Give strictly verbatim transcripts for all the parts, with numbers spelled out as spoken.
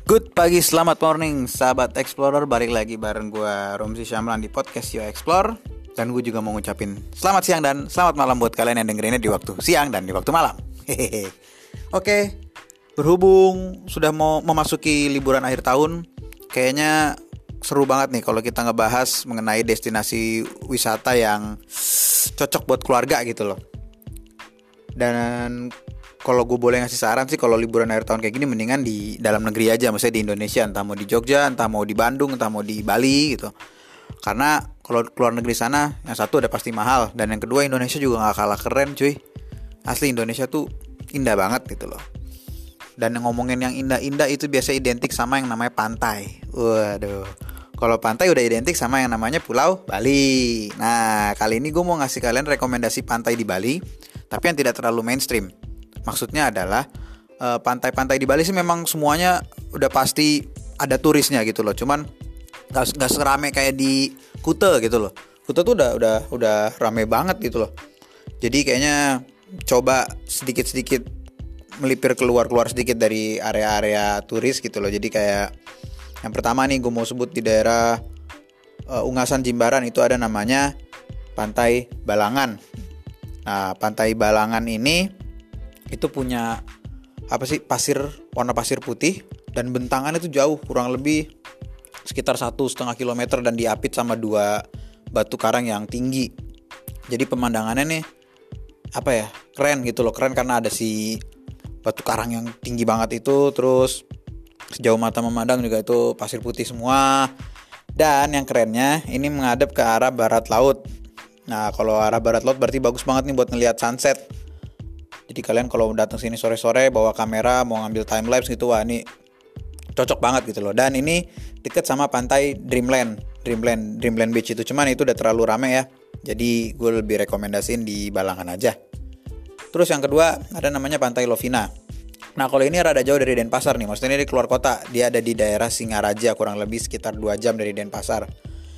Good pagi, selamat morning sahabat Explorer. Balik lagi bareng gue Romzi Syamlan di podcast Yo Explore. Dan gue juga mau ngucapin selamat siang dan selamat malam buat kalian yang dengerinnya di waktu siang dan di waktu malam. Hehehe. Oke, berhubung sudah mau memasuki liburan akhir tahun, kayaknya seru banget nih kalau kita ngebahas mengenai destinasi wisata yang cocok buat keluarga gitu loh. Dan kalau gue boleh ngasih saran sih, kalau liburan akhir tahun kayak gini mendingan di dalam negeri aja, maksudnya di Indonesia, entah mau di Jogja, entah mau di Bandung, entah mau di Bali gitu. Karena kalau keluar negeri sana, yang satu udah pasti mahal, dan yang kedua Indonesia juga nggak kalah keren cuy. Asli Indonesia tuh indah banget gitu loh. Dan yang ngomongin yang indah-indah itu biasa identik sama yang namanya pantai. Waduh, kalau pantai udah identik sama yang namanya Pulau Bali. Nah, kali ini gue mau ngasih kalian rekomendasi pantai di Bali, tapi yang tidak terlalu mainstream. Maksudnya adalah uh, pantai-pantai di Bali sih memang semuanya udah pasti ada turisnya gitu loh. Cuman gak, gak serame kayak di Kuta gitu loh. Kuta tuh udah udah udah rame banget gitu loh. Jadi kayaknya coba sedikit-sedikit melipir keluar-keluar sedikit dari area-area turis gitu loh. Jadi kayak yang pertama nih gue mau sebut di daerah uh, Ungasan Jimbaran itu ada namanya Pantai Balangan. Nah, Pantai Balangan ini itu punya apa sih, pasir, warna pasir putih, dan bentangannya itu jauh, kurang lebih sekitar satu setengah kilometer, dan diapit sama dua batu karang yang tinggi. Jadi pemandangannya nih apa ya, keren gitu loh, keren karena ada si batu karang yang tinggi banget itu, terus sejauh mata memandang juga itu pasir putih semua. Dan yang kerennya ini menghadap ke arah barat laut. Nah, kalau arah barat laut berarti bagus banget nih buat ngelihat sunset. Jadi kalian kalau datang sini sore-sore bawa kamera mau ngambil time lapse gitu, wah ini cocok banget gitu loh. Dan ini deket sama pantai Dreamland, Dreamland, Dreamland Beach itu. Cuman itu udah terlalu rame ya. Jadi gue lebih rekomendasiin di Balangan aja. Terus yang kedua ada namanya Pantai Lovina. Nah, kalau ini rada jauh dari Denpasar nih. Maksudnya ini di keluar kota. Dia ada di daerah Singaraja, kurang lebih sekitar dua jam dari Denpasar.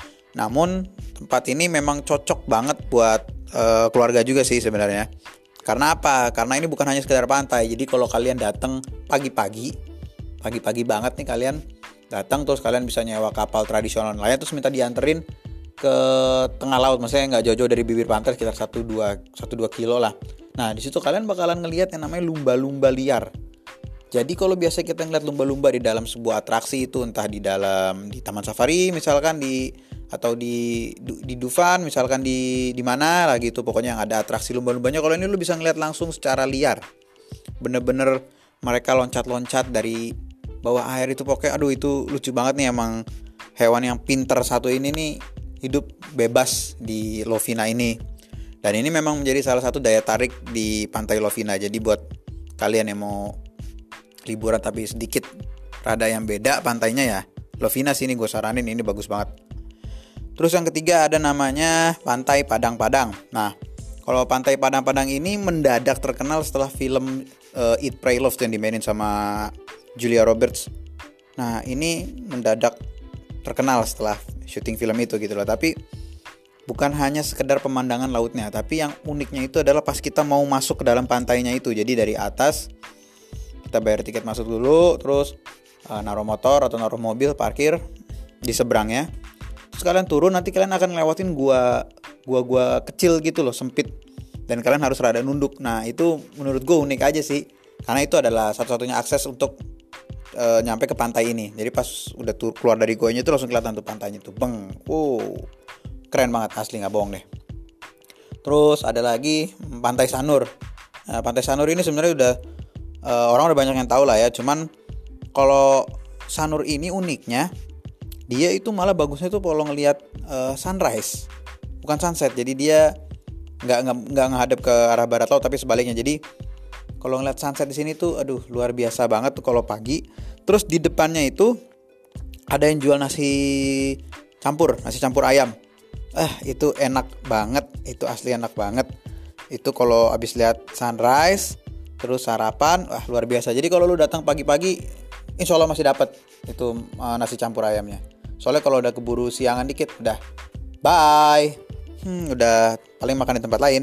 Namun tempat ini memang cocok banget buat uh, keluarga juga sih sebenarnya. Karena apa? Karena ini bukan hanya sekedar pantai. Jadi kalau kalian datang pagi-pagi, pagi-pagi banget nih kalian datang, terus kalian bisa nyewa kapal tradisional nelayan, terus minta dianterin ke tengah laut. Maksudnya nggak jauh-jauh dari bibir pantai, sekitar satu dua kilo lah. Nah, di situ kalian bakalan ngelihat yang namanya lumba-lumba liar. Jadi kalau biasa kita ngeliat lumba-lumba di dalam sebuah atraksi itu, entah di dalam di taman safari misalkan, di atau di di Dufan misalkan, di di mana lah gitu, pokoknya yang ada atraksi lumba-lumbanya. Kalau ini lu bisa ngeliat langsung secara liar, bener-bener mereka loncat-loncat dari bawah air itu. Pokoknya aduh itu lucu banget nih. Emang hewan yang pinter satu ini nih hidup bebas di Lovina ini. Dan ini memang menjadi salah satu daya tarik di Pantai Lovina. Jadi buat kalian yang mau liburan tapi sedikit rada yang beda pantainya, ya Lovina sini gue saranin, ini bagus banget. Terus yang ketiga ada namanya Pantai Padang-Padang. Nah, kalau Pantai Padang-Padang ini mendadak terkenal setelah film uh, Eat, Pray, Love yang dimainin sama Julia Roberts. Nah, ini mendadak terkenal setelah syuting film itu gitu loh. Tapi bukan hanya sekedar pemandangan lautnya, tapi yang uniknya itu adalah pas kita mau masuk ke dalam pantainya itu. Jadi dari atas kita bayar tiket masuk dulu, terus uh, naruh motor atau naruh mobil, parkir di seberangnya. Terus kalian turun, nanti kalian akan ngelewatin gua gua-gua kecil gitu loh, sempit, dan kalian harus rada nunduk. Nah, itu menurut gue unik aja sih, karena itu adalah satu-satunya akses untuk e, nyampe ke pantai ini. Jadi pas udah tur- keluar dari goanya itu langsung kelihatan tuh pantainya tuh, beng, wow, keren banget asli, nggak bohong deh. Terus ada lagi Pantai Sanur. Nah, Pantai Sanur ini sebenarnya udah e, orang udah banyak yang tahu lah ya. Cuman kalau Sanur ini uniknya, dia itu malah bagusnya tuh kalau ngelihat uh, sunrise, bukan sunset. Jadi dia nggak nggak nggak ngadep ke arah barat laut, tapi sebaliknya. Jadi kalau ngelihat sunset di sini tuh, aduh luar biasa banget tuh kalau pagi. Terus di depannya itu ada yang jual nasi campur, nasi campur ayam. Eh itu enak banget, itu asli enak banget. Itu kalau abis lihat sunrise, terus sarapan, wah luar biasa. Jadi kalau lu datang pagi-pagi, insya Allah masih dapat itu uh, nasi campur ayamnya. Soalnya kalau udah keburu siangan dikit, udah bye, hmm, udah paling makan di tempat lain.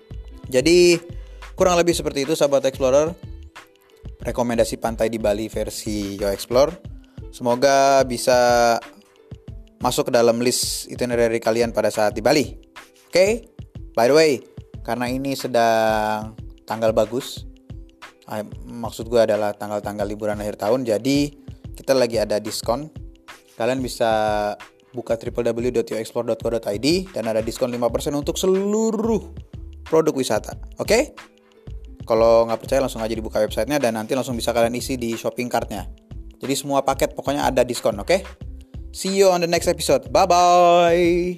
Jadi kurang lebih seperti itu sahabat Explorer, rekomendasi pantai di Bali versi Yo Explore. Semoga bisa masuk ke dalam list itinerary kalian pada saat di Bali. Oke, okay? By the way, karena ini sedang tanggal bagus, maksud gue adalah tanggal-tanggal liburan akhir tahun, jadi kita lagi ada diskon. Kalian bisa buka w w w dot yo explore dot co dot i d dan ada diskon lima persen untuk seluruh produk wisata. Oke? Okay? Kalau nggak percaya langsung aja dibuka websitenya dan nanti langsung bisa kalian isi di shopping cartnya. Jadi semua paket pokoknya ada diskon, oke? Okay? See you on the next episode. Bye-bye!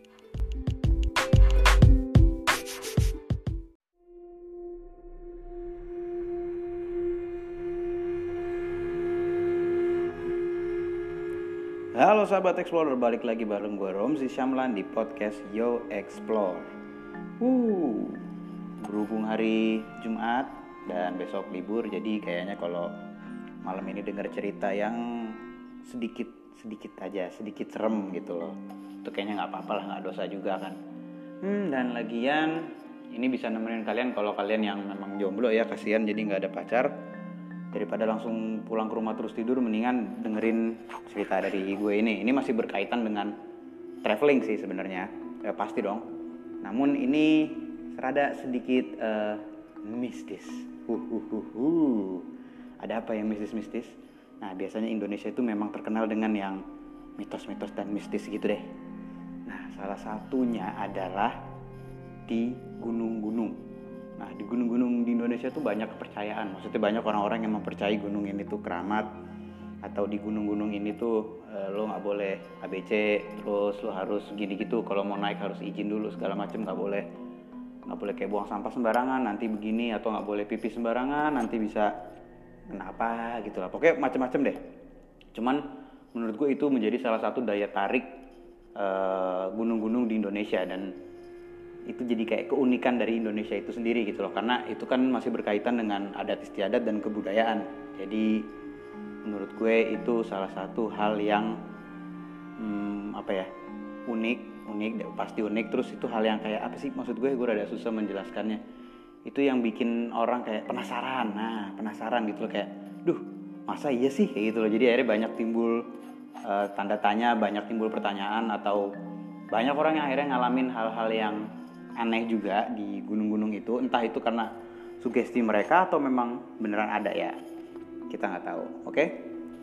Halo sahabat Explorer, balik lagi bareng gue Romzi Syamlan di podcast Yo Explore. Uh, berhubung hari Jumat dan besok libur, jadi kayaknya kalau malam ini dengar cerita yang sedikit sedikit aja, sedikit serem gitu loh. Itu kayaknya nggak apa-apa lah, nggak dosa juga kan. Hmm, dan lagian ini bisa nemenin kalian kalau kalian yang memang jomblo ya, kasihan jadi nggak ada pacar. Daripada langsung pulang ke rumah terus tidur, mendingan dengerin cerita dari gue ini. Ini masih berkaitan dengan traveling sih sebenarnya, ya, pasti dong. Namun ini rada sedikit uh, mistis. Uh, uh, uh, uh. Ada apa yang mistis-mistis? Nah, biasanya Indonesia itu memang terkenal dengan yang mitos-mitos dan mistis gitu deh. Nah, salah satunya adalah di gunung-gunung. Nah, di gunung-gunung di Indonesia tuh banyak kepercayaan. Maksudnya banyak orang-orang yang mempercayai gunung ini tuh keramat, atau di gunung-gunung ini tuh e, lo nggak boleh A B C, terus lo harus gini gitu. Kalau mau naik harus izin dulu segala macem, nggak boleh nggak boleh kayak buang sampah sembarangan, nanti begini, atau nggak boleh pipis sembarangan, nanti bisa kenapa gitu lah. Pokoknya macam-macam deh. Cuman menurut gue itu menjadi salah satu daya tarik e, gunung-gunung di Indonesia, dan itu jadi kayak keunikan dari Indonesia itu sendiri gitu loh, karena itu kan masih berkaitan dengan adat istiadat dan kebudayaan. Jadi menurut gue itu salah satu hal yang hmm, apa ya unik unik pasti unik. Terus itu hal yang kayak apa sih, maksud gue gue rada susah menjelaskannya. Itu yang bikin orang kayak penasaran. Nah penasaran gitu loh, kayak duh masa iya sih kayak gitu loh. Jadi akhirnya banyak timbul uh, tanda tanya, banyak timbul pertanyaan, atau banyak orang yang akhirnya ngalamin hal-hal yang aneh juga di gunung-gunung itu. Entah itu karena sugesti mereka atau memang beneran ada, ya kita nggak tahu. Oke, okay?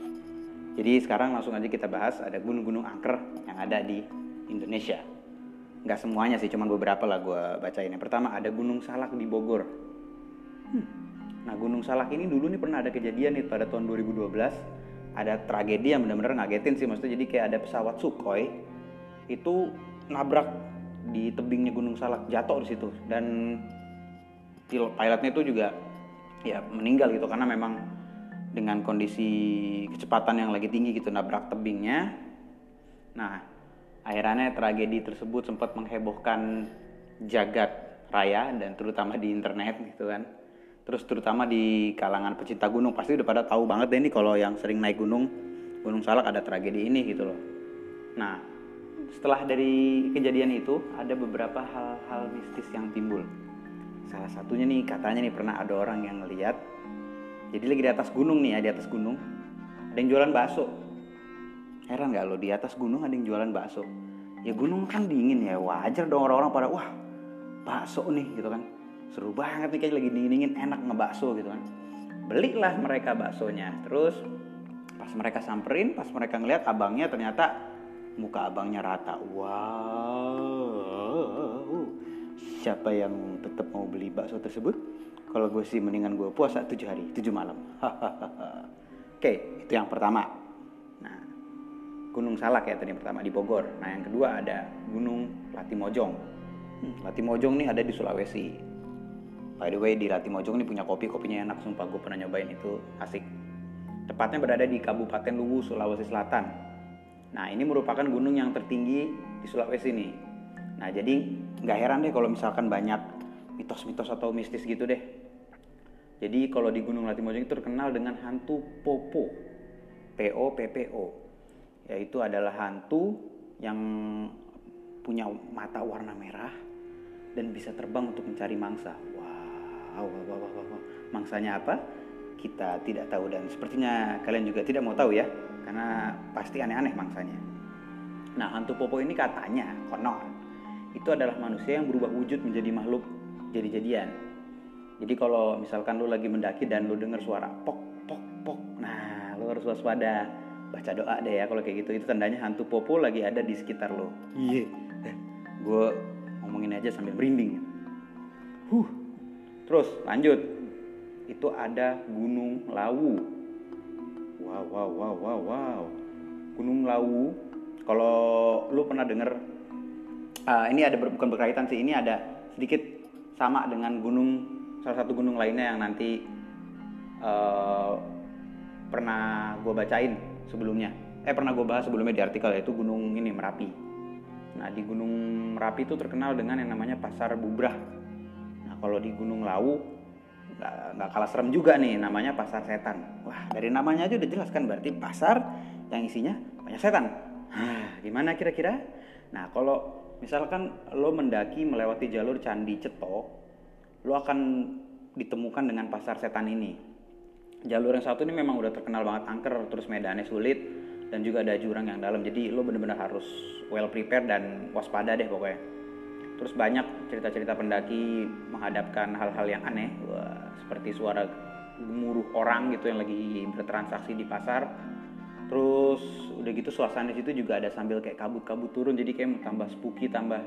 Jadi sekarang langsung aja kita bahas. Ada gunung-gunung angker yang ada di Indonesia. Nggak semuanya sih, cuman beberapa lah gue bacain. Yang pertama ada Gunung Salak di Bogor. hmm. Nah Gunung Salak ini dulu nih pernah ada kejadian nih pada tahun dua ribu dua belas. Ada tragedi yang benar-benar ngagetin sih. Maksudnya jadi kayak ada pesawat Sukhoi itu nabrak di tebingnya Gunung Salak, jatuh di situ, dan pilotnya itu juga ya meninggal gitu, karena memang dengan kondisi kecepatan yang lagi tinggi gitu nabrak tebingnya. Nah akhirnya tragedi tersebut sempat menghebohkan jagat raya dan terutama di internet gitu kan. Terus terutama di kalangan pecinta gunung pasti udah pada tahu banget deh ini kalau yang sering naik gunung Gunung Salak ada tragedi ini gitu loh. Nah setelah dari kejadian itu ada beberapa hal-hal mistis yang timbul. Salah satunya nih, katanya nih pernah ada orang yang ngeliat, jadi lagi di atas gunung nih ya, di atas gunung ada yang jualan bakso. Heran gak lo, di atas gunung ada yang jualan bakso? Ya gunung kan dingin ya, wajar dong orang-orang pada wah bakso nih gitu kan, seru banget nih, kayak lagi dingin-dingin enak ngebakso gitu kan. Belilah mereka baksonya. Terus pas mereka samperin, pas mereka ngeliat abangnya, ternyata muka abangnya rata. Wow, siapa yang tetap mau beli bakso tersebut? Kalau gue sih mendingan gue puasa tujuh hari tujuh malam. Oke, itu yang pertama. Nah Gunung Salak ya tadi yang pertama di Bogor. Nah yang kedua ada Gunung Latimojong. hmm, Latimojong nih ada di Sulawesi. By the way, di Latimojong nih punya kopi, kopinya enak sumpah, gue pernah nyobain, itu asik. Tepatnya berada di Kabupaten Luwu, Sulawesi Selatan. Nah ini merupakan gunung yang tertinggi di Sulawesi nih. Nah jadi gak heran deh kalau misalkan banyak mitos-mitos atau mistis gitu deh. Jadi kalau di Gunung Latimojong itu terkenal dengan hantu Popo, P O P P O. Yaitu adalah hantu yang punya mata warna merah dan bisa terbang untuk mencari mangsa. Wow, wow, wow, wow, wow. Mangsanya apa? Kita tidak tahu, dan sepertinya kalian juga tidak mau tahu ya. karena pasti aneh-aneh mangsanya. Nah, hantu Popo ini katanya, konon, itu adalah manusia yang berubah wujud menjadi makhluk jadi-jadian. Jadi kalau misalkan lu lagi mendaki dan lu dengar suara pok pok pok, nah lu harus waspada, baca doa deh ya kalau kayak gitu. Itu tandanya hantu Popo lagi ada di sekitar lu. Iya, gue ngomongin aja sambil merinding. Huh, terus lanjut. Itu ada Gunung Lawu. Wow, wow, wow, wow, wow. Gunung Lawu. Kalau lu pernah denger, uh, ini ada ber, bukan berkaitan sih. Ini ada sedikit sama dengan gunung, salah satu gunung lainnya yang nanti uh, pernah gue bacain sebelumnya. Eh pernah gue bahas sebelumnya di artikel, yaitu gunung ini Merapi. Nah di Gunung Merapi itu terkenal dengan yang namanya Pasar Bubrah. Nah kalau di Gunung Lawu Gak, gak kalah serem juga nih, namanya Pasar Setan. Wah, dari namanya aja udah jelas kan, berarti pasar yang isinya banyak setan. Nah, gimana kira-kira? Nah, kalau misalkan lo mendaki melewati jalur Candi Ceto, lo akan ditemukan dengan Pasar Setan ini. Jalur yang satu ini memang udah terkenal banget angker, terus medannya sulit, dan juga ada jurang yang dalam. Jadi lo benar-benar harus well prepared dan waspada deh pokoknya. Terus banyak cerita-cerita pendaki menghadapkan hal-hal yang aneh, wah, seperti suara gemuruh orang gitu yang lagi bertransaksi di pasar. Terus udah gitu suasana di situ juga ada sambil kayak kabut-kabut turun, jadi kayak tambah spooky, tambah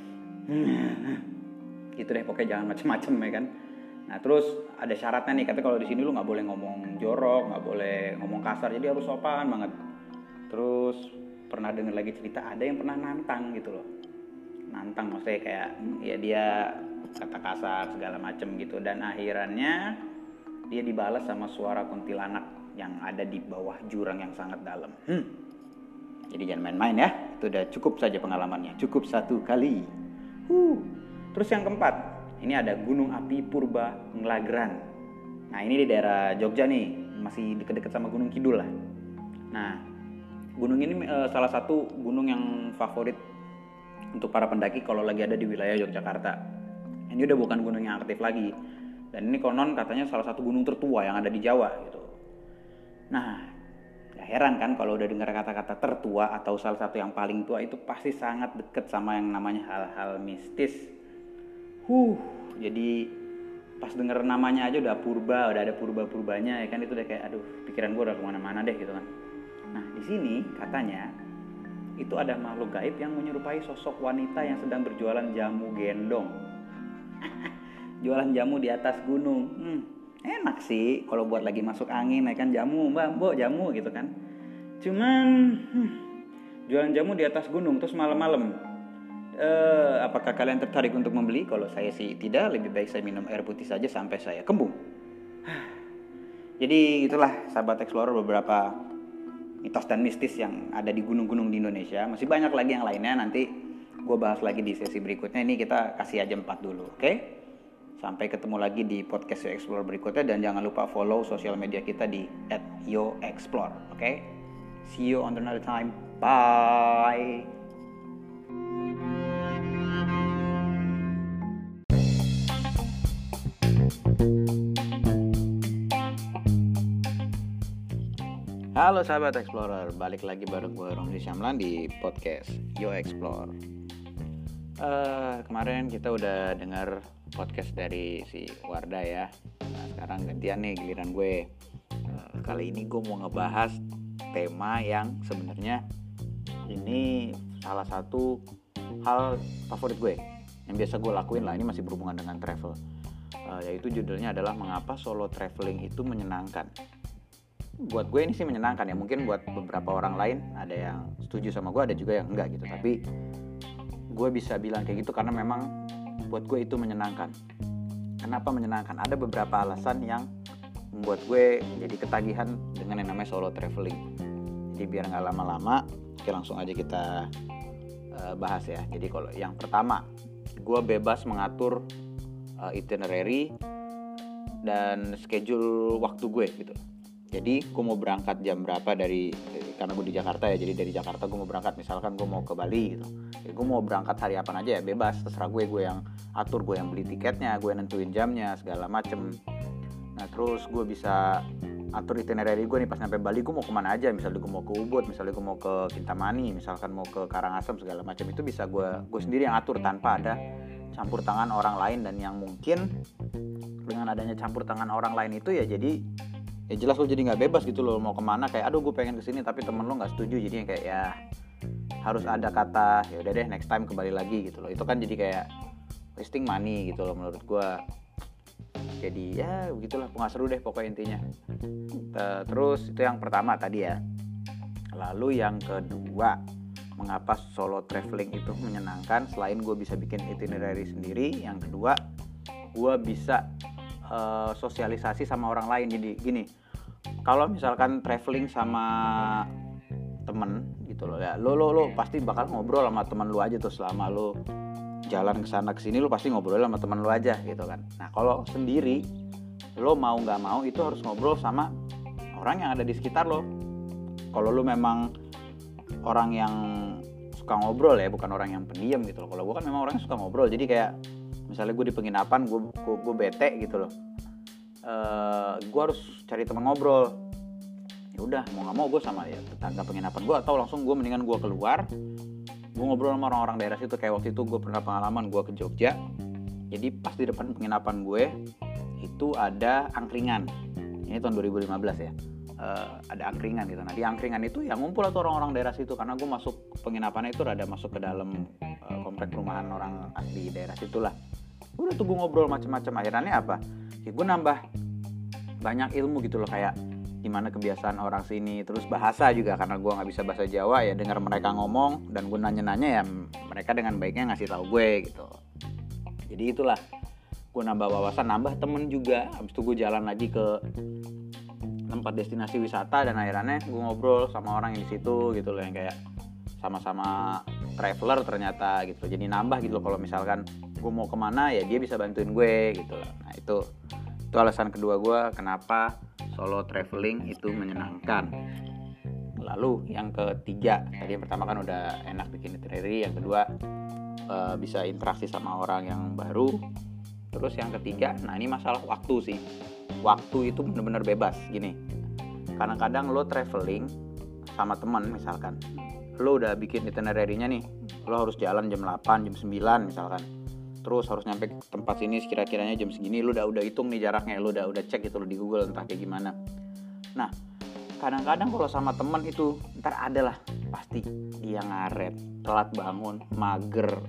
gitu deh pokoknya, jangan macem-macem ya kan. Nah terus ada syaratnya nih, katanya kalau di sini lu nggak boleh ngomong jorok, nggak boleh ngomong kasar, jadi harus sopan banget. Terus pernah dengar lagi cerita ada yang pernah nantang gitu loh. Nantang maksudnya kayak ya dia kata kasar segala macem gitu, dan akhirannya dia dibalas sama suara kuntilanak yang ada di bawah jurang yang sangat dalam. hmm. Jadi jangan main-main ya, itu udah cukup saja pengalamannya, cukup satu kali. huh. Terus yang keempat, ini ada Gunung Api Purba Ngelagran. Nah ini di daerah Jogja nih, masih deket-deket sama Gunung Kidul lah. Nah gunung ini e, salah satu gunung yang favorit untuk para pendaki kalau lagi ada di wilayah Yogyakarta. Ini udah bukan gunung yang aktif lagi. Dan ini konon katanya salah satu gunung tertua yang ada di Jawa gitu. Nah, gak heran kan kalau udah dengar kata-kata tertua atau salah satu yang paling tua, itu pasti sangat deket sama yang namanya hal-hal mistis. Huh, jadi pas denger namanya aja udah purba, udah ada purba-purbanya ya kan, itu udah kayak aduh, pikiran gue udah kemana-mana deh gitu kan. Nah, di sini katanya itu ada makhluk gaib yang menyerupai sosok wanita yang sedang berjualan jamu gendong. Jualan jamu di atas gunung. Hmm, enak sih kalau buat lagi masuk angin, ya kan, jamu, mbak, mbok, jamu gitu kan. Cuman hmm, jualan jamu di atas gunung terus malam-malam. Eh, apakah kalian tertarik untuk membeli? Kalau saya sih tidak, lebih baik saya minum air putih saja sampai saya kembung. Jadi itulah sahabat Explorer beberapa mitos dan mistis yang ada di gunung-gunung di Indonesia. Masih banyak lagi yang lainnya, nanti gue bahas lagi di sesi berikutnya. Ini kita kasih aja empat dulu, oke? Okay? Sampai ketemu lagi di podcast Yo Explore berikutnya, dan jangan lupa follow sosial media kita di at yo explore, oke? Okay? See you on another time. Bye. Halo sahabat Explorer, balik lagi bareng gue Romzi Syamlan di podcast Yo Explore. Uh, kemarin kita udah dengar podcast dari si Wardah ya. Nah sekarang gantian nih giliran gue. Uh, kali ini gue mau ngebahas tema yang sebenarnya ini salah satu hal favorit gue yang biasa gue lakuin lah. Ini masih berhubungan dengan travel. Uh, yaitu judulnya adalah mengapa solo traveling itu menyenangkan. Buat gue ini sih menyenangkan ya, mungkin buat beberapa orang lain ada yang setuju sama gue, ada juga yang enggak gitu, tapi gue bisa bilang kayak gitu karena memang buat gue itu menyenangkan. Kenapa menyenangkan? Ada beberapa alasan yang membuat gue jadi ketagihan dengan yang namanya solo traveling. Jadi biar gak lama-lama, oke langsung aja kita uh, bahas ya. Jadi kalau yang pertama, gue bebas mengatur uh, itinerary dan schedule waktu gue gitu. Jadi gue mau berangkat jam berapa dari, karena gue di Jakarta ya, jadi dari Jakarta gue mau berangkat, misalkan gue mau ke Bali gitu, ya gue mau berangkat hari apa aja ya, bebas, terserah gue, gue yang atur, gue yang beli tiketnya, gue yang nentuin jamnya, segala macem. Nah terus gue bisa atur itinerary gue nih pas nyampe Bali gue mau kemana aja. Misalnya gue mau ke Ubud, misalnya gue mau ke Kintamani, misalkan mau ke Karangasem, segala macam itu bisa gue gue sendiri yang atur tanpa ada campur tangan orang lain. Dan yang mungkin dengan adanya campur tangan orang lain itu ya jadi ya jelas lo jadi nggak bebas gitu lo mau kemana, kayak aduh gue pengen kesini tapi temen lo nggak setuju, jadi kayak ya harus ada kata ya udah deh next time kembali lagi gitu loh. Itu kan jadi kayak wasting money gitu loh menurut gue. Jadi ya begitulah, nggak seru deh pokoknya intinya. Terus itu yang pertama tadi ya. Lalu yang kedua, mengapa solo traveling itu menyenangkan? Selain gue bisa bikin itinerary sendiri, yang kedua gue bisa uh, sosialisasi sama orang lain. Jadi gini, kalau misalkan traveling sama temen gitu loh ya, lo lo lo pasti bakal ngobrol sama temen lo aja tuh selama lo jalan kesana kesini, lo pasti ngobrol sama temen lo aja gitu kan. Nah kalau sendiri, lo mau nggak mau itu harus ngobrol sama orang yang ada di sekitar lo. Kalau lo memang orang yang suka ngobrol ya, bukan orang yang pendiam gitu loh. Kalau gue kan memang orang yang suka ngobrol, jadi kayak misalnya gue di penginapan, gue gue, gue bete gitu loh, uh, gue harus cari teman ngobrol. Ya udah mau nggak mau gue sama ya tetangga penginapan gue, atau langsung gue mendingan gue keluar, gue ngobrol sama orang-orang daerah situ. Kayak waktu itu gue pernah pengalaman gue ke Jogja, jadi pas di depan penginapan gue itu ada angkringan. Ini tahun dua ribu lima belas ya. Uh, ada angkringan gitu. Nah di angkringan itu ya ngumpul tuh orang-orang daerah situ, karena gue masuk penginapannya itu rada masuk ke dalam uh, komplek perumahan orang asli daerah situ lah. Udah tuh gue ngobrol macam-macam. Akhirnya apa? Ya gue nambah banyak ilmu gitu loh, kayak gimana kebiasaan orang sini, terus bahasa juga karena gue nggak bisa bahasa Jawa ya, dengar mereka ngomong dan gue nanya-nanya ya mereka dengan baiknya ngasih tahu gue gitu. Jadi itulah, gue nambah wawasan, nambah temen juga. Habis itu gue jalan lagi ke tempat destinasi wisata dan akhirnya gue ngobrol sama orang yang di situ gitu loh, yang kayak sama-sama traveler ternyata gitu. Jadi nambah gitu loh, kalau misalkan gue mau kemana ya dia bisa bantuin gue gitu loh. Nah itu itu alasan kedua gue kenapa solo traveling itu menyenangkan. Lalu yang ketiga, tadi yang pertama kan udah enak bikin itinerary, yang kedua uh, bisa interaksi sama orang yang baru. Terus yang ketiga, nah ini masalah waktu sih. Waktu itu benar-benar bebas gini. Kadang-kadang lo traveling sama teman misalkan, lo udah bikin itinerary-nya nih, lo harus jalan jam delapan, jam sembilan misalkan, terus harus nyampe ke tempat sini sekira-kiranya jam segini. Lu udah udah hitung nih jaraknya, lu udah udah cek itu lo di Google entah kayak gimana. Nah kadang-kadang kalau sama teman itu ntar ada lah pasti dia ngaret, telat bangun, mager,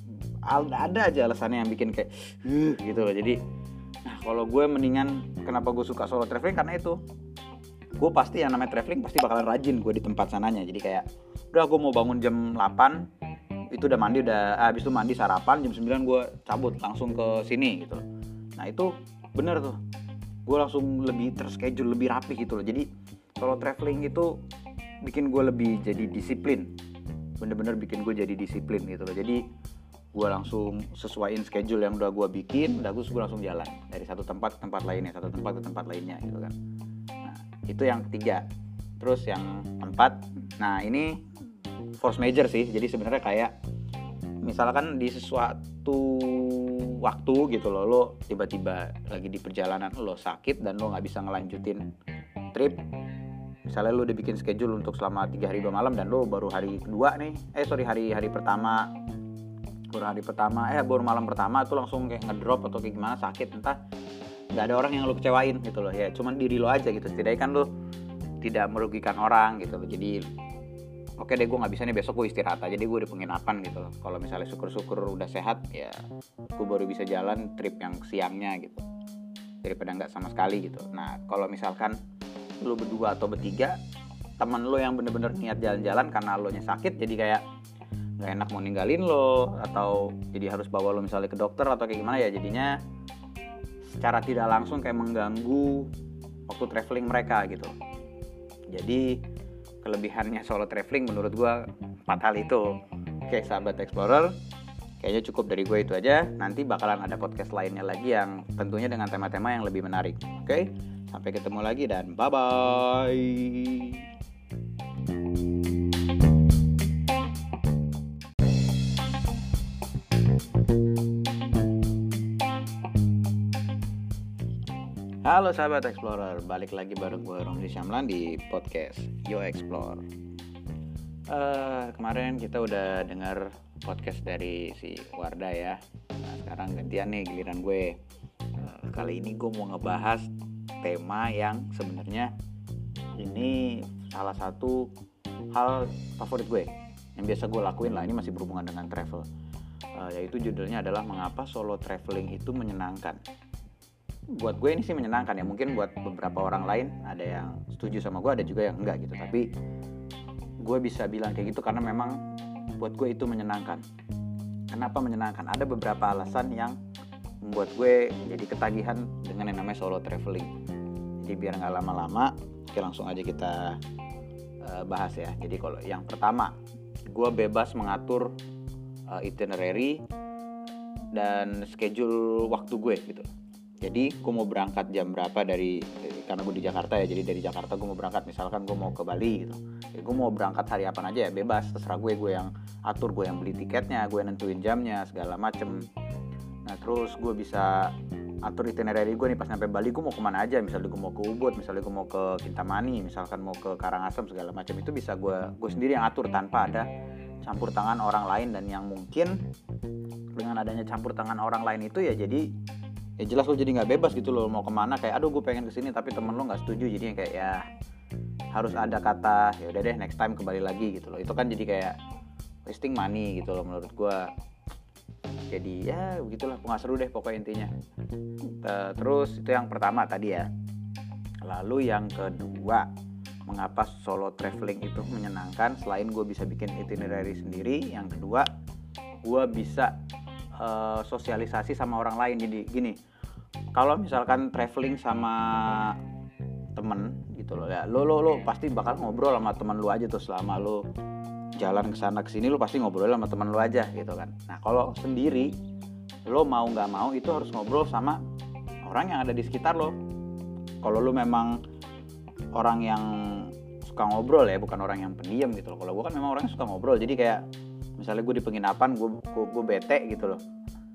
ada aja alasannya yang bikin kayak uh, gitu loh. Jadi nah kalau gue mendingan, kenapa gue suka solo traveling, karena itu gue pasti yang namanya traveling pasti bakalan rajin gue di tempat sananya. Jadi kayak udah gue mau bangun jam delapan, itu udah mandi, udah habis itu mandi sarapan, jam sembilan gue cabut langsung ke sini gitu loh. Nah itu bener tuh, gue langsung lebih terschedule, lebih rapi gitu loh. Jadi kalau traveling itu bikin gue lebih jadi disiplin, bener-bener bikin gue jadi disiplin gitu loh. Jadi gue langsung sesuaiin schedule yang udah gue bikin, udah gue langsung jalan dari satu tempat ke tempat lainnya, satu tempat ke tempat lainnya gitu kan. Nah itu yang ketiga. Terus yang keempat, nah ini force major sih. Jadi sebenarnya kayak misalkan di sesuatu waktu gitu loh, lo tiba-tiba lagi di perjalanan lo sakit dan lo nggak bisa ngelanjutin trip. Misalnya lo udah bikin schedule untuk selama tiga hari dua malam dan lo baru hari kedua nih, eh sorry hari hari pertama, baru hari pertama, eh baru malam pertama tuh langsung kayak ngedrop atau kayak gimana, sakit, entah nggak ada orang yang lo kecewain gitu loh ya, cuman diri lo aja gitu. Setidaknya kan lo tidak merugikan orang gitu loh. Jadi oke deh gue nggak bisa nih, besok gue istirahat aja deh gue di penginapan gitu loh. Kalau misalnya syukur-syukur udah sehat ya gue baru bisa jalan trip yang siangnya gitu, daripada nggak sama sekali gitu. Nah kalau misalkan lo berdua atau bertiga, teman lo yang bener-bener niat jalan-jalan karena lo nya sakit, jadi kayak nggak enak mau ninggalin lo, atau jadi harus bawa lo misalnya ke dokter atau kayak gimana ya, jadinya secara tidak langsung kayak mengganggu waktu traveling mereka gitu. Jadi kelebihannya solo traveling menurut gue empat hal itu. Oke sahabat explorer, kayaknya cukup dari gue itu aja. Nanti bakalan ada podcast lainnya lagi yang tentunya dengan tema-tema yang lebih menarik. Oke, sampai ketemu lagi dan bye bye. Halo sahabat Explorer, balik lagi bareng gue Romzi Syamlan di podcast Yo Explore. uh, Kemarin kita udah dengar podcast dari si Wardah ya. Nah sekarang gantian nih giliran gue. uh, Kali ini gue mau ngebahas tema yang sebenarnya ini salah satu hal favorit gue yang biasa gue lakuin lah. Ini masih berhubungan dengan travel, uh, yaitu judulnya adalah mengapa solo traveling itu menyenangkan. Buat gue ini sih menyenangkan ya. Mungkin buat beberapa orang lain ada yang setuju sama gue, ada juga yang enggak gitu. Tapi gue bisa bilang kayak gitu karena memang buat gue itu menyenangkan. Kenapa menyenangkan? Ada beberapa alasan yang membuat gue jadi ketagihan dengan yang namanya solo traveling. Jadi biar gak lama-lama, oke langsung aja kita uh, bahas ya. Jadi kalau yang pertama, gue bebas mengatur uh, itinerary dan schedule waktu gue gitu. Jadi gue mau berangkat jam berapa dari, karena gue di Jakarta ya, jadi dari Jakarta gue mau berangkat, misalkan gue mau ke Bali gitu. Jadi gue mau berangkat hari apa aja ya, bebas, terserah gue, gue yang atur, gue yang beli tiketnya, gue yang nentuin jamnya, segala macem. Nah terus gue bisa atur itinerary gue nih pas nyampe Bali, gue mau kemana aja, misalnya gue mau ke Ubud, misalnya gue mau ke Kintamani, misalkan mau ke Karangasem, segala macam itu bisa gue gue sendiri yang atur tanpa ada campur tangan orang lain. Dan yang mungkin dengan adanya campur tangan orang lain itu ya jadi ya jelas lo jadi nggak bebas gitu lo mau kemana, kayak aduh gue pengen kesini tapi temen lo nggak setuju, jadi kayak ya harus ada kata ya udah deh next time kembali lagi gitu loh. Itu kan jadi kayak wasting money gitu loh menurut gue. Jadi ya begitulah, nggak seru deh pokoknya intinya. Terus itu yang pertama tadi ya. Lalu yang kedua, mengapa solo traveling itu menyenangkan? Selain gue bisa bikin itinerary sendiri, yang kedua gue bisa Uh, sosialisasi sama orang lain. Jadi gini, kalau misalkan traveling sama temen gitu loh ya, lo lo lo pasti bakal ngobrol sama temen lo aja tuh. Selama lo jalan kesana kesini lo pasti ngobrol sama temen lo aja gitu kan. Nah kalau sendiri lo mau nggak mau itu harus ngobrol sama orang yang ada di sekitar lo. Kalau lo memang orang yang suka ngobrol ya, bukan orang yang pendiam gitu loh. Kalau gue kan memang orang yang suka ngobrol, jadi kayak misalnya gue di penginapan, gue gue, gue bete gitu loh,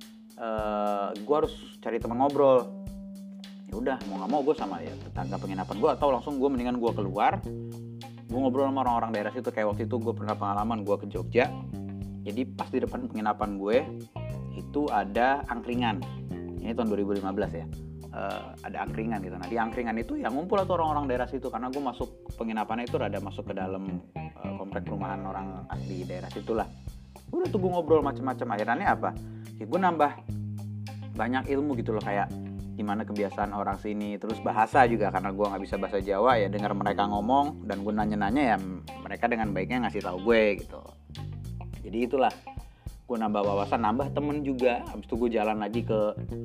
uh, gue harus cari teman ngobrol. Ya udah mau nggak mau gue sama ya tetangga penginapan gue, atau langsung gue mendingan gue keluar, gue ngobrol sama orang-orang daerah situ. Kayak waktu itu gue pernah pengalaman gue ke Jogja, jadi pas di depan penginapan gue itu ada angkringan. Ini tahun dua ribu lima belas ya. Uh, ada angkringan gitu. Nah di angkringan itu ya ngumpul atau orang-orang daerah situ, karena gue masuk penginapannya itu rada masuk ke dalam uh, komplek perumahan orang asli daerah situ lah. Udah tuh gue ngobrol macam-macam. Akhirnya apa? Ya gue nambah banyak ilmu gitu loh, kayak gimana kebiasaan orang sini, terus bahasa juga karena gue nggak bisa bahasa Jawa ya, dengar mereka ngomong dan gue nanya-nanya ya mereka dengan baiknya ngasih tahu gue gitu. Jadi itulah, gue nambah wawasan, nambah temen juga. Habis itu gue jalan lagi ke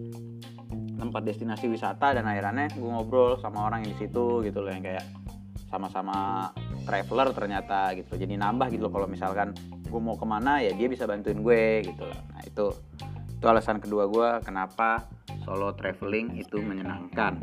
tempat destinasi wisata dan akhirnya gue ngobrol sama orang yang di situ gitu loh, yang kayak sama-sama traveler ternyata gitu. Jadi nambah gitu loh, kalau misalkan gue mau kemana ya dia bisa bantuin gue gitu loh. Nah itu itu alasan kedua gue kenapa solo traveling itu menyenangkan.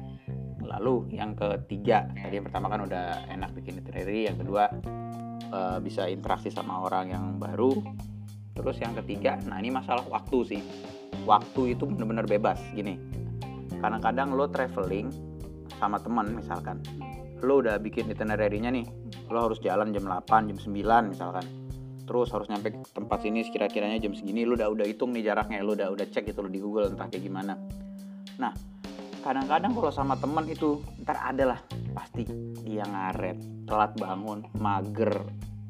Lalu yang ketiga, tadi yang pertama kan udah enak bikin itinerary, yang kedua uh, bisa interaksi sama orang yang baru. Terus yang ketiga, nah ini masalah waktu sih. Waktu itu benar-benar bebas. Gini, kadang-kadang lo traveling sama teman misalkan, lo udah bikin itinerary-nya nih, lo harus jalan jam delapan, jam sembilan misalkan, terus harus nyampe tempat sini sekira-kiranya jam segini. Lo udah udah hitung nih jaraknya, lo udah udah cek itu lo di Google entah kayak gimana. Nah kadang-kadang kalau sama teman itu ntar ada lah pasti dia ngaret, telat bangun, mager,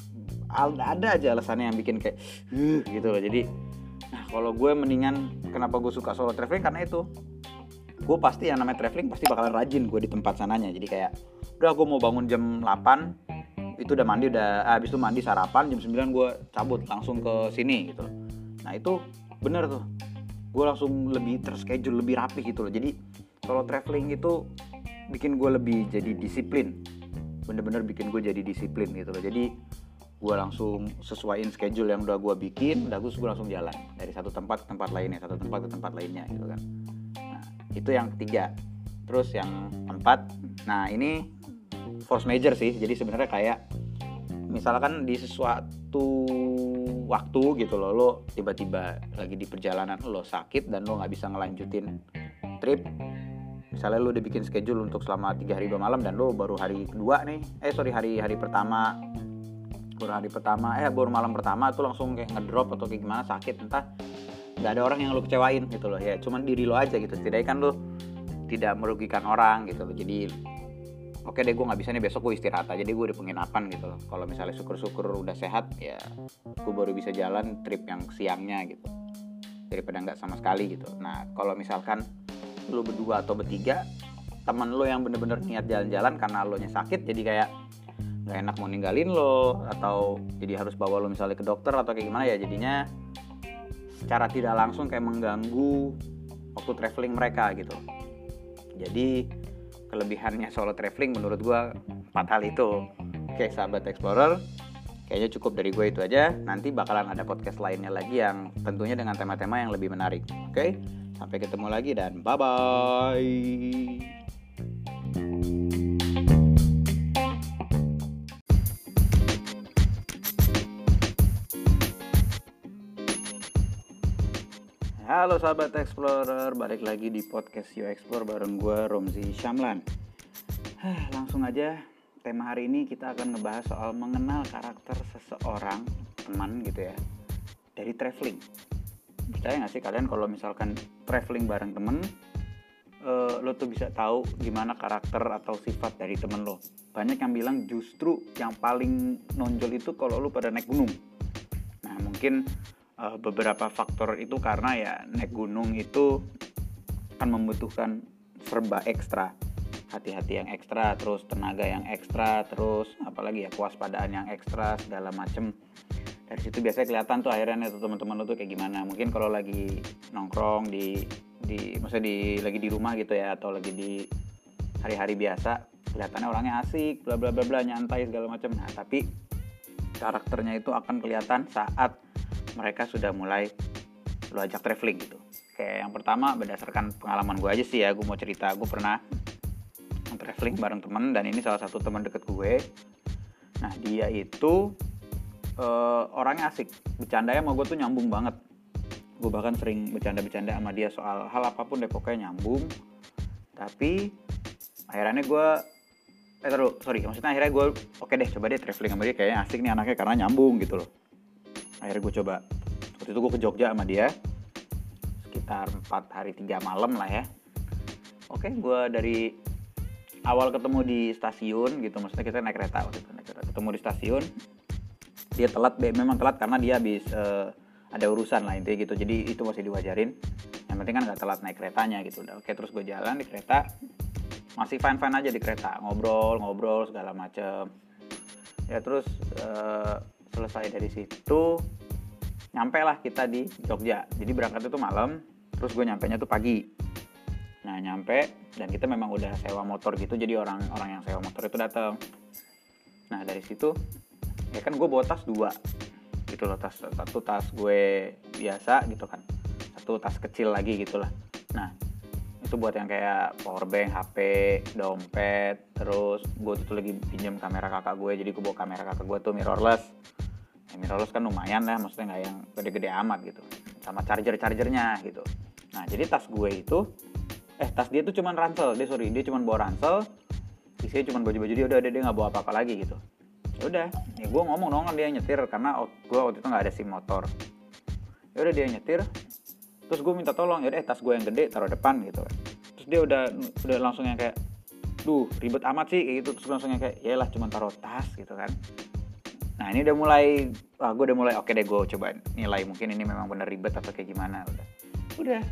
ada aja alasannya yang bikin kayak uh, gitu loh. Jadi nah kalau gue mendingan, kenapa gue suka solo traveling, karena itu gue pasti yang namanya traveling pasti bakalan rajin gue di tempat sananya. Jadi kayak udah gue mau bangun jam delapan, itu udah mandi, udah ah, habis itu mandi sarapan, jam sembilan gue cabut langsung ke sini gitu. Nah itu bener tuh, gue langsung lebih terschedule, lebih rapi gitu loh. Jadi solo traveling itu bikin gue lebih jadi disiplin, bener-bener bikin gue jadi disiplin gitu loh. Jadi gue langsung sesuaiin schedule yang udah gue bikin, udah gue langsung jalan dari satu tempat ke tempat lainnya, satu tempat ke tempat lainnya gitu kan. Nah itu yang ketiga. Terus yang keempat, nah ini force major sih. Jadi sebenarnya kayak misalkan di sesuatu waktu gitu loh, lo tiba-tiba lagi di perjalanan lo sakit dan lo nggak bisa ngelanjutin trip, misalnya lu udah bikin schedule untuk selama tiga hari dua malam dan lu baru hari kedua nih, eh sorry hari hari pertama, baru hari pertama, eh baru malam pertama tuh langsung kayak ngedrop atau kayak gimana, sakit entah, nggak ada orang yang lu kecewain gitu loh ya, cuman diri lo aja gitu, setidaknya kan lu tidak merugikan orang gitu loh. Jadi oke deh, gue nggak bisa nih, besok gue istirahat aja deh, gue udah penginapan gitu loh. Kalau misalnya syukur-syukur udah sehat ya gue baru bisa jalan trip yang siangnya gitu, daripada nggak sama sekali gitu. Nah kalau misalkan lo berdua atau bertiga, temen lo yang bener-bener niat jalan-jalan karena lo nya sakit, jadi kayak nggak enak mau ninggalin lo, atau jadi harus bawa lo misalnya ke dokter atau kayak gimana ya, jadinya secara tidak langsung kayak mengganggu waktu traveling mereka gitu. Jadi kelebihannya solo traveling menurut gue empat hal itu. Oke sahabat explorer, kayaknya cukup dari gue itu aja. Nanti bakalan ada podcast lainnya lagi yang tentunya dengan tema-tema yang lebih menarik. Oke, sampai ketemu lagi dan bye bye. Halo sahabat explorer, balik lagi di podcast Yo Explore bareng gue Romzi Syamlan. Hah, langsung aja, tema hari ini kita akan ngebahas soal mengenal karakter seseorang, teman gitu ya, dari traveling. Percaya gak sih kalian kalau misalkan traveling bareng temen, uh, lo tuh bisa tahu gimana karakter atau sifat dari temen lo. Banyak yang bilang justru yang paling nonjol itu kalau lo pada naik gunung. Nah mungkin uh, beberapa faktor itu karena ya naik gunung itu akan membutuhkan serba ekstra, hati-hati yang ekstra, terus tenaga yang ekstra, terus apalagi ya kewaspadaan yang ekstra segala macem. Dari situ biasanya kelihatan tuh akhirnya tuh teman-teman lo tuh kayak gimana. Mungkin kalau lagi nongkrong di di maksudnya di lagi di rumah gitu ya, atau lagi di hari-hari biasa kelihatannya orangnya asik, bla bla bla bla, nyantai segala macam. Nah, tapi karakternya itu akan kelihatan saat mereka sudah mulai lo ajak traveling gitu. Kayak yang pertama berdasarkan pengalaman gue aja sih ya, gue mau cerita. Gue pernah traveling bareng temen, dan ini salah satu teman deket gue. Nah dia itu uh, orangnya asik, bercandanya sama gue tuh nyambung banget. Gue bahkan sering bercanda-bercanda sama dia soal hal apapun deh, pokoknya nyambung. Tapi akhirnya gue eh taruh, sorry maksudnya akhirnya gue oke deh coba deh traveling sama dia, kayaknya asik nih anaknya karena nyambung gitu loh. Akhirnya gue coba. Waktu itu gue ke Jogja sama dia sekitar empat hari tiga malam lah ya. Oke, gue dari awal ketemu di stasiun gitu, maksudnya kita naik kereta waktu itu, naik kereta. Ketemu di stasiun, dia telat, memang telat karena dia habis uh, ada urusan lah intinya gitu, jadi itu masih diwajarin. Yang penting kan gak telat naik keretanya gitu. Udah oke, terus gue jalan di kereta, masih fine-fine aja di kereta, ngobrol-ngobrol segala macem. Ya terus uh, selesai dari situ, nyampe lah kita di Jogja. Jadi berangkat itu malam, terus gue nyampenya tuh pagi. Nah nyampe, dan kita memang udah sewa motor gitu, jadi orang-orang yang sewa motor itu datang. Nah dari situ ya kan gue bawa tas dua gitu loh, tas satu tas gue biasa gitu kan, satu tas kecil lagi gitulah. Nah itu buat yang kayak powerbank, H P, dompet. Terus gue itu lagi pinjam kamera kakak gue, jadi gue bawa kamera kakak gue tuh mirrorless. Ya, mirrorless kan lumayan lah, maksudnya nggak yang gede-gede amat gitu, sama charger-chargernya gitu. Nah jadi tas gue itu Eh tas dia tuh cuman ransel, dia sorry dia cuman bawa ransel, isinya cuman baju-baju dia, udah dia nggak bawa apa-apa lagi gitu. Ya udah, ya gue ngomong dong kan dia nyetir karena gue waktu itu nggak ada SIM motor. Ya udah dia nyetir, terus gue minta tolong, ya udah eh, tas gue yang gede taruh depan gitu. Terus dia udah udah langsung yang kayak, duh ribet amat sih kayak gitu. Terus langsung yang kayak, yalah cuman taruh tas gitu kan. Nah ini udah mulai, wah gue udah mulai oke deh, gue coba nilai mungkin ini memang bener ribet atau kayak gimana. Udah, udah.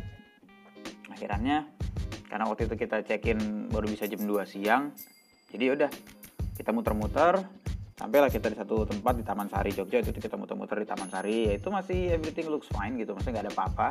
Akhirnya karena waktu itu kita check-in baru bisa jam dua siang, jadi udah kita muter-muter sampailah kita di satu tempat di Taman Sari Jogja. Itu kita muter-muter di Taman Sari, ya itu masih everything looks fine gitu, maksudnya nggak ada apa-apa.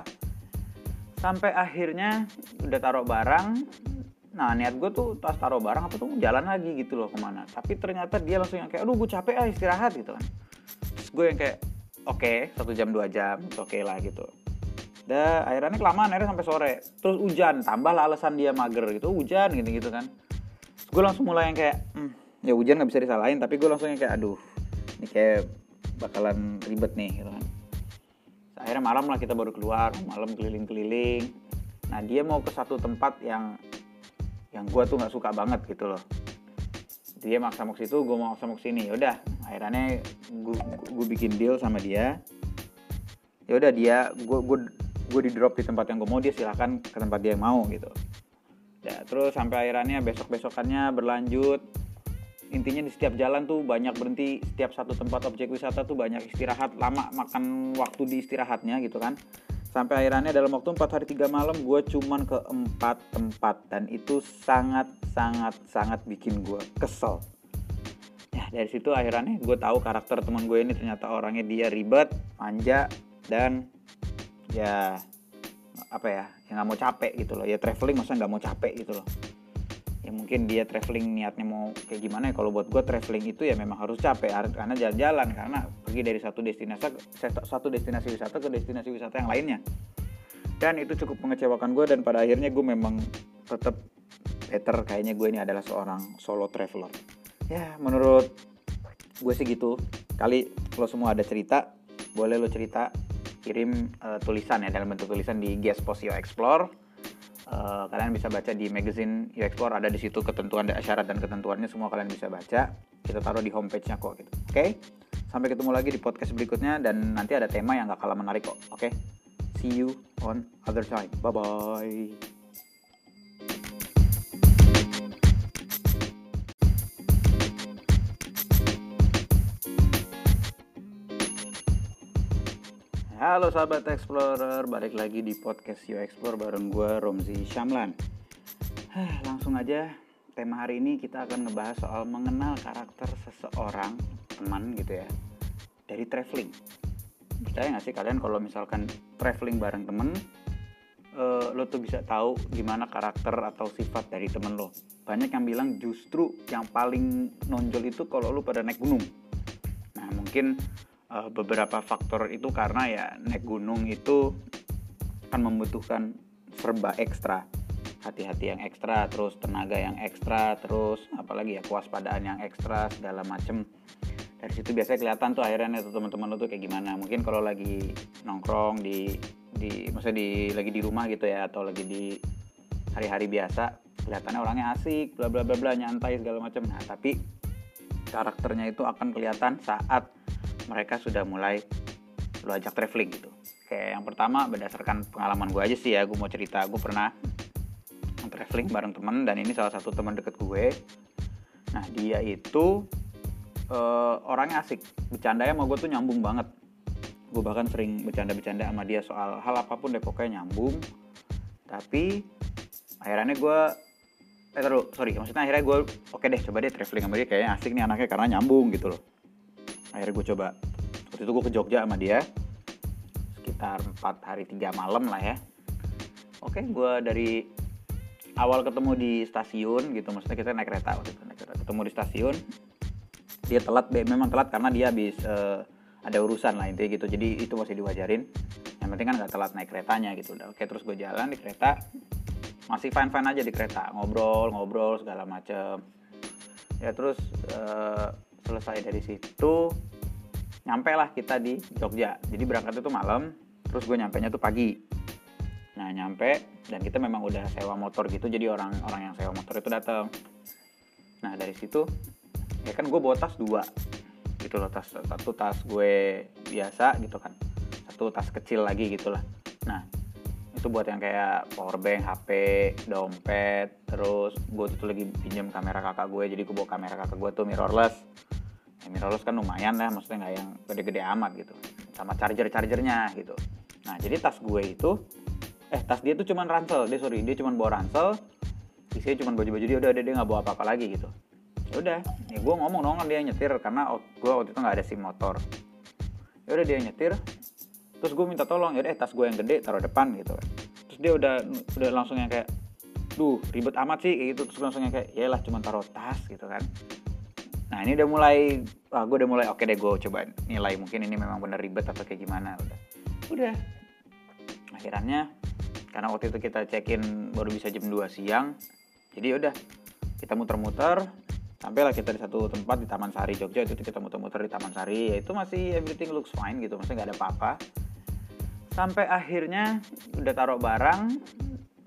Sampai akhirnya udah taruh barang. Nah niat gue tuh tas taruh barang apa tuh jalan lagi gitu loh kemana, tapi ternyata dia langsung yang kayak aduh gue capek ah istirahat gitu kan. Terus gue yang kayak oke okay, satu jam dua jam oke okay lah gitu. Dah akhirnya kelamaan, akhirnya sampai sore. Terus hujan, tambah lah alasan dia mager gitu, hujan gitu-gitu kan. Terus gue langsung mulai yang kayak, hmm, ya hujan gak bisa disalahin, tapi gue langsung yang kayak, aduh, ini kayak bakalan ribet nih gitu kan. Terus akhirnya malam lah kita baru keluar, malam keliling-keliling. Nah dia mau ke satu tempat yang yang gue tuh nggak suka banget gitu loh. Dia maksa mau ke situ, gue mau maksa mau ke sini. Yaudah, akhirnya gue gue bikin deal sama dia. Ya udah dia, gue gue gue di drop di tempat yang gue mau, dia silakan ke tempat dia yang mau gitu. Ya, terus sampai akhirnya besok besokannya berlanjut. Intinya di setiap jalan tuh banyak berhenti, setiap satu tempat objek wisata tuh banyak istirahat, lama makan waktu di istirahatnya gitu kan. Sampai akhirnya dalam waktu empat hari tiga malam gue cuman ke empat tempat, dan itu sangat sangat sangat bikin gue kesel. Ya dari situ akhirnya gue tahu karakter teman gue ini ternyata orangnya dia ribet, manja, dan ya apa ya, yang nggak mau capek gitu loh. Ya traveling masa nggak mau capek gitu loh. Ya mungkin dia traveling niatnya mau kayak gimana ya. Kalau buat gue traveling itu ya memang harus capek, karena jalan-jalan, karena pergi dari satu destinasi satu destinasi wisata ke destinasi wisata yang lainnya. Dan itu cukup mengecewakan gue, dan pada akhirnya gue memang tetap better kayaknya gue ini adalah seorang solo traveler. Ya menurut gue sih gitu. Kali kalau semua ada cerita, boleh lo cerita, kirim uh, tulisan ya, dalam bentuk tulisan di Guest Post You Explore. Uh, kalian bisa baca di magazine You Explore, ada di situ ketentuan, syarat dan ketentuannya semua kalian bisa baca. Kita taruh di homepage-nya kok gitu. Oke? Okay? Sampai ketemu lagi di podcast berikutnya, dan nanti ada tema yang gak kalah menarik kok. Oke? Okay? See you on other time. Bye bye. Halo sahabat Explorer, balik lagi di podcast You Explore bareng gue Romzi Syamlan. Langsung aja, tema hari ini kita akan ngebahas soal mengenal karakter seseorang, teman gitu ya, dari traveling. Percaya gak sih kalian kalau misalkan traveling bareng temen, uh, lo tuh bisa tahu gimana karakter atau sifat dari temen lo. Banyak yang bilang justru yang paling nonjol itu kalau lo pada naik gunung. Nah mungkin Uh, beberapa faktor itu karena ya naik gunung itu kan membutuhkan serba ekstra, hati-hati yang ekstra, terus tenaga yang ekstra, terus apalagi ya kewaspadaan yang ekstra segala macem. Dari situ biasanya kelihatan tuh akhirnya tuh teman-teman lo tuh kayak gimana. Mungkin kalau lagi nongkrong di di maksudnya di lagi di rumah gitu ya, atau lagi di hari-hari biasa kelihatannya orangnya asik, bla bla bla bla, nyantai segala macam. Nah tapi karakternya itu akan kelihatan saat mereka sudah mulai lo ajak traveling gitu. Kayak yang pertama berdasarkan pengalaman gue aja sih ya, gue mau cerita. Gue pernah traveling bareng temen, dan ini salah satu teman deket gue. Nah dia itu uh, orangnya asik, bercandanya sama gue tuh nyambung banget. Gue bahkan sering bercanda-bercanda sama dia soal hal apapun deh, pokoknya nyambung. Tapi akhirnya gue Eh taruh, sorry, maksudnya akhirnya gue oke deh coba deh traveling sama dia, kayaknya asik nih anaknya karena nyambung gitu loh. Akhirnya gue coba. Waktu itu gue ke Jogja sama dia sekitar empat hari tiga malam lah ya. Oke, gue dari awal ketemu di stasiun gitu, maksudnya kita naik kereta waktu itu, naik kereta. Ketemu di stasiun, dia telat, memang telat karena dia habis uh, ada urusan lah intinya gitu, jadi itu masih diwajarin. Yang penting kan gak telat naik keretanya gitu. Udah oke, terus gue jalan di kereta, masih fine-fine aja di kereta, ngobrol-ngobrol segala macem. Ya terus uh, selesai dari situ, nyampe lah kita di Jogja. Jadi berangkat itu malam, terus gue nyampenya tuh pagi. Nah nyampe, dan kita memang udah sewa motor gitu, jadi orang-orang yang sewa motor itu datang. Nah dari situ, ya kan gue bawa tas dua, gitu loh, tas satu tas gue biasa gitu kan, satu tas kecil lagi gitulah. Nah itu buat yang kayak powerbank, H P, dompet. Terus gue tuh lagi pinjam kamera kakak gue, jadi gue bawa kamera kakak gue tuh mirrorless. Ya, mirrorless kan lumayan lah, maksudnya nggak yang gede-gede amat gitu, sama charger-chargernya gitu. Nah jadi tas gue itu, eh tas dia tuh cuman ransel, dia sorry dia cuman bawa ransel, isinya cuman baju-baju dia, udah dia nggak bawa apa-apa lagi gitu. Ya udah, ya gue ngomong dong kan dia nyetir karena gue waktu itu nggak ada SIM motor. Ya udah dia nyetir. Terus gue minta tolong, yaudah eh, tas gue yang gede taruh depan gitu kan. Terus dia udah udah langsung yang kayak, duh ribet amat sih kayak gitu. Terus gue langsung yang kayak, yaelah cuma taruh tas gitu kan. Nah ini udah mulai, wah gue udah mulai oke deh gue coba nilai mungkin ini memang bener ribet atau kayak gimana. Udah, udah. Akhirnya karena waktu itu kita check-in baru bisa jam dua siang, jadi udah kita muter-muter. Sampailah kita di satu tempat di Taman Sari Jogja. Itu kita muter-muter di Taman Sari, ya itu masih everything looks fine gitu, maksudnya nggak ada apa-apa. Sampai akhirnya udah taruh barang,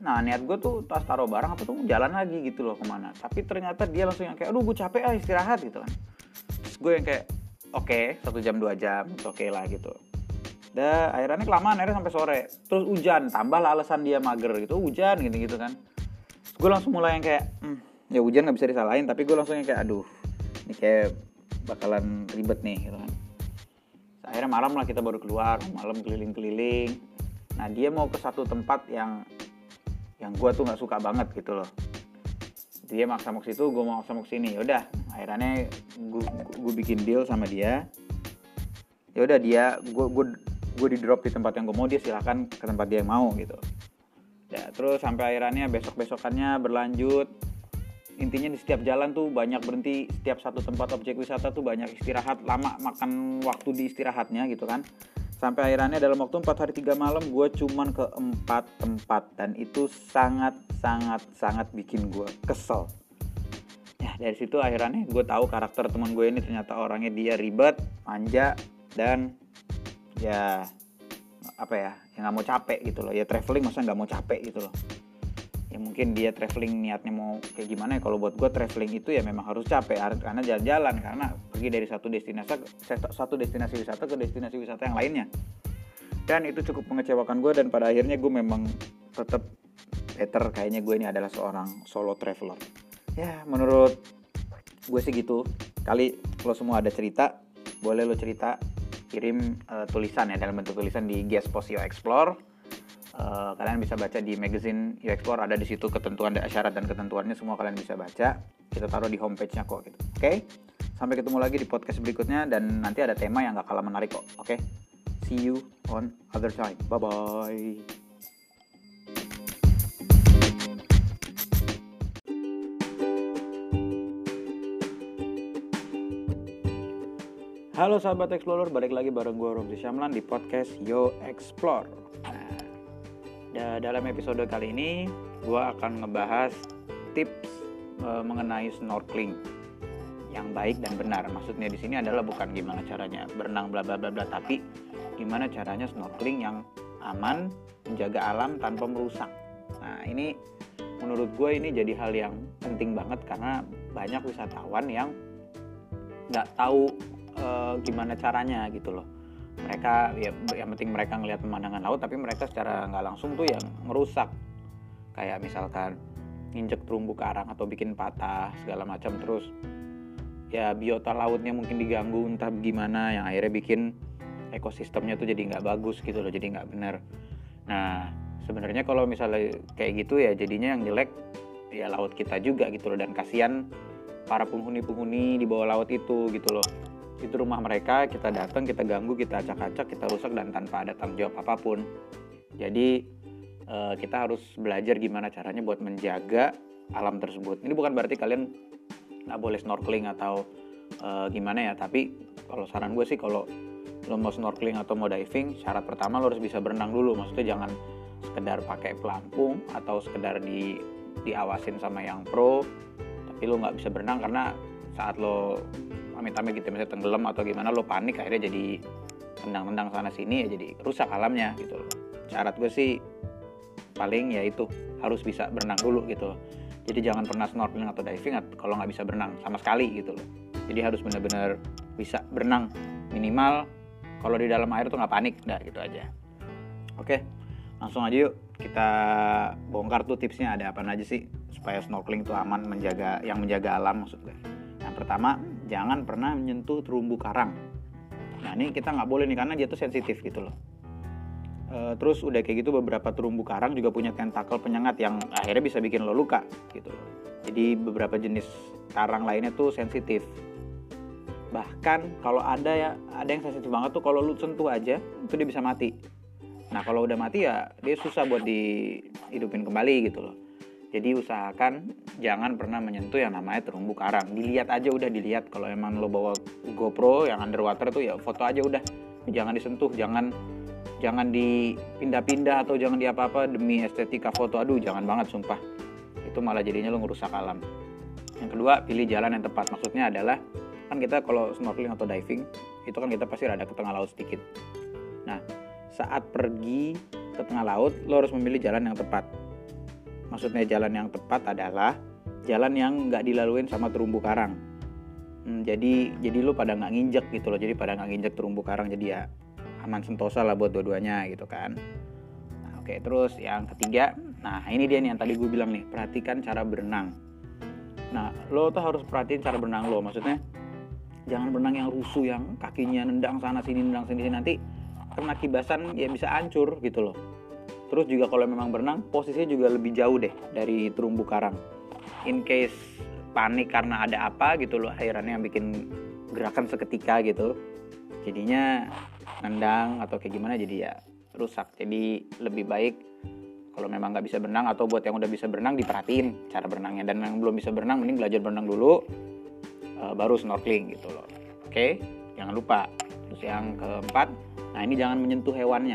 Nah niat gue tuh tas taruh barang apa tuh jalan lagi gitu loh kemana. Tapi ternyata dia langsung yang kayak aduh gue capek ah istirahat gitu kan. Terus gue yang kayak oke okay, satu jam dua jam oke okay lah gitu. Dah akhirnya kelamaan akhirnya sampai sore. Terus hujan, tambah lah alasan dia mager gitu, hujan gitu-gitu kan. Terus gue langsung mulai yang kayak hmm, ya hujan gak bisa disalahin, tapi gue langsung yang kayak aduh ini kayak bakalan ribet nih gitu kan. Terus akhirnya malam lah kita baru keluar, malam keliling-keliling. Nah dia mau ke satu tempat yang yang gue tuh nggak suka banget gitu loh. Dia maksa mau ke situ, gue mau maksa mau ke sini. Yaudah, akhirnya gue gue bikin deal sama dia. Ya udah dia, gue gue gue di drop di tempat yang gue mau, dia silakan ke tempat dia yang mau gitu. Ya terus sampai akhirnya besok besokannya berlanjut. Intinya di setiap jalan tuh banyak berhenti, setiap satu tempat objek wisata tuh banyak istirahat, lama makan waktu di istirahatnya gitu kan. Sampai akhirnya dalam waktu empat hari tiga malam gue cuman ke empat tempat. Dan itu sangat sangat sangat bikin gue kesel. Ya dari situ akhirnya gue tahu karakter teman gue ini ternyata orangnya dia ribet, manja, dan ya apa ya, yang gak mau capek gitu loh. Ya traveling masa gak mau capek gitu loh. Ya mungkin dia traveling niatnya mau kayak gimana ya. Kalau buat gue traveling itu ya memang harus capek karena jalan-jalan, karena pergi dari satu destinasi satu destinasi wisata ke destinasi wisata yang lainnya. Dan itu cukup mengecewakan gue, dan pada akhirnya gue memang tetap better kayaknya gue ini adalah seorang solo traveler. Ya menurut gue sih gitu. Kali lo semua ada cerita, boleh lo cerita, kirim uh, tulisan ya dalam bentuk tulisan di Guest Post Yo Explore. Uh, kalian bisa baca di magazine Yo Explore, ada di situ ketentuan dan syarat dan ketentuannya semua kalian bisa baca. Kita taruh di homepage-nya kok gitu. Oke. Okay? Sampai ketemu lagi di podcast berikutnya, dan nanti ada tema yang gak kalah menarik kok. Oke. Okay? See you on other time. Bye bye. Halo sahabat Explorer, balik lagi bareng gue Romsi Syamlan di podcast Yo Explore. Nah, dalam episode kali ini gue akan ngebahas tips e, mengenai snorkeling yang baik dan benar. Maksudnya di sini adalah bukan gimana caranya berenang bla bla bla bla, tapi gimana caranya snorkeling yang aman, menjaga alam tanpa merusak. Nah ini menurut gue ini jadi hal yang penting banget, karena banyak wisatawan yang nggak tahu e, gimana caranya gitu loh. Mereka ya yang penting mereka ngelihat pemandangan laut, tapi mereka secara nggak langsung tuh yang ngerusak, kayak misalkan nginjek terumbu karang atau bikin patah segala macam. Terus ya biota lautnya mungkin diganggu entah gimana, yang akhirnya bikin ekosistemnya tuh jadi nggak bagus gitu loh, jadi nggak benar. Nah sebenarnya kalau misalnya kayak gitu ya jadinya yang jelek ya laut kita juga gitu loh, dan kasihan para penghuni-penghuni di bawah laut itu gitu loh. Itu rumah mereka, kita datang, kita ganggu, kita acak-acak, kita rusak, dan tanpa ada tanggung jawab apapun. Jadi uh, kita harus belajar gimana caranya buat menjaga alam tersebut. Ini bukan berarti kalian nggak boleh snorkeling atau uh, gimana ya, tapi kalau saran gue sih kalau lo mau snorkeling atau mau diving, syarat pertama lo harus bisa berenang dulu. Maksudnya jangan sekedar pakai pelampung atau sekedar di diawasin sama yang pro, tapi lo nggak bisa berenang karena saat lo amit-amit gitu misalnya tenggelam atau gimana, lo panik akhirnya jadi tendang-tendang sana sini ya jadi rusak alamnya gitu loh. Syarat gue sih paling ya itu harus bisa berenang dulu gitu loh. Jadi jangan pernah snorkeling atau diving kalau nggak bisa berenang sama sekali gitu loh. Jadi harus benar-benar bisa berenang, minimal kalau di dalam air tuh nggak panik, dah gitu aja. Oke, langsung aja yuk kita bongkar tuh tipsnya ada apa aja sih supaya snorkeling tuh aman, menjaga yang menjaga alam maksud gue. Yang pertama, jangan pernah menyentuh terumbu karang. Nah ini kita nggak boleh nih karena dia tuh sensitif gitu loh. E, terus udah kayak gitu beberapa terumbu karang juga punya tentakel penyengat yang akhirnya bisa bikin lo luka gitu loh. Jadi beberapa jenis karang lainnya tuh sensitif. Bahkan kalau ada ya ada yang sensitif banget tuh kalau lu sentuh aja itu dia bisa mati. Nah kalau udah mati ya dia susah buat dihidupin kembali gitu loh. Jadi usahakan jangan pernah menyentuh yang namanya terumbu karang. Dilihat aja udah, dilihat. Kalau emang lo bawa GoPro yang underwater tuh ya foto aja udah. Jangan disentuh, jangan jangan dipindah-pindah atau jangan diapa-apa demi estetika foto. Aduh, jangan banget sumpah. Itu malah jadinya lo ngerusak alam. Yang kedua, pilih jalan yang tepat. Maksudnya adalah kan kita kalau snorkeling atau diving itu kan kita pasti ada ke tengah laut sedikit. Nah, saat pergi ke tengah laut lo harus memilih jalan yang tepat. Maksudnya jalan yang tepat adalah jalan yang nggak dilaluin sama terumbu karang. Hmm, jadi jadi lu pada nggak nginjek gitu loh, jadi pada nggak nginjek terumbu karang, jadi ya aman sentosa lah buat dua-duanya gitu kan. Nah, oke, terus yang ketiga, nah ini dia nih yang tadi gue bilang nih, perhatikan cara berenang. Nah, lo tuh harus perhatiin cara berenang lo, maksudnya jangan berenang yang rusuh, yang kakinya nendang sana sini nendang sini, nanti kena kibasan ya bisa hancur gitu loh. Terus juga kalau memang berenang, posisinya juga lebih jauh deh dari terumbu karang. In case panik karena ada apa gitu loh, airannya yang bikin gerakan seketika gitu, jadinya nendang atau kayak gimana, jadi ya rusak. Jadi lebih baik kalau memang nggak bisa berenang, atau buat yang udah bisa berenang diperhatiin cara berenangnya, dan yang belum bisa berenang mending belajar berenang dulu, uh, baru snorkeling gitu loh. Oke, jangan lupa. Terus yang keempat, nah ini jangan menyentuh hewannya.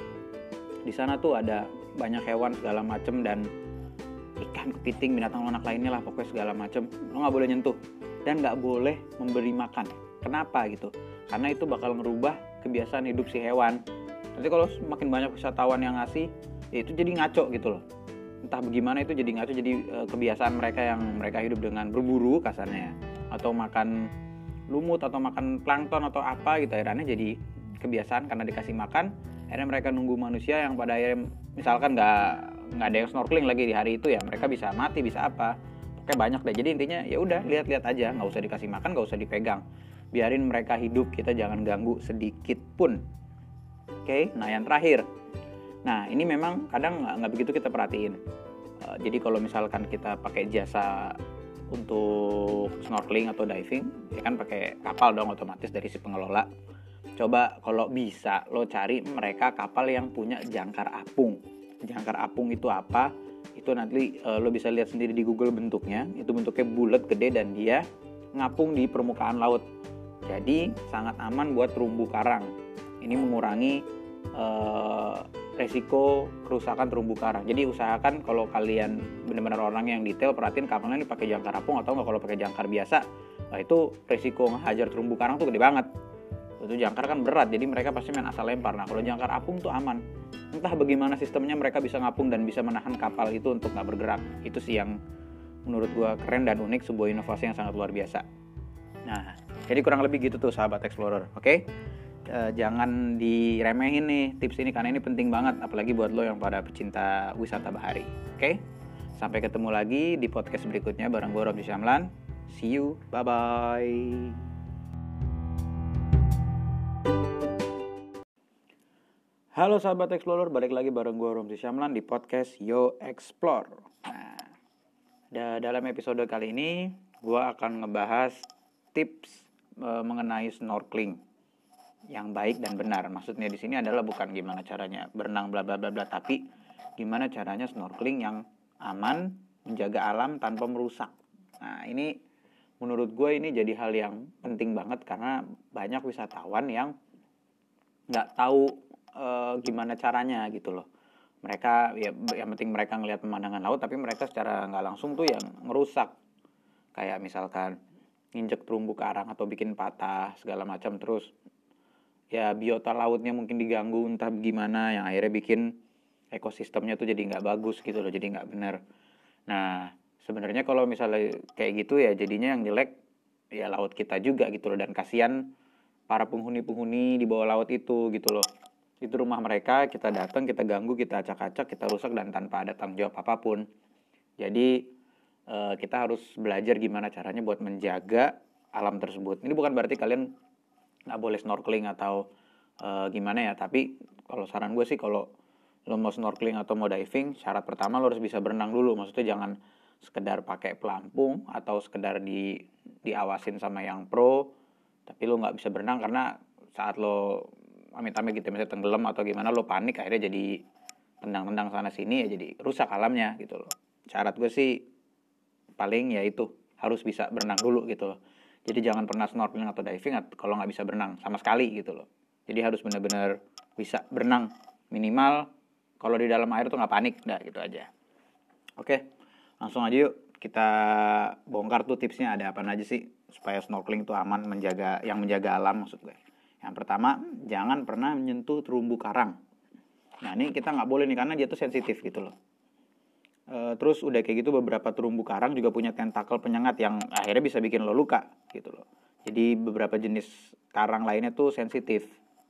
Di sana tuh ada banyak hewan segala macem, dan ikan, kepiting, binatang lunak lainnya lah, pokoknya segala macem. Lo nggak boleh nyentuh dan nggak boleh memberi makan. Kenapa gitu? Karena itu bakal merubah kebiasaan hidup si hewan. Nanti kalau semakin banyak wisatawan yang ngasih, ya itu jadi ngaco gitu loh. Entah bagaimana itu jadi ngaco, jadi e, kebiasaan mereka yang mereka hidup dengan berburu kasarnya, atau makan lumut atau makan plankton atau apa gitu, akhirnya jadi kebiasaan karena dikasih makan. Akhirnya mereka nunggu manusia yang pada akhirnya misalkan nggak nggak ada yang snorkeling lagi di hari itu, ya mereka bisa mati, bisa apa. Pokoknya banyak deh. Jadi intinya ya udah, lihat-lihat aja, nggak usah dikasih makan, nggak usah dipegang. Biarin mereka hidup, kita jangan ganggu sedikit pun. Oke, nah yang terakhir. Nah ini memang kadang nggak, nggak begitu kita perhatiin. Uh, jadi kalau misalkan kita pakai jasa untuk snorkeling atau diving, ya kan pakai kapal dong otomatis dari si pengelola. Coba kalau bisa lo cari mereka kapal yang punya jangkar apung. Jangkar apung itu apa? Itu nanti uh, lo bisa lihat sendiri di Google bentuknya. Itu bentuknya bulat, gede, dan dia ngapung di permukaan laut. Jadi sangat aman buat terumbu karang. Ini mengurangi uh, resiko kerusakan terumbu karang. Jadi usahakan kalau kalian benar-benar orang yang detail, perhatiin kapalnya ini pakai jangkar apung atau nggak. Kalau pakai jangkar biasa, nah itu resiko ngehajar terumbu karang tuh gede banget. Itu jangkar kan berat, jadi mereka pasti main asal lempar. Nah kalau jangkar apung tuh aman. Entah bagaimana sistemnya mereka bisa ngapung dan bisa menahan kapal itu untuk nggak bergerak. Itu sih yang menurut gua keren dan unik, sebuah inovasi yang sangat luar biasa. Nah jadi kurang lebih gitu tuh sahabat explorer. Oke, okay? e, jangan diremehin nih tips ini, karena ini penting banget, apalagi buat lo yang pada pecinta wisata bahari. Oke, okay? Sampai ketemu lagi di podcast berikutnya bareng gue Romzi Syamlan. See you, bye bye. Halo sahabat explorer, balik lagi bareng gue Romzi Syamlan di podcast Yo Explore. Nah, dalam episode kali ini gue akan ngebahas tips e, mengenai snorkeling yang baik dan benar. Maksudnya di sini adalah bukan gimana caranya berenang bla bla bla bla, tapi gimana caranya snorkeling yang aman, menjaga alam tanpa merusak. Nah, ini menurut gue ini jadi hal yang penting banget, karena banyak wisatawan yang nggak tahu e, gimana caranya gitu loh. Mereka ya yang penting mereka ngelihat pemandangan laut, tapi mereka secara nggak langsung tuh yang ngerusak. Kayak misalkan nginjek terumbu karang atau bikin patah segala macam, terus ya biota lautnya mungkin diganggu entah gimana, yang akhirnya bikin ekosistemnya tuh jadi nggak bagus gitu loh, jadi nggak benar. Nah sebenarnya kalau misalnya kayak gitu ya jadinya yang jelek ya laut kita juga gitu loh, dan kasihan para penghuni-penghuni di bawah laut itu gitu loh. Itu rumah mereka, kita datang, kita ganggu, kita acak-acak, kita rusak, dan tanpa ada tanggung jawab apapun. Jadi eh, kita harus belajar gimana caranya buat menjaga alam tersebut. Ini bukan berarti kalian nggak boleh snorkeling atau e, gimana ya, tapi kalau saran gue sih kalau lo mau snorkeling atau mau diving, syarat pertama lo harus bisa berenang dulu. Maksudnya jangan sekedar pakai pelampung atau sekedar di diawasin sama yang pro, tapi lo nggak bisa berenang karena saat lo amit-amit gitu misalnya tenggelam atau gimana, lo panik akhirnya jadi tendang-tendang sana sini, ya jadi rusak alamnya gitu loh. Syarat gue sih paling ya itu harus bisa berenang dulu gitu loh. Jadi jangan pernah snorkeling atau diving kalau nggak bisa berenang sama sekali gitu loh. Jadi harus benar-benar bisa berenang, minimal kalau di dalam air tuh nggak panik, dah gitu aja. Oke, langsung aja yuk kita bongkar tuh tipsnya ada apa aja sih supaya snorkeling tuh aman, menjaga yang menjaga alam maksud gue. Yang pertama, jangan pernah menyentuh terumbu karang. Nah ini kita nggak boleh nih karena dia tuh sensitif gitu loh. E, terus udah kayak gitu beberapa terumbu karang juga punya tentakel penyengat yang akhirnya bisa bikin lo luka gitu loh. Jadi beberapa jenis karang lainnya tuh sensitif.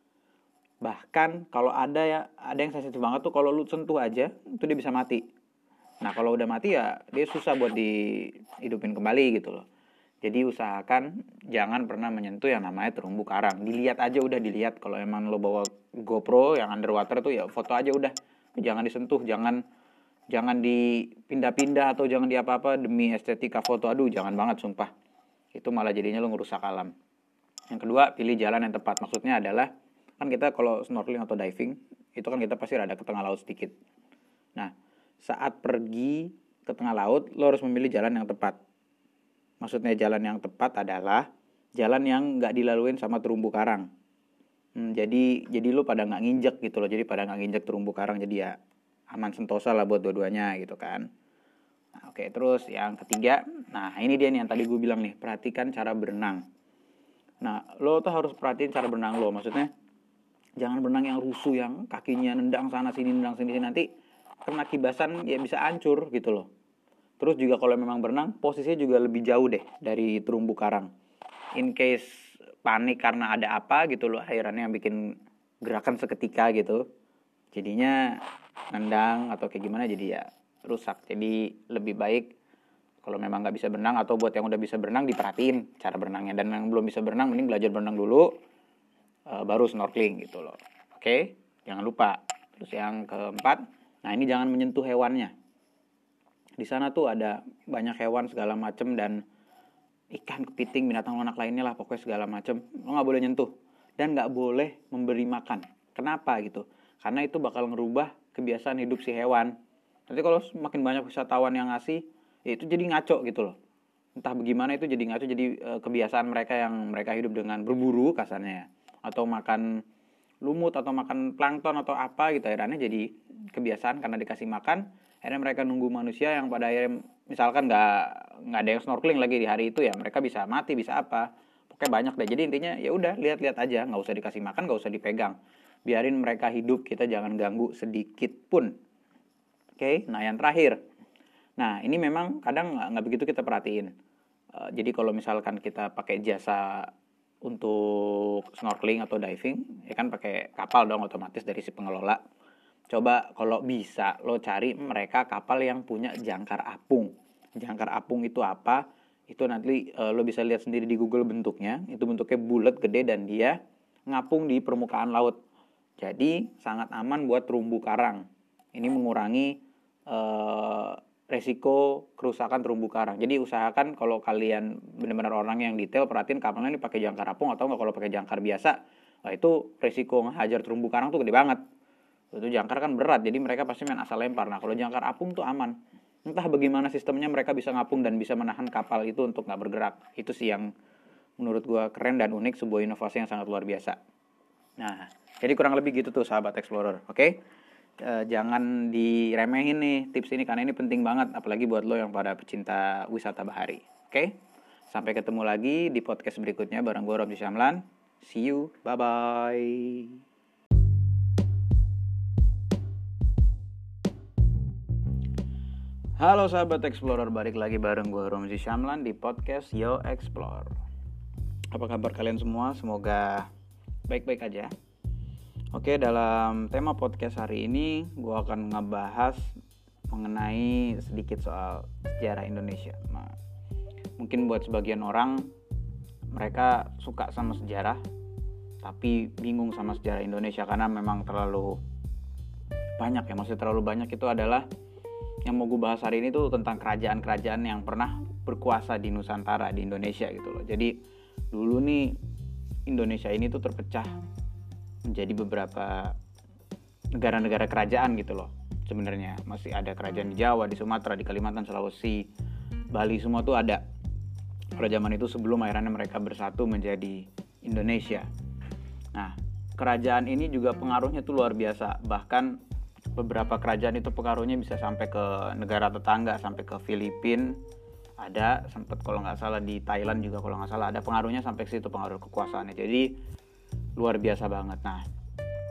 Bahkan kalau ada ya ada yang sensitif banget tuh kalau lu sentuh aja itu dia bisa mati. Nah kalau udah mati ya dia susah buat dihidupin kembali gitu loh. Jadi usahakan jangan pernah menyentuh yang namanya terumbu karang. Dilihat aja udah dilihat. Kalau emang lo bawa GoPro yang underwater tuh ya foto aja udah. Jangan disentuh, jangan jangan dipindah-pindah atau jangan diapa-apa demi estetika foto. Aduh jangan banget sumpah. Itu malah jadinya lo ngerusak alam. Yang kedua, pilih jalan yang tepat. Maksudnya adalah kan kita kalau snorkeling atau diving itu kan kita pasti rada ke tengah laut sedikit. Nah, saat pergi ke tengah laut lo harus memilih jalan yang tepat. Maksudnya jalan yang tepat adalah jalan yang nggak dilaluin sama terumbu karang. Hmm, jadi jadi lo pada nggak nginjek gitu loh. Jadi pada nggak nginjek terumbu karang. Jadi ya aman sentosa lah buat dua-duanya gitu kan. Nah, oke terus yang ketiga. Nah ini dia nih yang tadi gue bilang nih. Perhatikan cara berenang. Nah lo tuh harus perhatiin cara berenang lo. Maksudnya jangan berenang yang rusuh. Yang kakinya nendang sana sini nendang sini. Nanti kena kibasan ya bisa hancur gitu loh. Terus juga kalau memang berenang, posisinya juga lebih jauh deh dari terumbu karang. In case panik karena ada apa gitu loh, airannya yang bikin gerakan seketika gitu. Jadinya nendang atau kayak gimana jadi ya rusak. Jadi lebih baik kalau memang gak bisa berenang atau buat yang udah bisa berenang diperhatiin cara berenangnya. Dan yang belum bisa berenang mending belajar berenang dulu, uh, baru snorkeling gitu loh. Oke, jangan lupa. Terus yang keempat, nah ini jangan menyentuh hewannya. Di sana tuh ada banyak hewan segala macem dan ikan, kepiting, binatang lunak lainnya lah pokoknya segala macem. Lo nggak boleh nyentuh dan nggak boleh memberi makan. Kenapa gitu? Karena itu bakal ngerubah kebiasaan hidup si hewan. Nanti kalau makin banyak wisatawan yang ngasih, ya itu jadi ngaco gitu loh. Entah bagaimana itu jadi ngaco, jadi e, kebiasaan mereka yang mereka hidup dengan berburu kasarnya, atau makan lumut atau makan plankton atau apa gitu. Akhirnya jadi kebiasaan karena dikasih makan. Akhirnya mereka nunggu manusia yang pada akhirnya misalkan nggak nggak ada yang snorkeling lagi di hari itu ya mereka bisa mati bisa apa pokoknya banyak deh. Jadi intinya ya udah lihat-lihat aja, nggak usah dikasih makan, nggak usah dipegang, biarin mereka hidup, kita jangan ganggu sedikit pun. Oke, nah yang terakhir, nah ini memang kadang nggak nggak begitu kita perhatiin. Uh, jadi kalau misalkan kita pakai jasa untuk snorkeling atau diving ya kan pakai kapal dong otomatis dari si pengelola. Coba kalau bisa lo cari mereka kapal yang punya jangkar apung. Jangkar apung itu apa? Itu nanti e, lo bisa lihat sendiri di Google bentuknya. Itu bentuknya bulat, gede dan dia ngapung di permukaan laut. Jadi sangat aman buat terumbu karang. Ini mengurangi e, resiko kerusakan terumbu karang. Jadi usahakan kalau kalian benar-benar orang yang detail perhatiin kapalnya ini pakai jangkar apung atau enggak kalau pakai jangkar biasa. Nah, itu resiko ngehajar terumbu karang tuh gede banget. Itu jangkar kan berat, jadi mereka pasti main asal lempar. Nah kalau jangkar apung tuh aman. Entah bagaimana sistemnya mereka bisa ngapung dan bisa menahan kapal itu untuk gak bergerak. Itu sih yang menurut gue keren dan unik, sebuah inovasi yang sangat luar biasa. Nah, jadi kurang lebih gitu tuh sahabat explorer, oke? Okay? E, jangan diremehin nih tips ini karena ini penting banget, apalagi buat lo yang pada pecinta wisata bahari. Oke? Okay? Sampai ketemu lagi di podcast berikutnya bareng gue Romzi Syamlan. See you, bye-bye. Halo sahabat Explorer, balik lagi bareng gue Romzi Syamlan di podcast Yo Explore. Apa kabar kalian semua? Semoga baik-baik aja. Oke, dalam tema podcast hari ini gue akan ngebahas mengenai sedikit soal sejarah Indonesia. Nah, mungkin buat sebagian orang mereka suka sama sejarah tapi bingung sama sejarah Indonesia karena memang terlalu banyak ya. Maksudnya terlalu banyak itu adalah yang mau gue bahas hari ini tuh tentang kerajaan-kerajaan yang pernah berkuasa di Nusantara, di Indonesia gitu loh. Jadi dulu nih Indonesia ini tuh terpecah menjadi beberapa negara-negara kerajaan gitu loh. Sebenarnya masih ada kerajaan di Jawa, di Sumatera, di Kalimantan, Sulawesi, Bali, semua tuh ada. Pada zaman itu sebelum akhirnya mereka bersatu menjadi Indonesia. Nah, kerajaan ini juga pengaruhnya tuh luar biasa. Bahkan beberapa kerajaan itu pengaruhnya bisa sampai ke negara tetangga, sampai ke Filipina, ada sempat kalau nggak salah di Thailand juga kalau nggak salah ada pengaruhnya sampai ke situ, pengaruh kekuasaannya. Jadi luar biasa banget. Nah,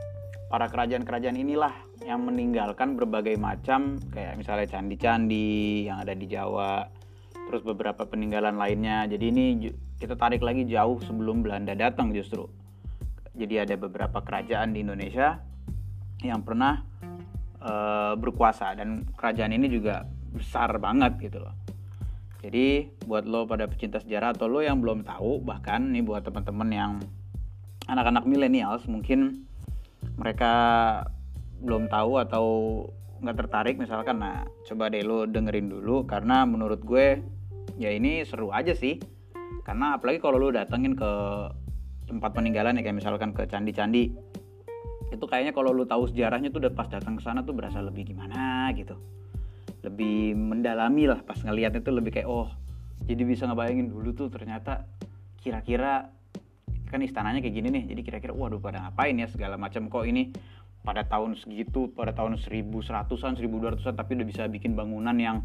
para kerajaan-kerajaan inilah yang meninggalkan berbagai macam kayak misalnya candi-candi yang ada di Jawa, terus beberapa peninggalan lainnya. Jadi ini kita tarik lagi jauh sebelum Belanda datang justru. Jadi ada beberapa kerajaan di Indonesia yang pernah uh, berkuasa, dan kerajaan ini juga besar banget gitu loh. Jadi buat lo pada pecinta sejarah atau lo yang belum tahu, bahkan nih buat teman-teman yang anak-anak millennials mungkin mereka belum tahu atau nggak tertarik misalkan, nah coba deh lo dengerin dulu, karena menurut gue ya ini seru aja sih. Karena apalagi kalau lo datengin ke tempat peninggalan ya, kayak misalkan ke candi-candi, itu kayaknya kalau lo tahu sejarahnya tuh udah pas datang ke sana tuh berasa lebih gimana gitu, lebih mendalami lah pas ngeliatnya tuh, lebih kayak oh jadi bisa ngebayangin dulu tuh ternyata kira-kira kan istananya kayak gini nih, jadi kira-kira waduh pada ngapain ya segala macam, kok ini pada tahun segitu, pada tahun seribu seratusan, seribu dua ratusan tapi udah bisa bikin bangunan yang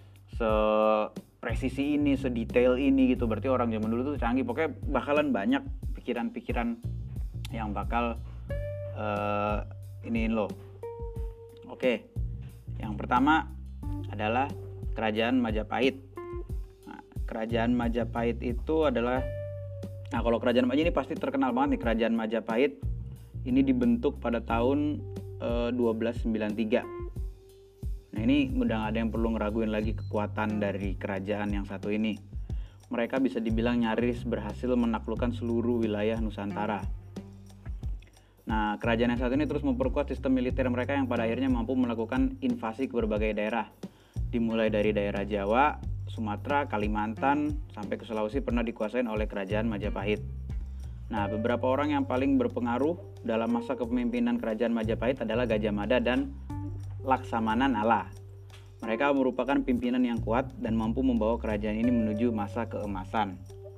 sepresisi ini, sedetail ini gitu. Berarti orang zaman dulu tuh canggih. Pokoknya bakalan banyak pikiran-pikiran yang bakal uh, iniin lo. Oke, yang pertama adalah Kerajaan Majapahit. Nah, Kerajaan Majapahit itu adalah, nah kalau Kerajaan Majapahit ini pasti terkenal banget nih. Kerajaan Majapahit ini dibentuk pada tahun uh, dua belas sembilan puluh tiga. Nah ini udah gak ada yang perlu ngeraguin lagi kekuatan dari kerajaan yang satu ini. Mereka bisa dibilang nyaris berhasil menaklukkan seluruh wilayah Nusantara. Nah kerajaan yang satu ini terus memperkuat sistem militer mereka yang pada akhirnya mampu melakukan invasi ke berbagai daerah. Dimulai dari daerah Jawa, Sumatera, Kalimantan, sampai ke Sulawesi pernah dikuasain oleh Kerajaan Majapahit. Nah beberapa orang yang paling berpengaruh dalam masa kepemimpinan Kerajaan Majapahit adalah Gajah Mada dan Laksamana Nala. Mereka merupakan pimpinan yang kuat dan mampu membawa kerajaan ini menuju masa keemasan.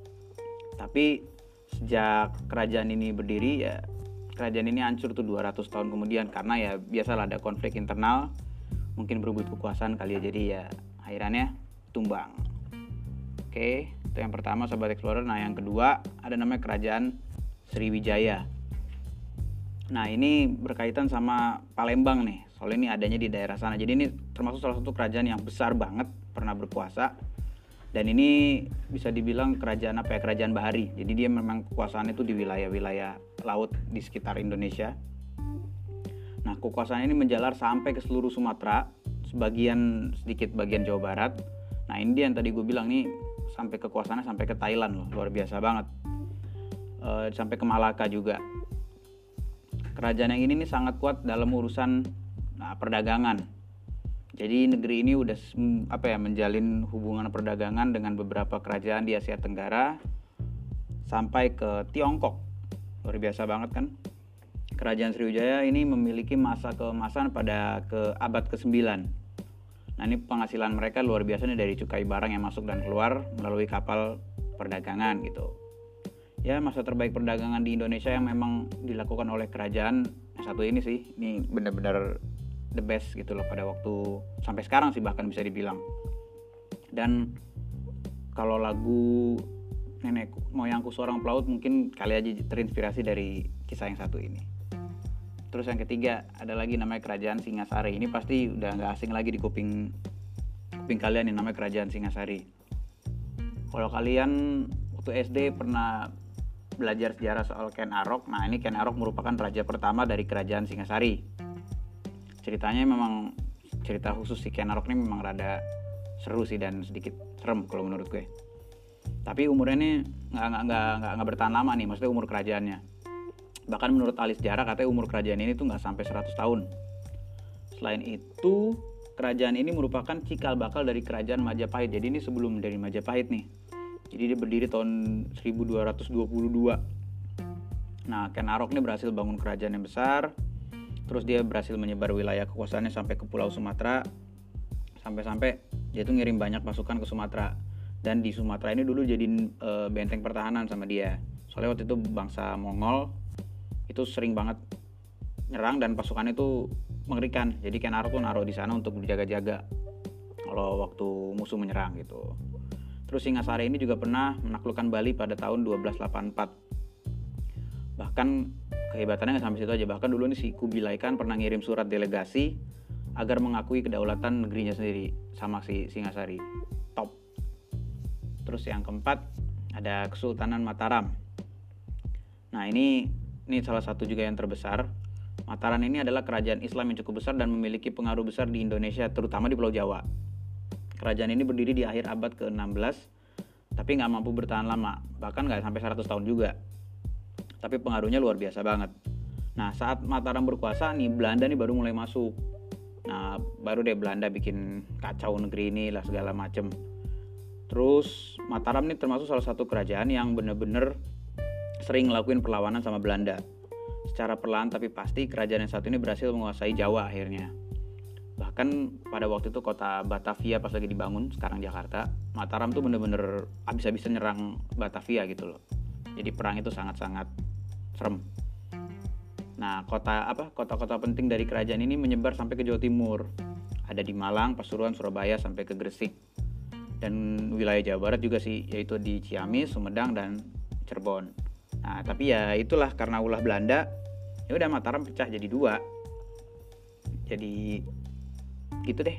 Tapi sejak kerajaan ini berdiri ya, kerajaan ini hancur tuh dua ratus tahun kemudian, karena ya biasalah ada konflik internal, mungkin berebut kekuasaan kali ya, jadi ya akhirnya tumbang. Oke, itu yang pertama Sobat Explorer. Nah yang kedua ada namanya Kerajaan Sriwijaya. Nah ini berkaitan sama Palembang nih, soalnya ini adanya di daerah sana. Jadi ini termasuk salah satu kerajaan yang besar banget, pernah berkuasa. Dan ini bisa dibilang kerajaan apa ya, kerajaan bahari. Jadi dia memang kekuasaannya itu di wilayah-wilayah laut di sekitar Indonesia. Nah kekuasaan ini menjalar sampai ke seluruh Sumatera, sebagian sedikit bagian Jawa Barat. Nah ini dia yang tadi gue bilang nih, sampai kekuasaannya sampai ke Thailand loh, luar biasa banget. E, sampai ke Malaka juga. Kerajaan yang ini nih sangat kuat dalam urusan nah, perdagangan. Jadi negeri ini udah apa ya menjalin hubungan perdagangan dengan beberapa kerajaan di Asia Tenggara sampai ke Tiongkok. Luar biasa banget kan? Kerajaan Sriwijaya ini memiliki masa keemasan pada ke abad kesembilan. Nah ini penghasilan mereka luar biasa nih dari cukai barang yang masuk dan keluar melalui kapal perdagangan gitu. Ya masa terbaik perdagangan di Indonesia yang memang dilakukan oleh kerajaan satu ini sih. Ini benar-benar the best gitu loh pada waktu sampai sekarang sih bahkan bisa dibilang. Dan kalau lagu Nenek Moyangku Seorang Pelaut mungkin kali aja terinspirasi dari kisah yang satu ini. Terus yang ketiga ada lagi namanya Kerajaan Singasari. Ini pasti udah gak asing lagi di kuping kuping kalian, yang namanya Kerajaan Singasari. Kalau kalian waktu S D pernah belajar sejarah soal Ken Arok, nah ini Ken Arok merupakan raja pertama dari Kerajaan Singasari. Ceritanya memang cerita khusus si Ken Arok ini memang rada seru sih dan sedikit serem kalau menurut gue. Tapi umurnya ini nggak nggak nggak nggak nggak bertahan lama nih, maksudnya umur kerajaannya. Bahkan menurut ahli sejarah katanya umur kerajaan ini tuh nggak sampai seratus tahun. Selain itu, kerajaan ini merupakan cikal bakal dari Kerajaan Majapahit. Jadi ini sebelum dari Majapahit nih. Jadi dia berdiri tahun seribu dua ratus dua puluh dua. Nah, Ken Arok ini berhasil bangun kerajaan yang besar. Terus dia berhasil menyebar wilayah kekuasaannya sampai ke Pulau Sumatera. Sampai-sampai dia tuh ngirim banyak pasukan ke Sumatera. Dan di Sumatera ini dulu jadi e, benteng pertahanan sama dia. Soalnya waktu itu bangsa Mongol itu sering banget nyerang dan pasukannya itu mengerikan. Jadi Ken Arok tuh naruh di sana untuk berjaga-jaga kalau waktu musuh menyerang gitu. Terus Singasari ini juga pernah menaklukkan Bali pada tahun dua belas delapan puluh empat. Bahkan kehebatannya nggak sampai situ aja. Bahkan dulu nih si Kubilai Khan pernah ngirim surat delegasi agar mengakui kedaulatan negerinya sendiri sama si Singasari. Top. Terus yang keempat ada Kesultanan Mataram. Nah ini ini salah satu juga yang terbesar. Mataram ini adalah kerajaan Islam yang cukup besar dan memiliki pengaruh besar di Indonesia, terutama di Pulau Jawa. Kerajaan ini berdiri di akhir abad ke enam belas, tapi nggak mampu bertahan lama, bahkan nggak sampai seratus tahun juga. Tapi pengaruhnya luar biasa banget. Nah saat Mataram berkuasa nih, Belanda nih baru mulai masuk. Nah baru deh Belanda bikin kacau negeri ini lah segala macem. Terus Mataram nih termasuk salah satu kerajaan yang bener-bener sering ngelakuin perlawanan sama Belanda. Secara perlahan tapi pasti kerajaan yang satu ini berhasil menguasai Jawa akhirnya. Bahkan pada waktu itu kota Batavia pas lagi dibangun, sekarang Jakarta, Mataram tuh bener-bener abis-abisan nyerang Batavia gitu loh. Jadi perang itu sangat-sangat serem. Nah, kota apa? Kota-kota penting dari kerajaan ini menyebar sampai ke Jawa Timur. Ada di Malang, Pasuruan, Surabaya sampai ke Gresik. Dan wilayah Jawa Barat juga sih, yaitu di Ciamis, Sumedang dan Cirebon. Nah, tapi ya itulah karena ulah Belanda, ya udah Mataram pecah jadi dua. Jadi gitu deh.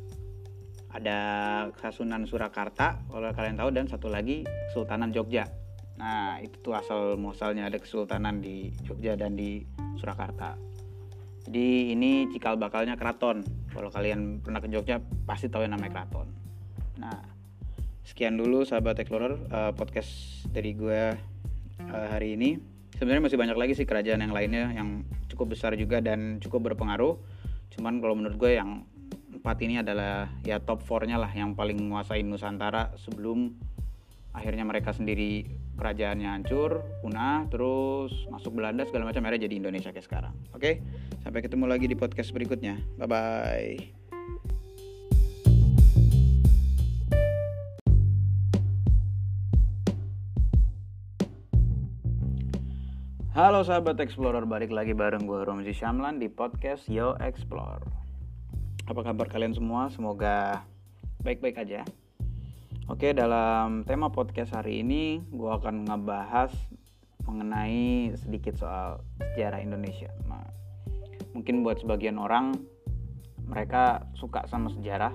Ada Kasunan Surakarta kalau kalian tahu, dan satu lagi Kesultanan Jogja. Nah itu tuh asal muasalnya ada kesultanan di Jogja dan di Surakarta. Jadi ini cikal bakalnya keraton. Kalau kalian pernah ke Jogja pasti tahu yang namanya keraton. Nah sekian dulu sahabat Explorer, uh, podcast dari gue uh, hari ini. Sebenarnya masih banyak lagi sih kerajaan yang lainnya yang cukup besar juga dan cukup berpengaruh. Cuman kalau menurut gue yang empat ini adalah ya top empat-nya lah yang paling menguasai Nusantara sebelum akhirnya mereka sendiri kerajaannya hancur, punah, terus masuk Belanda segala macam, akhirnya jadi Indonesia kayak sekarang. Oke, sampai ketemu lagi di podcast berikutnya. Bye bye. Halo sahabat Explorer, balik lagi bareng gue Romzi Syamlan di podcast Yo Explore. Apa kabar kalian semua? Semoga baik-baik aja. Oke, dalam tema podcast hari ini gue akan ngebahas mengenai sedikit soal sejarah Indonesia. Nah, mungkin buat sebagian orang mereka suka sama sejarah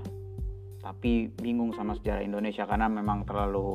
tapi bingung sama sejarah Indonesia karena memang terlalu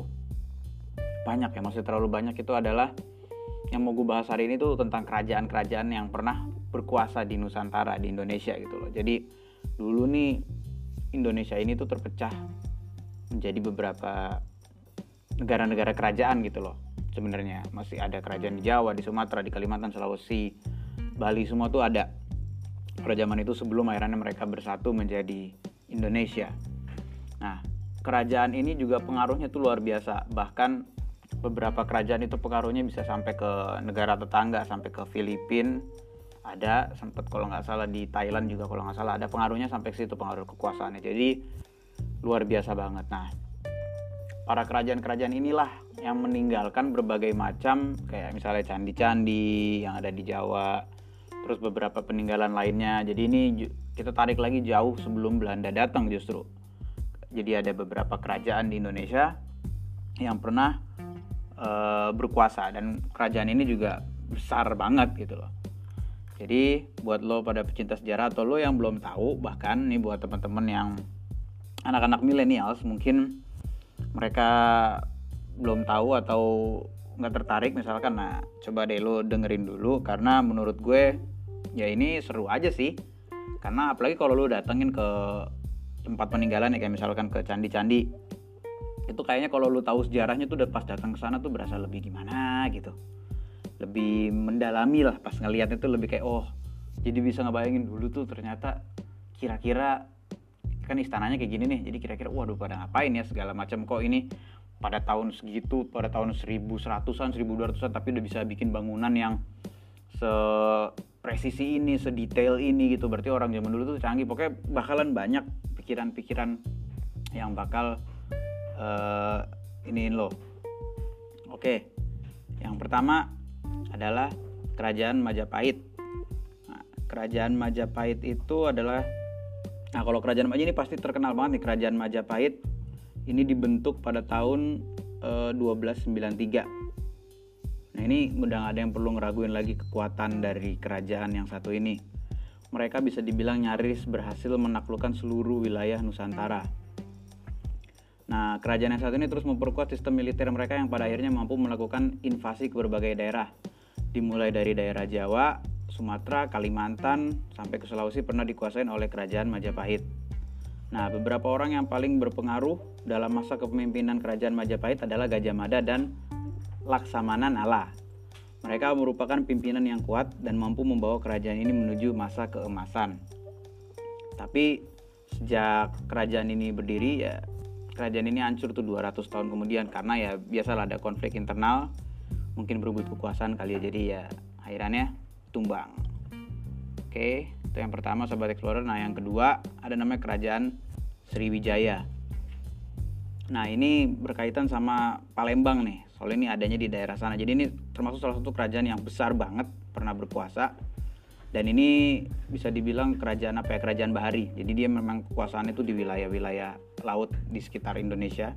banyak ya. Maksudnya terlalu banyak itu adalah yang mau gue bahas hari ini tuh tentang kerajaan-kerajaan yang pernah berkuasa di Nusantara, di Indonesia gitu loh. Jadi dulu nih Indonesia ini tuh terpecah menjadi beberapa negara-negara kerajaan gitu loh. Sebenarnya masih ada kerajaan di Jawa, di Sumatera, di Kalimantan, Sulawesi, Bali, semua tuh ada pada zaman itu sebelum akhirnya mereka bersatu menjadi Indonesia. Nah, kerajaan ini juga pengaruhnya tuh luar biasa. Bahkan beberapa kerajaan itu pengaruhnya bisa sampai ke negara tetangga, sampai ke Filipina. Ada sempat kalau nggak salah di Thailand juga kalau nggak salah ada pengaruhnya sampai ke situ, pengaruh kekuasaannya. Jadi luar biasa banget. Nah, para kerajaan-kerajaan inilah yang meninggalkan berbagai macam kayak misalnya candi-candi yang ada di Jawa, terus beberapa peninggalan lainnya. Jadi ini kita tarik lagi jauh sebelum Belanda datang justru. Jadi ada beberapa kerajaan di Indonesia yang pernah uh, berkuasa, dan kerajaan ini juga besar banget gitu loh. Jadi buat lo pada pecinta sejarah atau lo yang belum tahu, bahkan nih buat teman-teman yang anak-anak millennials mungkin mereka belum tahu atau nggak tertarik misalkan, nah coba deh lo dengerin dulu karena menurut gue ya ini seru aja sih. Karena apalagi kalau lo datengin ke tempat peninggalan ya, kayak misalkan ke candi-candi, itu kayaknya kalau lo tahu sejarahnya tuh udah pas datang ke sana tuh berasa lebih gimana gitu, lebih mendalami lah. Pas ngeliatnya tuh lebih kayak oh jadi bisa ngebayangin dulu tuh ternyata kira-kira kan istananya kayak gini nih, jadi kira-kira waduh pada ngapain ya segala macam, kok ini pada tahun segitu, pada tahun seribu seratusan, seribu dua ratusan tapi udah bisa bikin bangunan yang sepresisi ini, sedetail ini gitu. Berarti orang zaman dulu tuh canggih. Pokoknya bakalan banyak pikiran-pikiran yang bakal uh, iniin lo. Oke, yang pertama adalah Kerajaan Majapahit. Nah, Kerajaan Majapahit itu adalah Nah kalau Kerajaan Majapahit ini pasti terkenal banget nih. Kerajaan Majapahit ini dibentuk pada tahun e, dua belas sembilan puluh tiga. Nah ini udah gak ada yang perlu ngeraguin lagi kekuatan dari kerajaan yang satu ini. Mereka bisa dibilang nyaris berhasil menaklukkan seluruh wilayah Nusantara. Nah, kerajaan yang satu ini terus memperkuat sistem militer mereka yang pada akhirnya mampu melakukan invasi ke berbagai daerah. Dimulai dari daerah Jawa, Sumatera, Kalimantan, sampai ke Sulawesi pernah dikuasai oleh kerajaan Majapahit. Nah, beberapa orang yang paling berpengaruh dalam masa kepemimpinan kerajaan Majapahit adalah Gajah Mada dan Laksamana Nala. Mereka merupakan pimpinan yang kuat dan mampu membawa kerajaan ini menuju masa keemasan. Tapi sejak kerajaan ini berdiri, ya kerajaan ini hancur tuh dua ratus tahun kemudian karena ya biasalah ada konflik internal, mungkin berebut kekuasaan kali ya, jadi ya akhirnya tumbang. Oke, itu yang pertama Sobat Explorer. Nah, yang kedua ada namanya kerajaan Sriwijaya. Nah, ini berkaitan sama Palembang nih, soalnya ini adanya di daerah sana. Jadi ini termasuk salah satu kerajaan yang besar banget, pernah berkuasa. Dan ini bisa dibilang kerajaan apa ya, kerajaan bahari. Jadi dia memang kekuasaannya itu di wilayah-wilayah laut di sekitar Indonesia.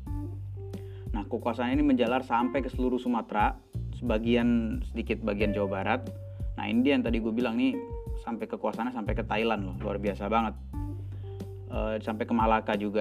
Nah, kekuasaan ini menjalar sampai ke seluruh Sumatera, sebagian sedikit bagian Jawa Barat. Nah, ini dia yang tadi gue bilang nih, sampai kekuasaannya sampai ke Thailand loh, luar biasa banget. E, sampai ke Malaka juga.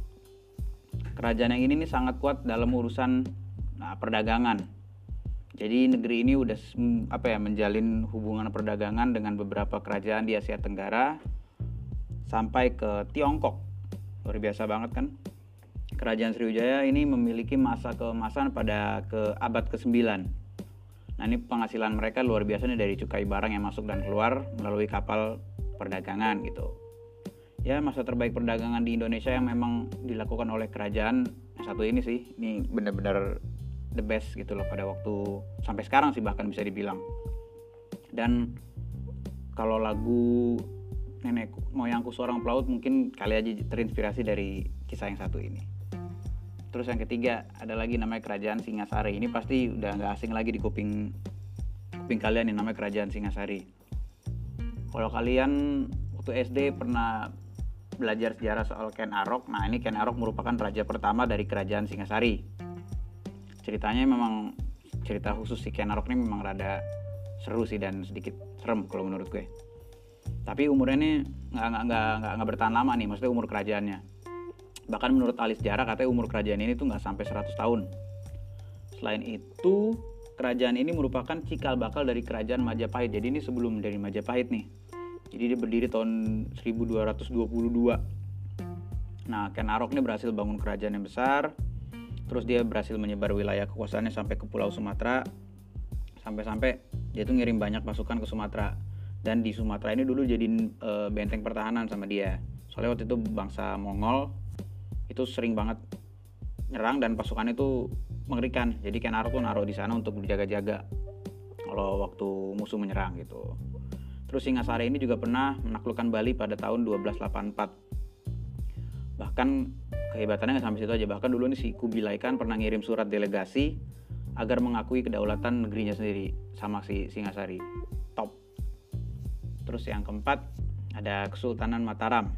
Kerajaan yang ini nih sangat kuat dalam urusan nah, perdagangan. Jadi negeri ini udah apa ya menjalin hubungan perdagangan dengan beberapa kerajaan di Asia Tenggara sampai ke Tiongkok. Luar biasa banget kan? Kerajaan Sriwijaya ini memiliki masa keemasan pada ke abad kesembilan. Nah, ini penghasilan mereka luar biasa nih dari cukai barang yang masuk dan keluar melalui kapal perdagangan gitu. Ya, masa terbaik perdagangan di Indonesia yang memang dilakukan oleh kerajaan yang satu ini sih. Ini benar-benar the best gitu loh pada waktu sampai sekarang sih bahkan bisa dibilang. Dan kalau lagu nenek moyangku seorang pelaut mungkin kali aja terinspirasi dari kisah yang satu ini. Terus yang ketiga ada lagi namanya kerajaan Singasari. Ini pasti udah nggak asing lagi di kuping kuping kalian, yang namanya kerajaan Singasari. Kalau kalian waktu S D pernah belajar sejarah soal Ken Arok, nah ini Ken Arok merupakan raja pertama dari kerajaan Singasari. Ceritanya memang cerita khusus si Ken Arok ini memang rada seru sih dan sedikit serem kalau menurut gue. Tapi umurnya ini nggak nggak nggak nggak nggak bertahan lama nih, maksudnya umur kerajaannya. Bahkan menurut ahli sejarah katanya umur kerajaan ini tuh nggak sampai seratus tahun. Selain itu, kerajaan ini merupakan cikal bakal dari kerajaan Majapahit. Jadi ini sebelum dari Majapahit nih. Jadi dia berdiri tahun seribu dua ratus dua puluh dua. Nah, Ken Arok ini berhasil bangun kerajaan yang besar. Terus dia berhasil menyebar wilayah kekuasaannya sampai ke Pulau Sumatera. Sampai-sampai dia tuh ngirim banyak pasukan ke Sumatera. Dan di Sumatera ini dulu jadiin e, benteng pertahanan sama dia. Soalnya waktu itu bangsa Mongol itu sering banget nyerang dan pasukannya itu mengerikan. Jadi Ken Arok tuh naruh di sana untuk berjaga-jaga kalau waktu musuh menyerang gitu. Terus Singasari ini juga pernah menaklukkan Bali pada tahun dua belas delapan puluh empat. Bahkan kehebatannya nggak sampai situ aja. Bahkan dulu nih si Kubilai Khan pernah ngirim surat delegasi agar mengakui kedaulatan negerinya sendiri sama si Singasari. Top. Terus yang keempat ada Kesultanan Mataram.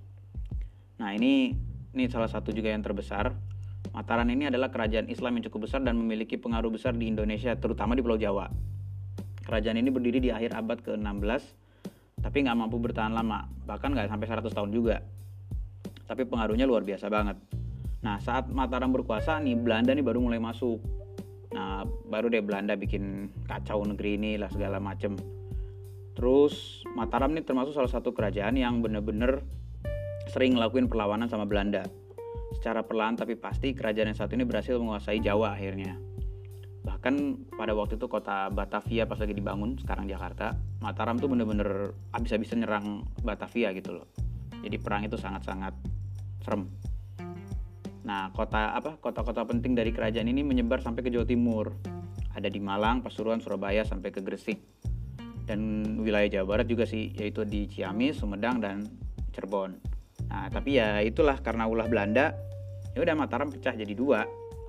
Nah ini ini salah satu juga yang terbesar. Mataram ini adalah kerajaan Islam yang cukup besar dan memiliki pengaruh besar di Indonesia, terutama di Pulau Jawa. Kerajaan ini berdiri di akhir abad ke enam belas, tapi nggak mampu bertahan lama, bahkan nggak sampai seratus tahun juga. Tapi pengaruhnya luar biasa banget. Nah, saat Mataram berkuasa nih, Belanda nih baru mulai masuk. Nah, baru deh Belanda bikin kacau negeri ini lah segala macem. Terus Mataram nih termasuk salah satu kerajaan yang bener-bener sering ngelakuin perlawanan sama Belanda. Secara perlahan tapi pasti kerajaan yang satu ini berhasil menguasai Jawa akhirnya. Bahkan pada waktu itu kota Batavia pas lagi dibangun, sekarang Jakarta, Mataram tuh bener-bener habis-habisan nyerang Batavia gitu loh. Jadi perang itu sangat-sangat serem. Nah, kota apa? Kota-kota penting dari kerajaan ini menyebar sampai ke Jawa Timur. Ada di Malang, Pasuruan, Surabaya sampai ke Gresik. Dan wilayah Jawa Barat juga sih, yaitu di Ciamis, Sumedang dan Cirebon. Nah, tapi ya itulah karena ulah Belanda, ya udah Mataram pecah jadi dua.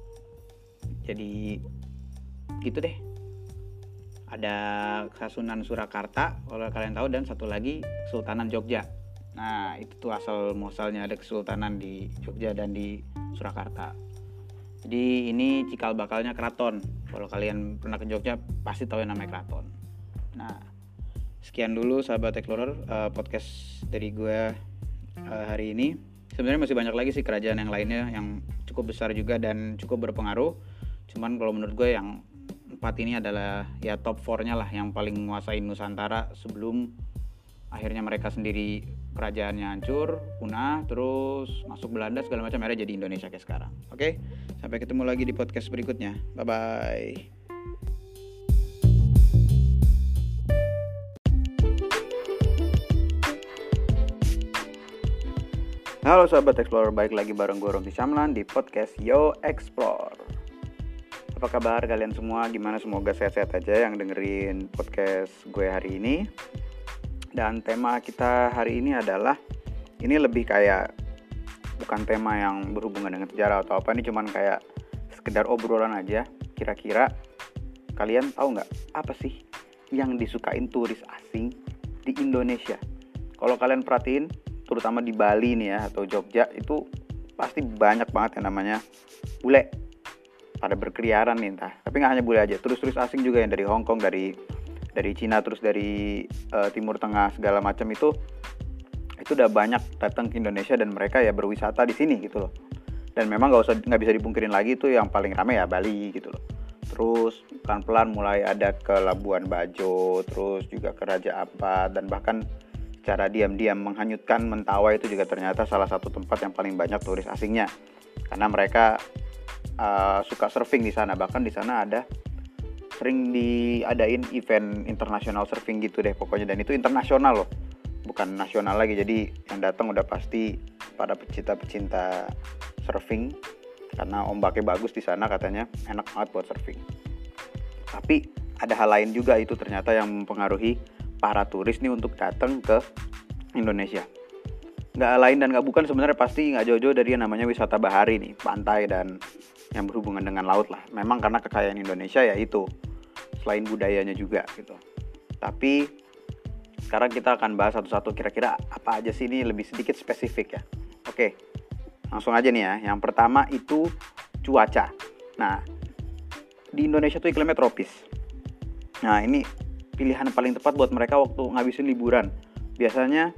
Jadi gitu deh. Ada Kasunan Surakarta kalau kalian tahu, dan satu lagi Kesultanan Jogja. Nah, itu tuh asal muasalnya ada kesultanan di Jogja dan di Surakarta. Jadi ini cikal bakalnya keraton. Kalau kalian pernah ke Jogja pasti tahu yang namanya keraton. Nah, sekian dulu sahabat Explorer uh, podcast dari gue uh, hari ini. Sebenarnya masih banyak lagi sih kerajaan yang lainnya yang cukup besar juga dan cukup berpengaruh. Cuman kalau menurut gue yang empat ini adalah ya top four-nya lah yang paling menguasai Nusantara sebelum akhirnya mereka sendiri kerajaannya hancur, punah, terus masuk Belanda segala macam akhirnya jadi Indonesia kayak sekarang. Oke, sampai ketemu lagi di podcast berikutnya. Bye bye. Halo sahabat Explorer, balik lagi bareng gue Romsi Syamlan di podcast Yo Explore. Apa kabar kalian semua? Gimana? Semoga sehat-sehat aja yang dengerin podcast gue hari ini. Dan tema kita hari ini adalah, ini lebih kayak bukan tema yang berhubungan dengan sejarah atau apa, ini cuman kayak sekedar obrolan aja. Kira-kira kalian tahu nggak apa sih yang disukain turis asing di Indonesia? Kalau kalian perhatiin, terutama di Bali nih ya atau Jogja, itu pasti banyak banget yang namanya bule pada berkeliaran nih entah. Tapi nggak hanya bule aja, turis-turis asing juga yang dari Hong Kong, dari dari Cina, terus dari uh, Timur Tengah segala macam itu itu udah banyak datang ke Indonesia dan mereka ya berwisata di sini gitu loh. Dan memang nggak usah nggak bisa dipungkirin lagi itu yang paling ramai ya Bali gitu loh. Terus pelan-pelan mulai ada ke Labuan Bajo, terus juga ke Raja Ampat, dan bahkan secara diam-diam menghanyutkan Mentawai itu juga ternyata salah satu tempat yang paling banyak turis asingnya karena mereka uh, suka surfing di sana. Bahkan di sana ada sering diadain event internasional surfing gitu deh pokoknya, dan itu internasional loh, bukan nasional lagi. Jadi yang datang udah pasti para pecinta-pecinta surfing karena ombaknya bagus di sana, katanya enak banget buat surfing. Tapi ada hal lain juga itu ternyata yang mempengaruhi para turis nih untuk datang ke Indonesia. Nggak lain dan nggak bukan sebenarnya, pasti nggak jauh-jauh dari yang namanya wisata bahari nih, pantai dan yang berhubungan dengan laut lah. Memang karena kekayaan Indonesia ya itu, selain budayanya juga gitu. Tapi sekarang kita akan bahas satu-satu kira-kira apa aja sih, ini lebih sedikit spesifik ya. Oke, langsung aja nih ya. Yang pertama itu cuaca. Nah, di Indonesia tuh iklimnya tropis. Nah, ini pilihan paling tepat buat mereka waktu ngabisin liburan. Biasanya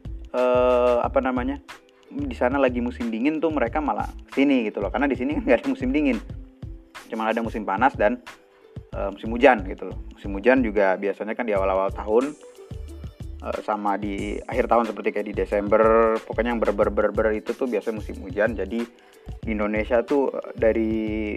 eh, apa namanya? di sana lagi musim dingin tuh mereka malah sini gitu loh, karena di sini kan nggak ada musim dingin, cuma ada musim panas dan e, musim hujan gitu loh. Musim hujan juga biasanya kan di awal-awal tahun e, sama di akhir tahun seperti kayak di Desember, pokoknya yang ber-ber-ber itu tuh biasanya musim hujan. Jadi di Indonesia tuh dari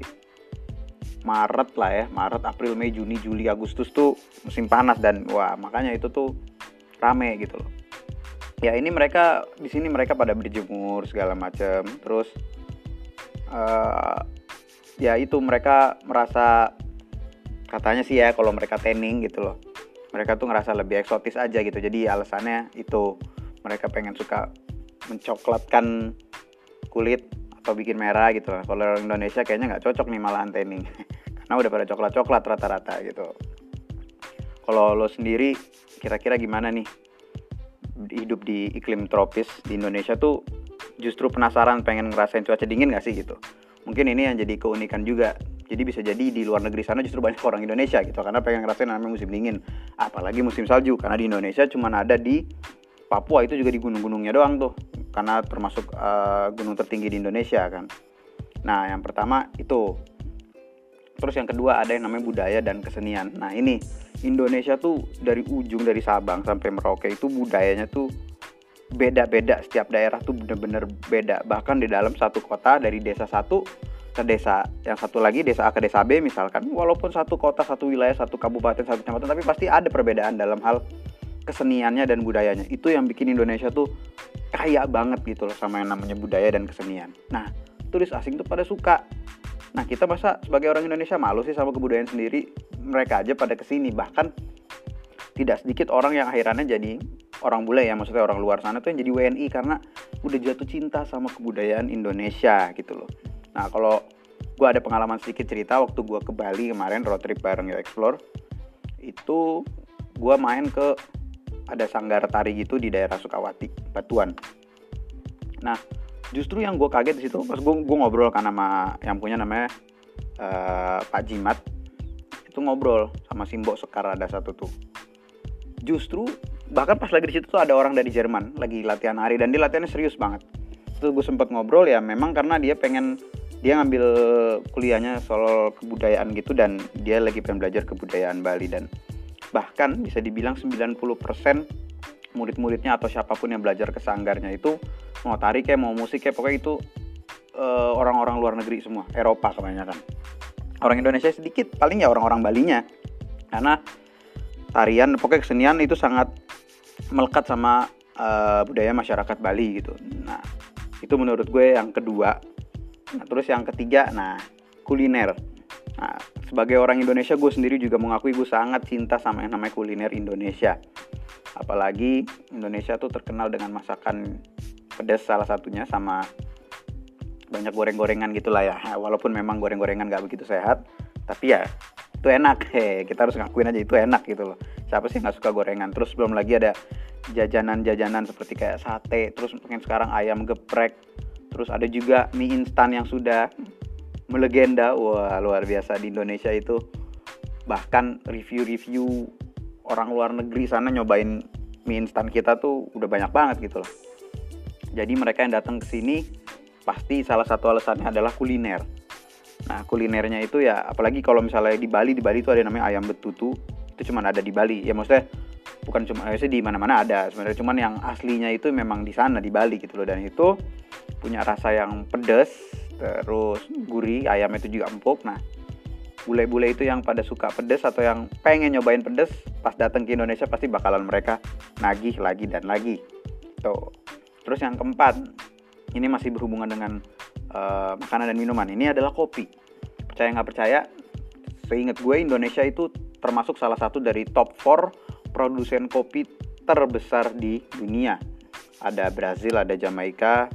Maret lah ya, Maret, April, Mei, Juni, Juli, Agustus tuh musim panas, dan wah makanya itu tuh rame gitu loh. Ya ini mereka di sini mereka pada berjemur segala macam. Terus uh, ya itu mereka merasa, katanya sih ya kalau mereka tanning gitu loh, mereka tuh ngerasa lebih eksotis aja gitu. Jadi alasannya itu mereka pengen suka mencoklatkan kulit atau bikin merah gitu loh. Kalau Indonesia kayaknya nggak cocok nih malahan tanning karena udah pada coklat-coklat rata-rata gitu. Kalau lo sendiri kira-kira gimana nih hidup di iklim tropis di Indonesia tuh? Justru penasaran pengen ngerasain cuaca dingin gak sih gitu? Mungkin ini yang jadi keunikan juga. Jadi bisa jadi di luar negeri sana justru banyak orang Indonesia gitu karena pengen ngerasain namanya musim dingin, apalagi musim salju. Karena di Indonesia cuma ada di Papua, itu juga di gunung-gunungnya doang tuh, karena termasuk uh, gunung tertinggi di Indonesia kan. Nah yang pertama itu. Terus yang kedua ada yang namanya budaya dan kesenian. Nah ini Indonesia tuh dari ujung, dari Sabang sampai Merauke itu budayanya tuh beda-beda. Setiap daerah tuh bener-bener beda. Bahkan di dalam satu kota, dari desa satu ke desa yang satu lagi, desa A ke desa B misalkan, walaupun satu kota, satu wilayah, satu kabupaten, satu kecamatan, tapi pasti ada perbedaan dalam hal keseniannya dan budayanya. Itu yang bikin Indonesia tuh kaya banget gitu loh sama yang namanya budaya dan kesenian. Nah turis asing tuh pada suka. Nah kita masa sebagai orang Indonesia malu sih sama kebudayaan sendiri? Mereka aja pada kesini. Bahkan tidak sedikit orang yang akhirannya jadi orang bule ya, maksudnya orang luar sana tuh yang jadi W N I karena udah jatuh cinta sama kebudayaan Indonesia gitu loh. Nah kalau gue ada pengalaman sedikit cerita, waktu gue ke Bali kemarin road trip bareng Yo Explore, itu gue main ke ada sanggar tari gitu di daerah Sukawati, Batuan. Nah Justru yang gue kaget di situ pas gue gue ngobrol kan sama yang punya namanya uh, Pak Jimat, itu ngobrol sama Simbo Sekar ada satu tuh. Justru bahkan pas lagi di situ tuh ada orang dari Jerman lagi latihan hari dan dia latihannya serius banget. Itu gue sempet ngobrol ya, memang karena dia pengen dia ngambil kuliahnya soal kebudayaan gitu dan dia lagi pengen belajar kebudayaan Bali, dan bahkan bisa dibilang sembilan puluh persen murid-muridnya atau siapapun yang belajar ke sanggarnya itu mau tari kayak mau musik kayak pokoknya itu uh, orang-orang luar negeri semua, Eropa kebanyakan. Orang Indonesia sedikit, paling ya orang-orang Balinya. Karena tarian pokoknya kesenian itu sangat melekat sama uh, budaya masyarakat Bali gitu. Nah, itu menurut gue yang kedua. Nah, terus yang ketiga, nah kuliner. Nah, sebagai orang Indonesia gue sendiri juga mengakui gue sangat cinta sama yang namanya kuliner Indonesia. Apalagi Indonesia tuh terkenal dengan masakan pedas salah satunya, sama banyak goreng-gorengan gitulah ya. Walaupun memang goreng-gorengan gak begitu sehat, tapi ya itu enak. He, kita harus ngakuin aja itu enak gitu loh. Siapa sih gak suka gorengan? Terus belum lagi ada jajanan-jajanan seperti kayak sate, terus mungkin sekarang ayam geprek, terus ada juga mie instan yang sudah melegenda. Wah, luar biasa di Indonesia itu. Bahkan review-review orang luar negeri sana nyobain mie instan kita tuh udah banyak banget gitu loh. Jadi mereka yang datang ke sini pasti salah satu alasannya adalah kuliner. Nah, kulinernya itu ya apalagi kalau misalnya di Bali, di Bali itu ada namanya ayam betutu. Itu cuma ada di Bali. Ya maksudnya bukan cuma maksudnya di mana-mana ada sebenarnya, cuman yang aslinya itu memang di sana di Bali gitu loh, dan itu punya rasa yang pedas, terus gurih, ayam itu juga empuk. Nah, bule-bule itu yang pada suka pedas atau yang pengen nyobain pedas pas datang ke Indonesia pasti bakalan mereka nagih lagi dan lagi. Tuh. Terus yang keempat, ini masih berhubungan dengan uh, makanan dan minuman. Ini adalah kopi. Percaya nggak percaya, seingat gue Indonesia itu termasuk salah satu dari top empat produsen kopi terbesar di dunia. Ada Brazil, ada Jamaika,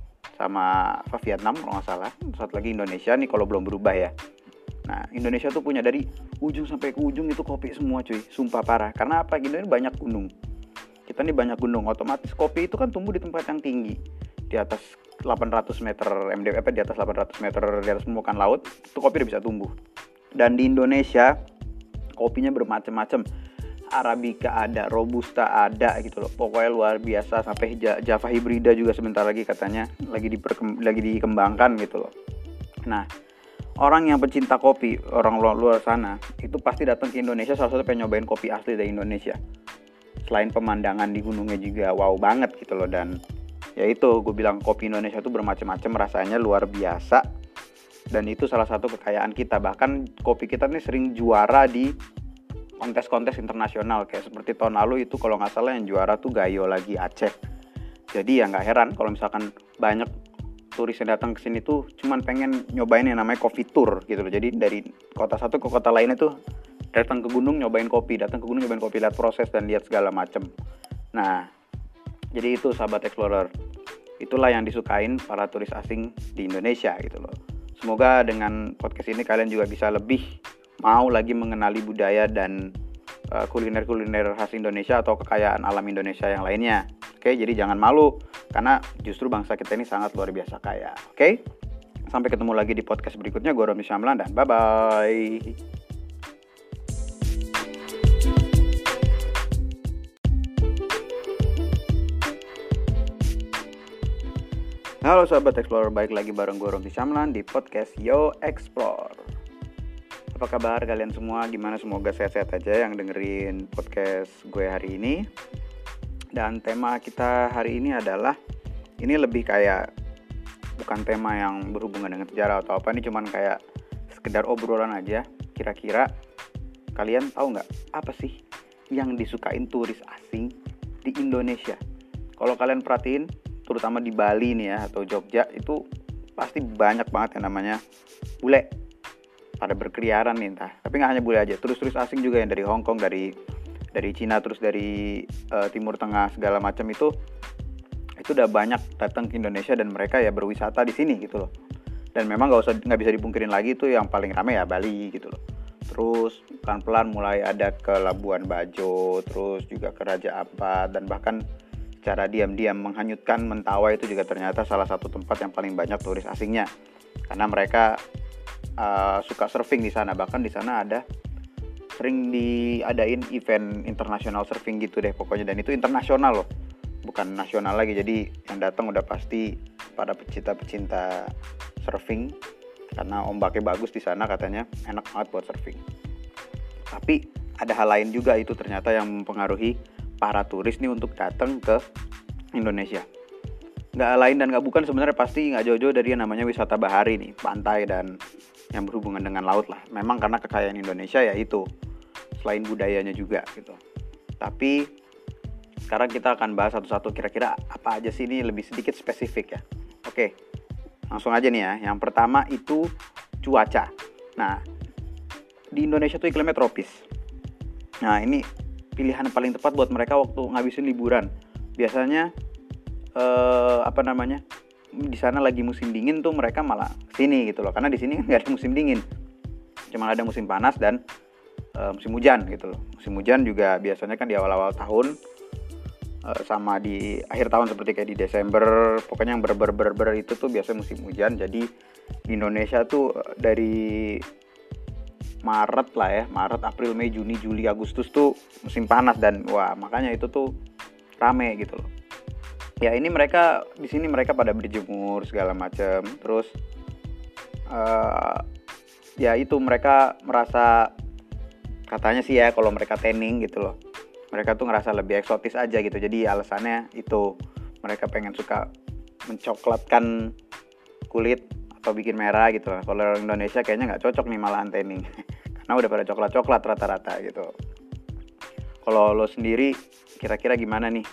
sama apa, Vietnam kalau nggak salah. Satu lagi Indonesia nih kalau belum berubah ya. Nah, Indonesia tuh punya dari ujung sampai ke ujung itu kopi semua cuy, sumpah parah. Karena apa? Indonesia banyak gunung. Kita nih banyak gunung, otomatis kopi itu kan tumbuh di tempat yang tinggi. Di atas delapan ratus meter M D W, apa di atas delapan ratus meter di atas permukaan laut, itu kopi udah bisa tumbuh. Dan di Indonesia kopinya bermacam-macam. Arabica ada, Robusta ada gitu loh. Pokoknya luar biasa, sampai Java Hibrida juga sebentar lagi katanya lagi diperkem- lagi dikembangkan gitu loh. Nah, orang yang pecinta kopi, orang luar, luar sana itu pasti datang ke Indonesia salah satu pengen nyobain kopi asli dari Indonesia. Selain pemandangan di gunungnya juga wow banget gitu loh, dan ya itu gue bilang kopi Indonesia itu bermacam-macam, rasanya luar biasa, dan itu salah satu kekayaan kita. Bahkan kopi kita nih sering juara di kontes-kontes internasional, kayak seperti tahun lalu itu kalau nggak salah yang juara tuh Gayo lagi Aceh. Jadi ya nggak heran kalau misalkan banyak turis yang datang ke sini tuh cuman pengen nyobain yang namanya coffee tour gitu loh. Jadi dari kota satu ke kota lainnya tuh datang ke gunung nyobain kopi, datang ke gunung nyobain kopi, lihat proses dan lihat segala macem. Nah, jadi itu sahabat explorer, itulah yang disukain para turis asing di Indonesia gitu loh. Semoga dengan podcast ini kalian juga bisa lebih mau lagi mengenali budaya dan uh, kuliner-kuliner khas Indonesia atau kekayaan alam Indonesia yang lainnya. Oke, jadi jangan malu karena justru bangsa kita ini sangat luar biasa kaya. Oke, sampai ketemu lagi di podcast berikutnya. Gue Romsi Syamlan dan bye-bye. Halo sahabat Explorer, balik lagi bareng gue Romsi Syamlan di podcast Yo Explore. Apa kabar kalian semua? Gimana? Semoga sehat-sehat aja yang dengerin podcast gue hari ini. Dan tema kita hari ini adalah, ini lebih kayak bukan tema yang berhubungan dengan sejarah atau apa, ini cuman kayak sekedar obrolan aja. Kira-kira kalian tahu nggak apa sih yang disukain turis asing di Indonesia? Kalau kalian perhatiin, terutama di Bali nih ya atau Jogja, itu pasti banyak banget yang namanya bule pada berkeliaran nih entah. Tapi nggak hanya bule aja, turis-turis asing juga yang dari Hong Kong, dari dari Cina, terus dari uh, Timur Tengah segala macam itu itu udah banyak datang ke Indonesia dan mereka ya berwisata di sini gitu loh. Dan memang nggak usah nggak bisa dipungkirin lagi itu yang paling ramai ya Bali gitu loh. Terus pelan-pelan mulai ada ke Labuan Bajo, terus juga ke Raja Ampat, dan bahkan secara diam-diam menghanyutkan Mentawai itu juga ternyata salah satu tempat yang paling banyak turis asingnya, karena mereka uh, suka surfing di sana. Bahkan di sana ada sering diadain event internasional surfing gitu deh pokoknya, dan itu internasional loh, bukan nasional lagi. Jadi yang datang udah pasti para pecinta-pecinta surfing, karena ombaknya bagus di sana, katanya enak banget buat surfing. Tapi ada hal lain juga itu ternyata yang mempengaruhi para turis nih untuk datang ke Indonesia. Nggak lain dan nggak bukan sebenarnya, pasti nggak jauh-jauh dari yang namanya wisata bahari nih, pantai dan yang berhubungan dengan laut lah. Memang karena kekayaan Indonesia ya itu, selain budayanya juga gitu. Tapi sekarang kita akan bahas satu-satu kira-kira apa aja sih, ini lebih sedikit spesifik ya. Oke, langsung aja nih ya. Yang pertama itu cuaca. Nah, di Indonesia tuh iklimnya tropis. Nah, ini pilihan paling tepat buat mereka waktu ngabisin liburan. Biasanya eh, apa namanya di sana lagi musim dingin tuh mereka malah sini gitu loh, karena di sini kan nggak ada musim dingin, cuma ada musim panas dan eh, musim hujan gitu loh. Musim hujan juga biasanya kan di awal-awal tahun eh, sama di akhir tahun, seperti kayak di Desember. Pokoknya yang ber-ber-ber itu tuh biasanya musim hujan. Jadi di Indonesia tuh dari Maret lah ya, Maret, April, Mei, Juni, Juli, Agustus tuh musim panas, dan wah makanya itu tuh rame gitu loh. Ya ini mereka di sini mereka pada berjemur segala macam. Terus uh, ya itu mereka merasa, katanya sih ya kalau mereka tanning gitu loh, mereka tuh ngerasa lebih eksotis aja gitu. Jadi alasannya itu mereka pengen suka mencoklatkan kulit atau bikin merah gitu. Kalau orang Indonesia kayaknya nggak cocok nih malahan tanning karena udah pada coklat-coklat rata-rata gitu. Kalau lo sendiri kira-kira gimana nih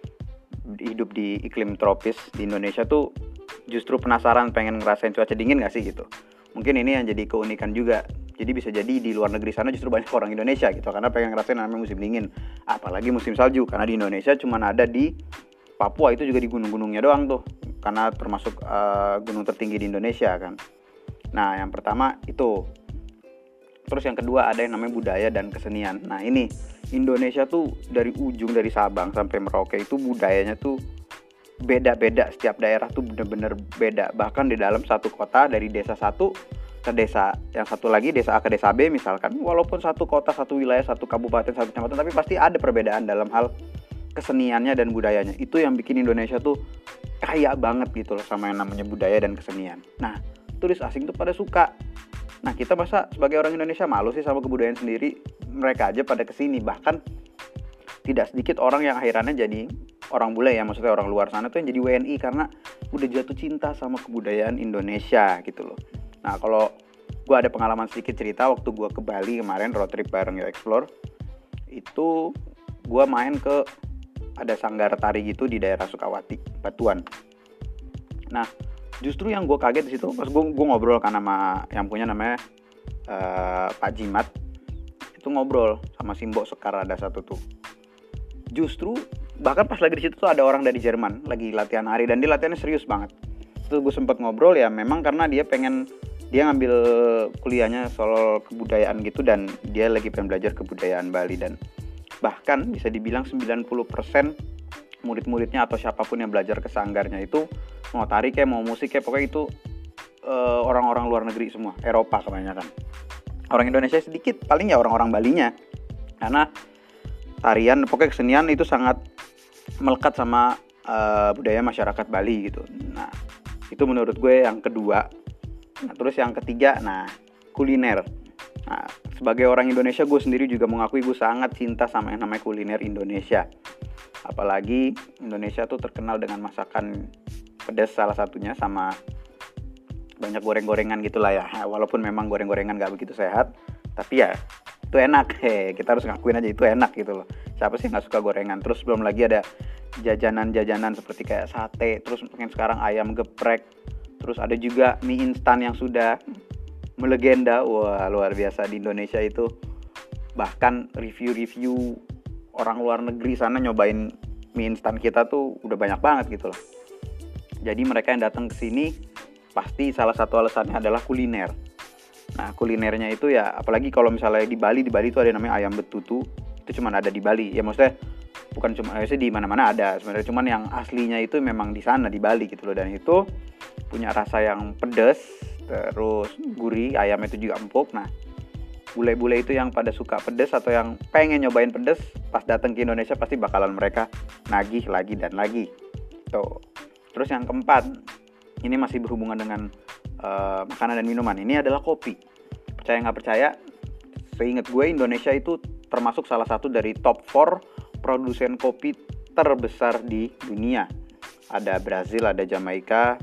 hidup di iklim tropis di Indonesia tuh? Justru penasaran pengen ngerasain cuaca dingin nggak sih gitu? Mungkin ini yang jadi keunikan juga. Jadi bisa jadi di luar negeri sana justru banyak orang Indonesia gitu, karena pengen ngerasain namanya musim dingin, apalagi musim salju. Karena di Indonesia cuma ada di Papua, itu juga di gunung-gunungnya doang tuh, karena termasuk uh, gunung tertinggi di Indonesia kan. Nah yang pertama itu. Terus yang kedua ada yang namanya budaya dan kesenian. Nah ini Indonesia tuh dari ujung, dari Sabang sampai Merauke itu budayanya tuh beda-beda. Setiap daerah tuh bener-bener beda. Bahkan di dalam satu kota, dari desa satu ke desa yang satu lagi, desa A ke desa B misalkan, walaupun satu kota, satu wilayah, satu kabupaten, satu kecamatan, tapi pasti ada perbedaan dalam hal keseniannya dan budayanya. Itu yang bikin Indonesia tuh kaya banget gitu loh sama yang namanya budaya dan kesenian. Nah, turis asing tuh pada suka. Nah, kita masa sebagai orang Indonesia malu sih sama kebudayaan sendiri? Mereka aja pada kesini. Bahkan tidak sedikit orang yang akhirannya jadi orang bule ya, maksudnya orang luar sana tuh yang jadi W N I karena udah jatuh cinta sama kebudayaan Indonesia gitu loh. Nah, kalau gue ada pengalaman sedikit cerita waktu gue ke Bali kemarin road trip bareng Yo Explore. Itu gue main ke ada sanggar tari gitu di daerah Sukawati, Batuan. Nah, justru yang gue kaget di situ pas gue gue ngobrol kan sama yang punya namanya uh, Pak Jimat. Itu ngobrol sama Simbo Sekar, ada satu tuh. Justru bahkan pas lagi di situ tuh ada orang dari Jerman lagi latihan hari, dan dia latihannya serius banget. Itu gue sempat ngobrol ya, memang karena dia pengen dia ngambil kuliahnya soal kebudayaan gitu, dan dia lagi pengen belajar kebudayaan Bali. Dan bahkan bisa dibilang sembilan puluh persen murid-muridnya atau siapapun yang belajar ke sanggarnya itu mau tari kayak mau musik kayak pokoknya itu uh, orang-orang luar negeri semua, Eropa kebanyakan. Orang Indonesia sedikit, paling ya orang-orang Balinya. Karena tarian, pokoknya kesenian itu sangat melekat sama uh, budaya masyarakat Bali gitu. Nah, itu menurut gue yang kedua. Nah, terus yang ketiga, nah kuliner. Nah, sebagai orang Indonesia, gue sendiri juga mengakui gue sangat cinta sama yang namanya kuliner Indonesia. Apalagi Indonesia tuh terkenal dengan masakan pedas salah satunya, sama banyak goreng-gorengan gitulah ya. Walaupun memang goreng-gorengan gak begitu sehat, tapi ya itu enak. He, kita harus ngakuin aja itu enak gitu loh. Siapa sih gak suka gorengan? Terus belum lagi ada jajanan-jajanan seperti kayak sate, terus mungkin sekarang ayam geprek. Terus ada juga mie instan yang sudah melegenda. Wah, luar biasa di Indonesia itu. Bahkan review-review orang luar negeri sana nyobain mie instan kita tuh udah banyak banget gitu loh. Jadi mereka yang datang ke sini pasti salah satu alasannya adalah kuliner. Nah, kulinernya itu ya apalagi kalau misalnya di Bali, di Bali itu ada namanya ayam betutu. Itu cuma ada di Bali. Ya maksudnya bukan cuma eh, sih di mana-mana ada sebenarnya, cuman yang aslinya itu memang di sana di Bali gitu loh. Dan itu punya rasa yang pedas, terus gurih, ayamnya itu juga empuk. Nah, bule-bule itu yang pada suka pedas atau yang pengen nyobain pedas, pas datang ke Indonesia pasti bakalan mereka nagih lagi dan lagi. Tuh. Terus yang keempat, ini masih berhubungan dengan uh, makanan dan minuman. Ini adalah kopi. Percaya nggak percaya, seingat gue Indonesia itu termasuk salah satu dari top empat produsen kopi terbesar di dunia. Ada Brazil, ada Jamaika,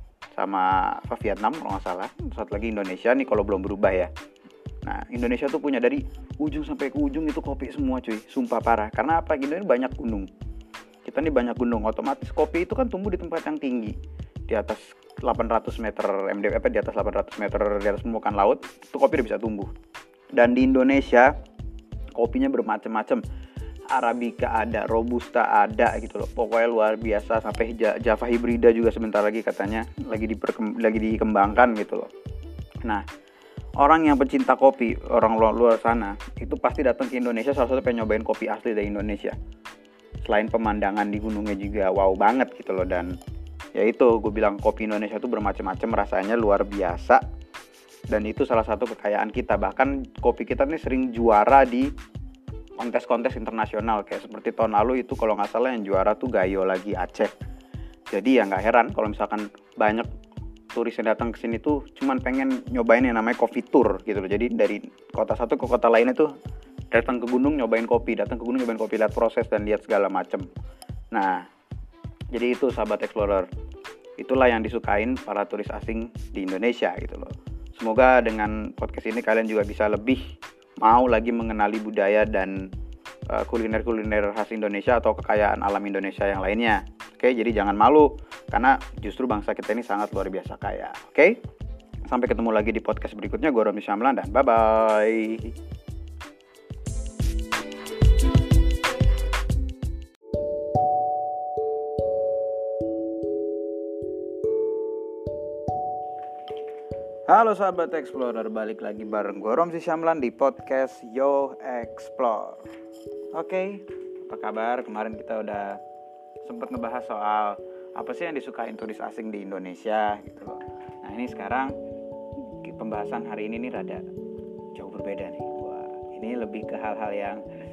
sama apa, Vietnam kalau nggak salah. Satu lagi Indonesia nih kalau belum berubah ya. Nah, Indonesia tuh punya dari ujung sampai ke ujung itu kopi semua cuy, sumpah parah. Karena apa? Indonesia banyak gunung. Kita nih banyak gunung, otomatis kopi itu kan tumbuh di tempat yang tinggi. Di atas delapan ratus meter M D W, apa di atas delapan ratus meter di atas permukaan laut, itu kopi udah bisa tumbuh. Dan di Indonesia kopinya bermacam-macam. Arabica ada, Robusta ada gitu loh. Pokoknya luar biasa, sampai Java Hibrida juga sebentar lagi katanya lagi diperkem- lagi dikembangkan gitu loh. Nah, orang yang pecinta kopi, orang luar, luar sana, itu pasti datang ke Indonesia salah satu pengen nyobain kopi asli dari Indonesia. Selain pemandangan di gunungnya juga wow banget gitu loh. Dan ya itu gue bilang, kopi Indonesia itu bermacam-macam, rasanya luar biasa. Dan itu salah satu kekayaan kita. Bahkan kopi kita nih sering juara di kontes-kontes internasional. Kayak seperti tahun lalu itu kalau nggak salah yang juara tuh Gayo lagi Aceh. Jadi ya nggak heran kalau misalkan banyak turis yang datang ke sini tuh cuman pengen nyobain yang namanya coffee tour gitu loh. Jadi dari kota satu ke kota lainnya tuh datang ke gunung nyobain kopi, datang ke gunung nyobain kopi, lihat proses dan lihat segala macam. Nah, jadi itu sahabat explorer. Itulah yang disukain para turis asing di Indonesia gitu loh. Semoga dengan podcast ini kalian juga bisa lebih mau lagi mengenali budaya dan uh, kuliner-kuliner khas Indonesia atau kekayaan alam Indonesia yang lainnya. Oke, jadi jangan malu karena justru bangsa kita ini sangat luar biasa kaya. Oke, sampai ketemu lagi di podcast berikutnya. Gue Romsi Syamlan dan bye-bye. Halo sahabat Explorer, balik lagi bareng gue Romsi Syamlan di podcast Yo Explore. Oke, apa kabar? Kemarin kita udah sempat ngebahas soal apa sih yang disukain turis asing di Indonesia gitu loh. Nah ini sekarang pembahasan hari ini nih rada jauh berbeda nih. Wah, ini lebih ke hal-hal yang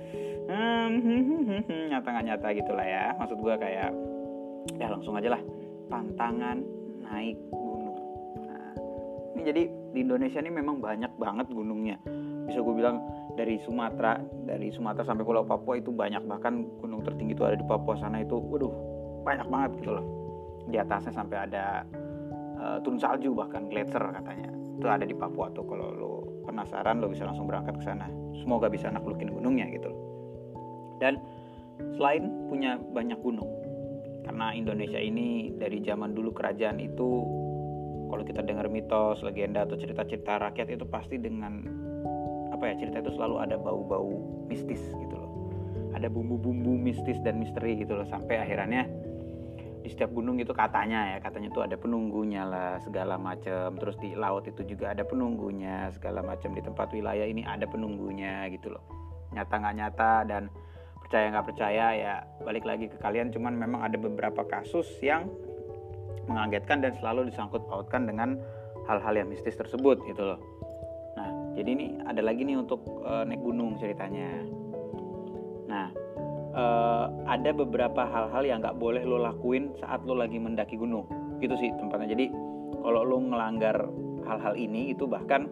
hmm, nyata nggak nyata gitulah ya. Maksud gue kayak ya langsung aja lah, tantangan naik gunung. Nah, ini jadi di Indonesia ini memang banyak banget gunungnya. Bisa gue bilang dari Sumatera, dari Sumatera sampai Pulau Papua itu banyak, bahkan gunung tertinggi itu ada di Papua sana itu, waduh banyak banget gitu loh. Di atasnya sampai ada uh, turun salju, bahkan gletser katanya. Itu ada di Papua tuh. Kalau lo penasaran lo bisa langsung berangkat ke sana. Semoga bisa naklukin gunungnya gitu loh. Dan selain punya banyak gunung, karena Indonesia ini dari zaman dulu kerajaan itu, kalau kita dengar mitos, legenda atau cerita-cerita rakyat itu pasti dengan apa ya, cerita itu selalu ada bau-bau mistis gitu loh. Ada bumbu-bumbu mistis dan misteri gitu loh, sampai akhirnya di setiap gunung itu katanya ya, katanya tuh ada penunggunya lah segala macam. Terus di laut itu juga ada penunggunya segala macam. Di tempat wilayah ini ada penunggunya gitu loh. Nyata nggak nyata dan percaya nggak percaya ya balik lagi ke kalian. Cuman memang ada beberapa kasus yang mengagetkan dan selalu disangkut pautkan dengan hal-hal yang mistis tersebut gitu loh. Nah, jadi ini ada lagi nih untuk uh, naik gunung ceritanya. Nah, uh, ada beberapa hal-hal yang nggak boleh lo lakuin saat lo lagi mendaki gunung. Gitu sih tempatnya. Jadi kalau lo ngelanggar hal-hal ini itu bahkan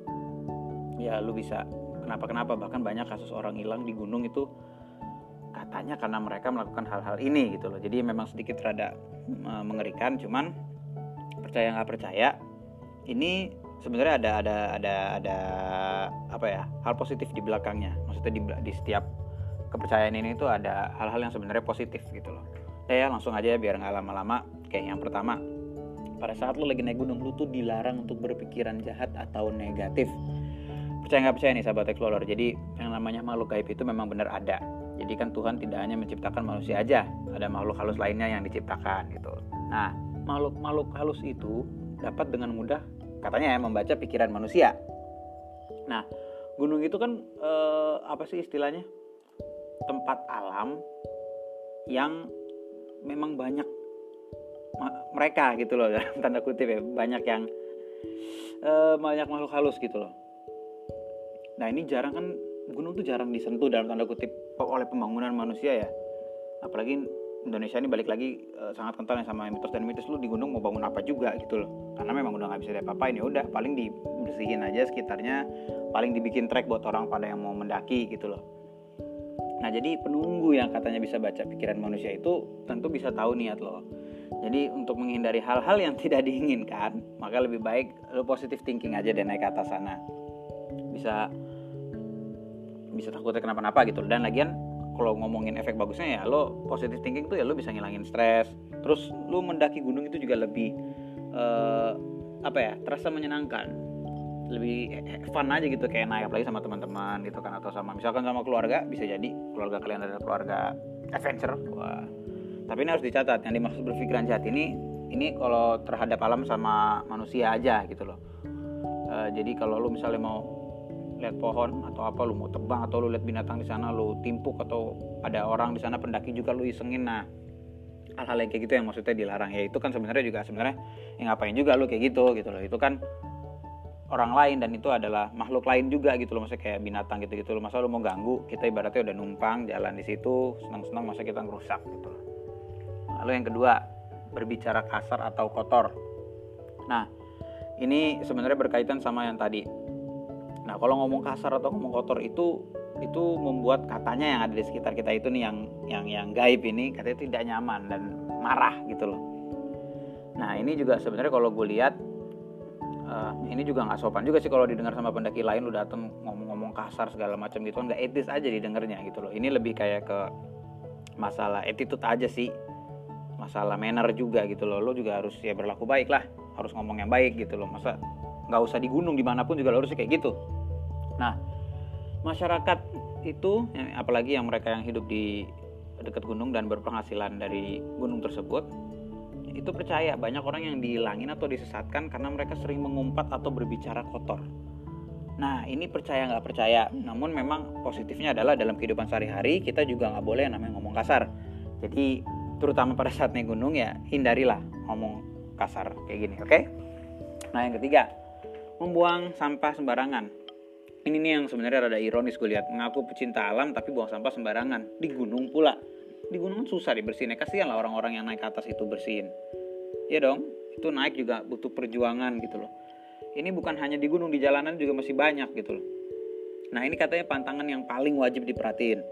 ya lo bisa kenapa-kenapa. Bahkan banyak kasus orang hilang di gunung itu katanya karena mereka melakukan hal-hal ini gitu loh. Jadi memang sedikit rada uh, mengerikan. Cuman percaya nggak percaya, ini sebenarnya ada ada ada ada apa ya, hal positif di belakangnya. Maksudnya di, di setiap kepercayaan ini tuh ada hal-hal yang sebenarnya positif gitu loh. Ya, ya langsung aja biar nggak lama-lama. Kayak yang pertama, pada saat lo lagi naik gunung, lo tuh dilarang untuk berpikiran jahat atau negatif. Percaya nggak percaya nih sahabat explorer. Jadi yang namanya makhluk gaib itu memang benar ada. Jadi kan Tuhan tidak hanya menciptakan manusia aja, ada makhluk halus lainnya yang diciptakan gitu. Nah, makhluk-makhluk halus itu dapat dengan mudah katanya ya membaca pikiran manusia. Nah, gunung itu kan eh, apa sih istilahnya? Tempat alam yang memang banyak ma- mereka gitu loh, dalam tanda kutip ya, banyak yang uh, banyak makhluk halus gitu loh. Nah ini jarang kan, gunung tuh jarang disentuh dalam tanda kutip oleh pembangunan manusia ya. Apalagi Indonesia ini balik lagi uh, sangat kental sama mitos dan mitos. Lu di gunung mau bangun apa juga gitu loh, karena memang udah nggak bisa diapa-apain. Ya udah paling dibersihin aja sekitarnya, paling dibikin trek buat orang pada yang mau mendaki gitu loh. Nah jadi penunggu yang katanya bisa baca pikiran manusia itu tentu bisa tahu niat lo. Jadi untuk menghindari hal-hal yang tidak diinginkan, maka lebih baik lo positive thinking aja dan naik ke atas sana. Bisa bisa takutnya kenapa-napa gitu. Dan lagian kalau ngomongin efek bagusnya ya lo positive thinking tuh ya lo bisa ngilangin stres. Terus lo mendaki gunung itu juga lebih uh, apa ya, terasa menyenangkan, lebih fun aja gitu, kayak naik apalagi sama teman-teman gitu kan, atau sama misalkan sama keluarga, bisa jadi keluarga kalian adalah keluarga adventure. Wah. Tapi ini harus dicatat, yang dimaksud berpikiran jahat ini ini kalau terhadap alam sama manusia aja gitu loh. Uh, jadi kalau lu misalnya mau lihat pohon atau apa, lu mau tebang atau lu lihat binatang di sana, lu timpuk, atau ada orang di sana pendaki juga lu isengin, nah hal-hal yang kayak gitu yang maksudnya dilarang. Ya itu kan sebenarnya juga sebenarnya ya ngapain juga lu kayak gitu gitu loh. Itu kan orang lain dan itu adalah makhluk lain juga gitu loh, maksudnya kayak binatang gitu-gitu loh. Masa lu mau ganggu, kita ibaratnya udah numpang jalan di situ senang-senang, masa kita ngerusak gitu. Lalu yang kedua, berbicara kasar atau kotor. Nah ini sebenarnya berkaitan sama yang tadi. Nah kalau ngomong kasar atau ngomong kotor itu itu membuat katanya yang ada di sekitar kita itu nih, yang yang yang gaib ini katanya tidak nyaman dan marah gitu loh. Nah ini juga sebenarnya kalau gue lihat Uh, ini juga nggak sopan juga sih kalau didengar sama pendaki lain. Lu dateng ngomong-ngomong kasar segala macam gitu kan, nggak etis aja didengarnya gitu loh. Ini lebih kayak ke masalah attitude aja sih, masalah manner juga gitu loh. Lu juga harus ya berlaku baik lah, harus ngomong yang baik gitu loh. Masa nggak usah di gunung, dimanapun juga lo harus kayak gitu. Nah masyarakat itu, apalagi yang mereka yang hidup di dekat gunung dan berpenghasilan dari gunung tersebut, itu percaya banyak orang yang dihilangin atau disesatkan karena mereka sering mengumpat atau berbicara kotor. Nah ini percaya nggak percaya, namun memang positifnya adalah dalam kehidupan sehari-hari kita juga nggak boleh namanya ngomong kasar. Jadi terutama pada saat naik gunung ya hindarilah ngomong kasar kayak gini, oke? Okay? Nah yang ketiga, membuang sampah sembarangan. Ini nih yang sebenarnya rada ironis gue lihat, mengaku pecinta alam tapi buang sampah sembarangan di gunung pula. Di gunung susah dibersihin, kasihan lah orang-orang yang naik ke atas itu bersihin. Ya dong, itu naik juga butuh perjuangan gitu loh. Ini bukan hanya di gunung, di jalanan juga masih banyak gitu loh. Nah ini katanya pantangan yang paling wajib diperhatiin.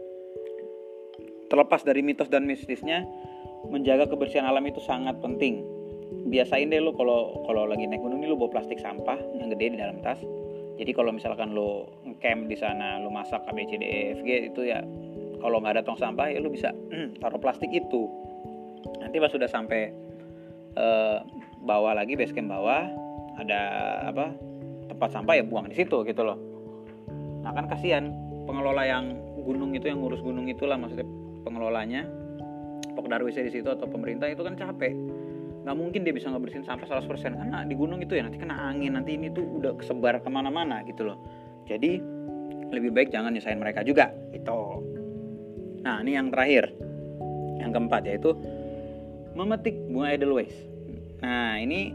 Terlepas dari mitos dan mistisnya, menjaga kebersihan alam itu sangat penting. Biasain deh lo kalau kalau lagi naik gunung ini lo bawa plastik sampah yang gede di dalam tas. Jadi kalau misalkan lo camp di sana, lo masak A B C D E F G itu ya, kalau nggak ada tong sampah ya lu bisa mm, taruh plastik itu. Nanti pas sudah sampai uh, bawah lagi, base camp bawah, ada apa tempat sampah ya buang di situ gitu loh. Nah kan kasihan pengelola yang gunung itu, yang ngurus gunung itulah maksudnya pengelolanya, Pokdarwisnya di situ atau pemerintah itu kan capek. Nggak mungkin dia bisa ngebersihin sampah seratus persen karena di gunung itu ya nanti kena angin, nanti ini tuh udah kesebar kemana-mana gitu loh. Jadi lebih baik jangan nyusahin mereka juga gitu. Nah ini yang terakhir, yang keempat, yaitu memetik bunga Edelweiss. Nah ini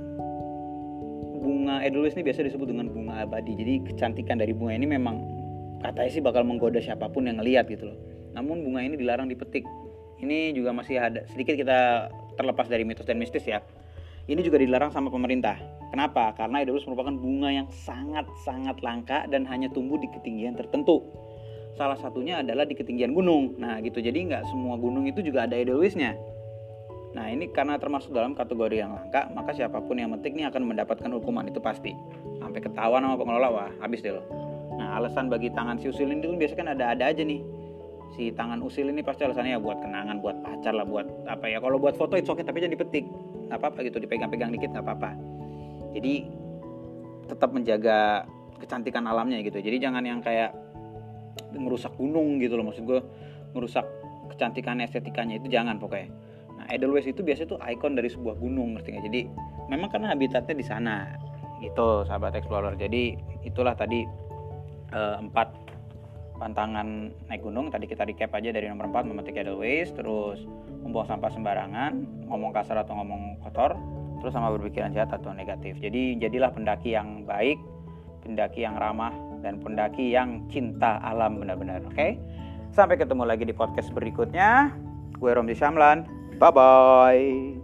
bunga Edelweiss ini biasa disebut dengan bunga abadi. Jadi kecantikan dari bunga ini memang katanya sih bakal menggoda siapapun yang ngelihat gitu loh. Namun bunga ini dilarang dipetik. Ini juga masih ada sedikit kita terlepas dari mitos dan mistis ya. Ini juga dilarang sama pemerintah. Kenapa? Karena Edelweiss merupakan bunga yang sangat-sangat langka dan hanya tumbuh di ketinggian tertentu. Salah satunya adalah di ketinggian gunung. Nah gitu, jadi nggak semua gunung itu juga ada Edelweissnya. Nah ini karena termasuk dalam kategori yang langka, maka siapapun yang metik ini akan mendapatkan hukuman itu pasti. Sampai ketahuan sama pengelola, wah habis deh lo. Nah alasan bagi tangan si usil ini tuh biasanya kan ada-ada aja nih. Si tangan usil ini pasti alasannya ya buat kenangan, buat pacar lah, buat apa ya. Kalau buat foto itu oke, tapi jangan dipetik. Nggak apa-apa gitu, dipegang-pegang dikit nggak apa-apa. Jadi tetap menjaga kecantikan alamnya gitu. Jadi jangan yang kayak ngerusak gunung gitu loh, maksud gue ngerusak kecantikan estetikanya itu jangan pokoknya. Nah Edelweiss itu biasanya tuh ikon dari sebuah gunung, ngerti nggak? Jadi memang karena habitatnya di sana gitu sahabat explorer. Jadi itulah tadi eh, empat pantangan naik gunung. Tadi kita recap aja dari nomor empat, memetik edelweiss, terus membuang sampah sembarangan, ngomong kasar atau ngomong kotor, terus sama berpikiran jahat atau negatif. Jadi jadilah pendaki yang baik, pendaki yang ramah, dan pendaki yang cinta alam benar-benar. Oke, okay? Sampai ketemu lagi di podcast berikutnya. Gue Romzi Syamlan, bye bye.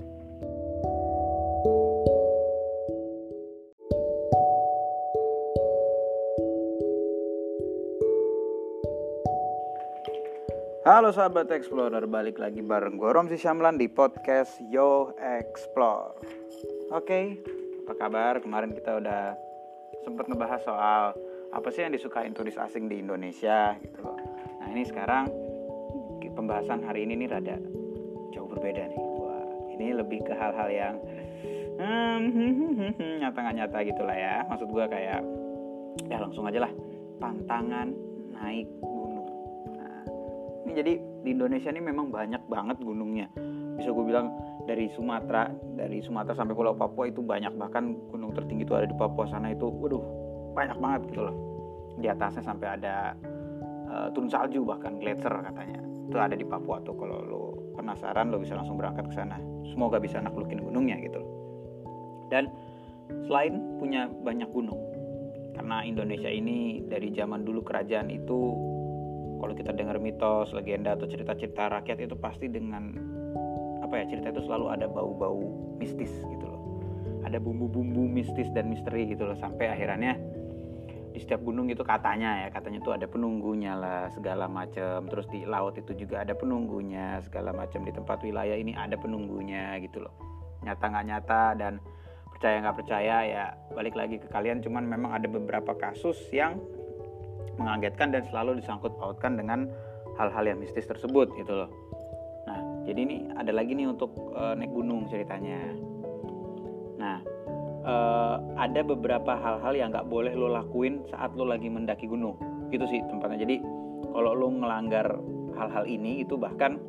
Halo sahabat Explorer, balik lagi bareng gue Romzi Syamlan di podcast Yo Explore. Oke, apa kabar? Kemarin kita udah sempat ngebahas soal apa sih yang disukain turis asing di Indonesia gitu loh. Nah ini sekarang pembahasan hari ini nih rada jauh berbeda nih. Wah, ini lebih ke hal-hal yang hmm, nyata nggak nyata gitulah ya. Maksud gue kayak ya langsung aja lah, pantangan naik gunung. Nah, ini jadi di Indonesia ini memang banyak banget gunungnya. Bisa gue bilang dari Sumatera, dari Sumatera sampai Pulau Papua itu banyak, bahkan gunung tertinggi itu ada di Papua sana itu, waduh banyak banget gitu loh. Di atasnya sampai ada uh, turun salju, bahkan gletser katanya. Itu ada di Papua tuh. Kalau lo penasaran lo bisa langsung berangkat ke sana. Semoga bisa naklukin gunungnya gitu loh. Dan selain punya banyak gunung, karena Indonesia ini dari zaman dulu kerajaan itu, kalau kita dengar mitos, legenda atau cerita-cerita rakyat itu pasti dengan apa ya, cerita itu selalu ada bau-bau mistis gitu loh. Ada bumbu-bumbu mistis dan misteri gitu loh, sampai akhirnya di setiap gunung itu katanya ya, katanya tuh ada penunggunya lah segala macam. Terus di laut itu juga ada penunggunya segala macam. Di tempat wilayah ini ada penunggunya gitu loh. Nyata nggak nyata dan percaya nggak percaya ya balik lagi ke kalian. Cuman memang ada beberapa kasus yang mengagetkan dan selalu disangkut pautkan dengan hal-hal yang mistis tersebut gitu loh. Nah jadi ini ada lagi nih untuk e, naik gunung ceritanya. Nah e, ada beberapa hal-hal yang nggak boleh lo lakuin saat lo lagi mendaki gunung gitu sih tempatnya. Jadi kalau lo ngelanggar hal-hal ini itu bahkan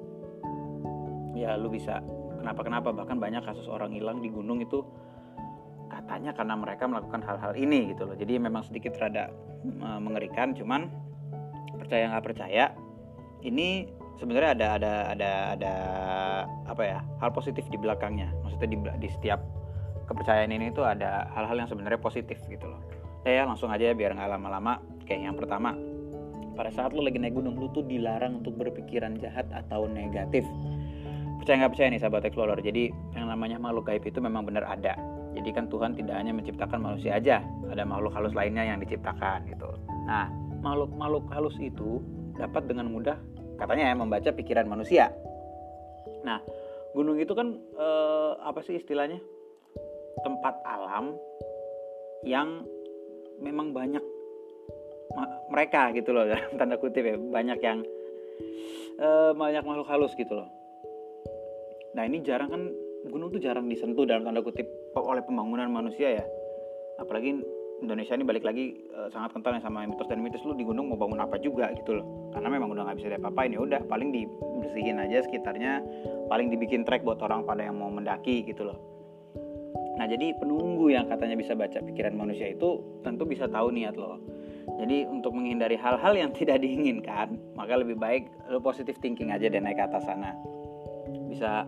ya lo bisa kenapa-kenapa. Bahkan banyak kasus orang hilang di gunung itu katanya karena mereka melakukan hal-hal ini gitu loh. Jadi memang sedikit rada uh, mengerikan, cuman percaya nggak percaya ini sebenarnya ada ada ada ada apa ya, hal positif di belakangnya. Maksudnya di, di setiap kepercayaan ini tuh ada hal-hal yang sebenarnya positif gitu loh. Ya, ya langsung aja biar nggak lama-lama. Kayak yang pertama, pada saat lo lagi naik gunung, lo tuh dilarang untuk berpikiran jahat atau negatif. Percaya nggak percaya nih sahabat Explorer, jadi yang namanya makhluk gaib itu memang benar ada. Jadi kan Tuhan tidak hanya menciptakan manusia aja, ada makhluk halus lainnya yang diciptakan gitu. Nah, makhluk-makhluk halus itu dapat dengan mudah katanya ya membaca pikiran manusia. Nah, gunung itu kan eh, apa sih istilahnya? Tempat alam yang memang banyak ma- mereka gitu loh, dalam tanda kutip ya, banyak yang eh, banyak makhluk halus gitu loh. Nah, ini jarang kan, gunung tuh jarang disentuh dalam tanda kutip oleh pembangunan manusia ya. Apalagi Indonesia ini balik lagi e, sangat kental sama mitos dan mitos. Lu di gunung mau bangun apa juga gitu loh, karena memang udah nggak bisa diapa-apain. Ya udah paling dibersihin aja sekitarnya, paling dibikin trek buat orang pada yang mau mendaki gitu loh. Nah jadi penunggu yang katanya bisa baca pikiran manusia itu tentu bisa tahu niat lo. Jadi untuk menghindari hal-hal yang tidak diinginkan, maka lebih baik lo positive thinking aja dan naik ke atas sana. Bisa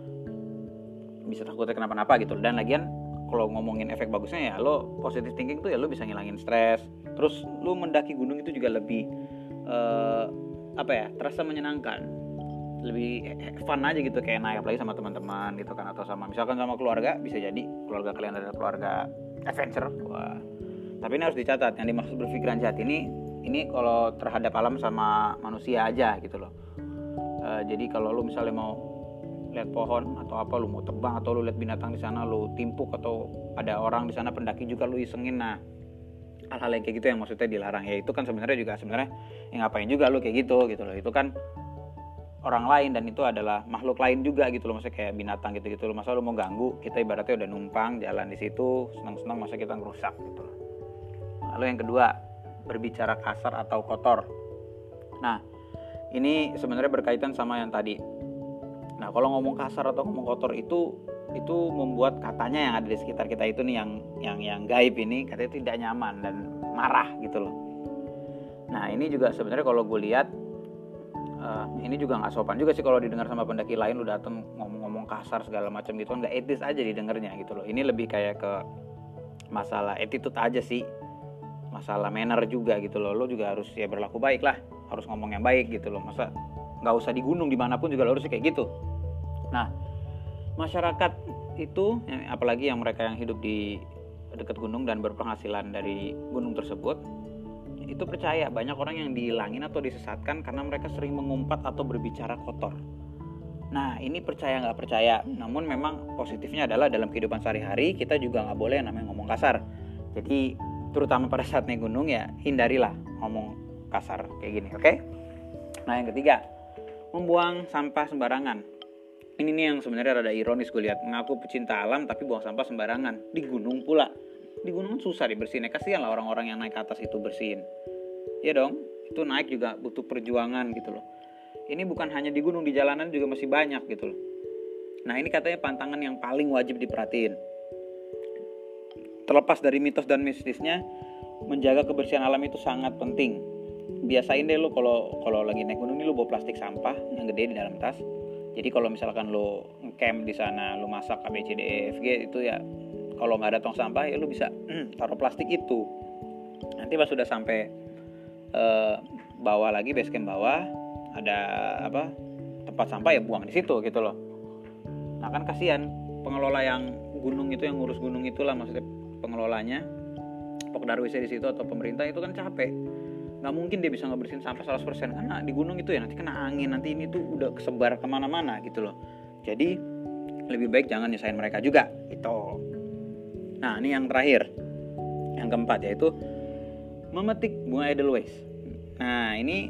bisa takutnya kenapa-napa gitu. Dan lagian kalau ngomongin efek bagusnya ya lo positive thinking tuh ya lo bisa ngilangin stres. Terus lo mendaki gunung itu juga lebih uh, apa ya, terasa menyenangkan, lebih fun aja gitu, kayak naik apalagi sama teman-teman gitu kan, atau sama misalkan sama keluarga, bisa jadi keluarga kalian adalah keluarga adventure. Wah. Tapi ini harus dicatat, yang dimaksud berpikiran jahat ini ini kalau terhadap alam sama manusia aja gitu loh. Uh, jadi kalau lo misalnya mau lihat pohon atau apa, lu mau tebang atau lu lihat binatang di sana, lu timpuk, atau ada orang di sana pendaki juga lu isengin. Nah, hal-hal yang kayak gitu yang maksudnya dilarang. Ya itu kan sebenarnya juga sebenarnya ya ngapain juga lu kayak gitu gitu loh. Itu kan orang lain dan itu adalah makhluk lain juga gitu loh. Maksudnya kayak binatang gitu-gitu loh. Masa lu mau ganggu? Kita ibaratnya udah numpang jalan di situ, senang-senang, masa kita ngerusak gitu loh. Lalu yang kedua, berbicara kasar atau kotor. Nah, ini sebenarnya berkaitan sama yang tadi. Nah, kalau ngomong kasar atau ngomong kotor itu itu membuat katanya yang ada di sekitar kita itu nih yang yang yang gaib ini katanya tidak nyaman dan marah gitu loh. Nah ini juga sebenarnya kalau gue lihat uh, ini juga nggak sopan juga sih kalau didengar sama pendaki lain, lu dateng ngomong-ngomong kasar segala macam gitu, nggak etis aja didengarnya gitu loh. Ini lebih kayak ke masalah attitude aja sih, masalah manner juga gitu loh. Lo juga harus ya berlaku baik lah, harus ngomong yang baik gitu loh. Masa nggak usah di gunung, dimanapun juga lo harus kayak gitu. Nah masyarakat itu, apalagi yang mereka yang hidup di dekat gunung dan berpenghasilan dari gunung tersebut, itu percaya banyak orang yang dihilangin atau disesatkan karena mereka sering mengumpat atau berbicara kotor. Nah ini percaya nggak percaya, namun memang positifnya adalah dalam kehidupan sehari-hari kita juga nggak boleh namanya ngomong kasar. Jadi terutama pada saat naik gunung ya hindarilah ngomong kasar kayak gini, oke? Okay? Nah yang ketiga, membuang sampah sembarangan. Ini nih yang sebenarnya rada ironis gue lihat, mengaku pecinta alam tapi buang sampah sembarangan di gunung pula. Di gunung susah dibersihin, kasihan lah orang-orang yang naik ke atas itu bersihin. Ya dong, itu naik juga butuh perjuangan gitu loh. Ini bukan hanya di gunung, di jalanan juga masih banyak gitu loh. Nah ini katanya pantangan yang paling wajib diperhatiin. Terlepas dari mitos dan mistisnya, menjaga kebersihan alam itu sangat penting. Biasain deh lo kalau kalau lagi naik gunung nih lo bawa plastik sampah yang gede di dalam tas. Jadi kalau misalkan lo camp di sana, lo masak A B C D E F G itu ya, kalau nggak ada tong sampah ya lo bisa hmm, taruh plastik itu. Nanti pas sudah sampai uh, bawah lagi, base camp bawah, ada apa tempat sampah ya buang di situ gitu loh. Nah kan kasihan pengelola yang gunung itu, yang ngurus gunung itulah maksudnya pengelolanya, Pokdarwisnya di situ atau pemerintah itu kan capek. Nggak mungkin dia bisa ngebersihin sampah seratus persen karena di gunung itu ya nanti kena angin, nanti ini tuh udah kesebar kemana-mana gitu loh. Jadi lebih baik jangan nyusahin mereka juga gitu. Nah ini yang terakhir, yang keempat, yaitu memetik bunga Edelweiss. Nah ini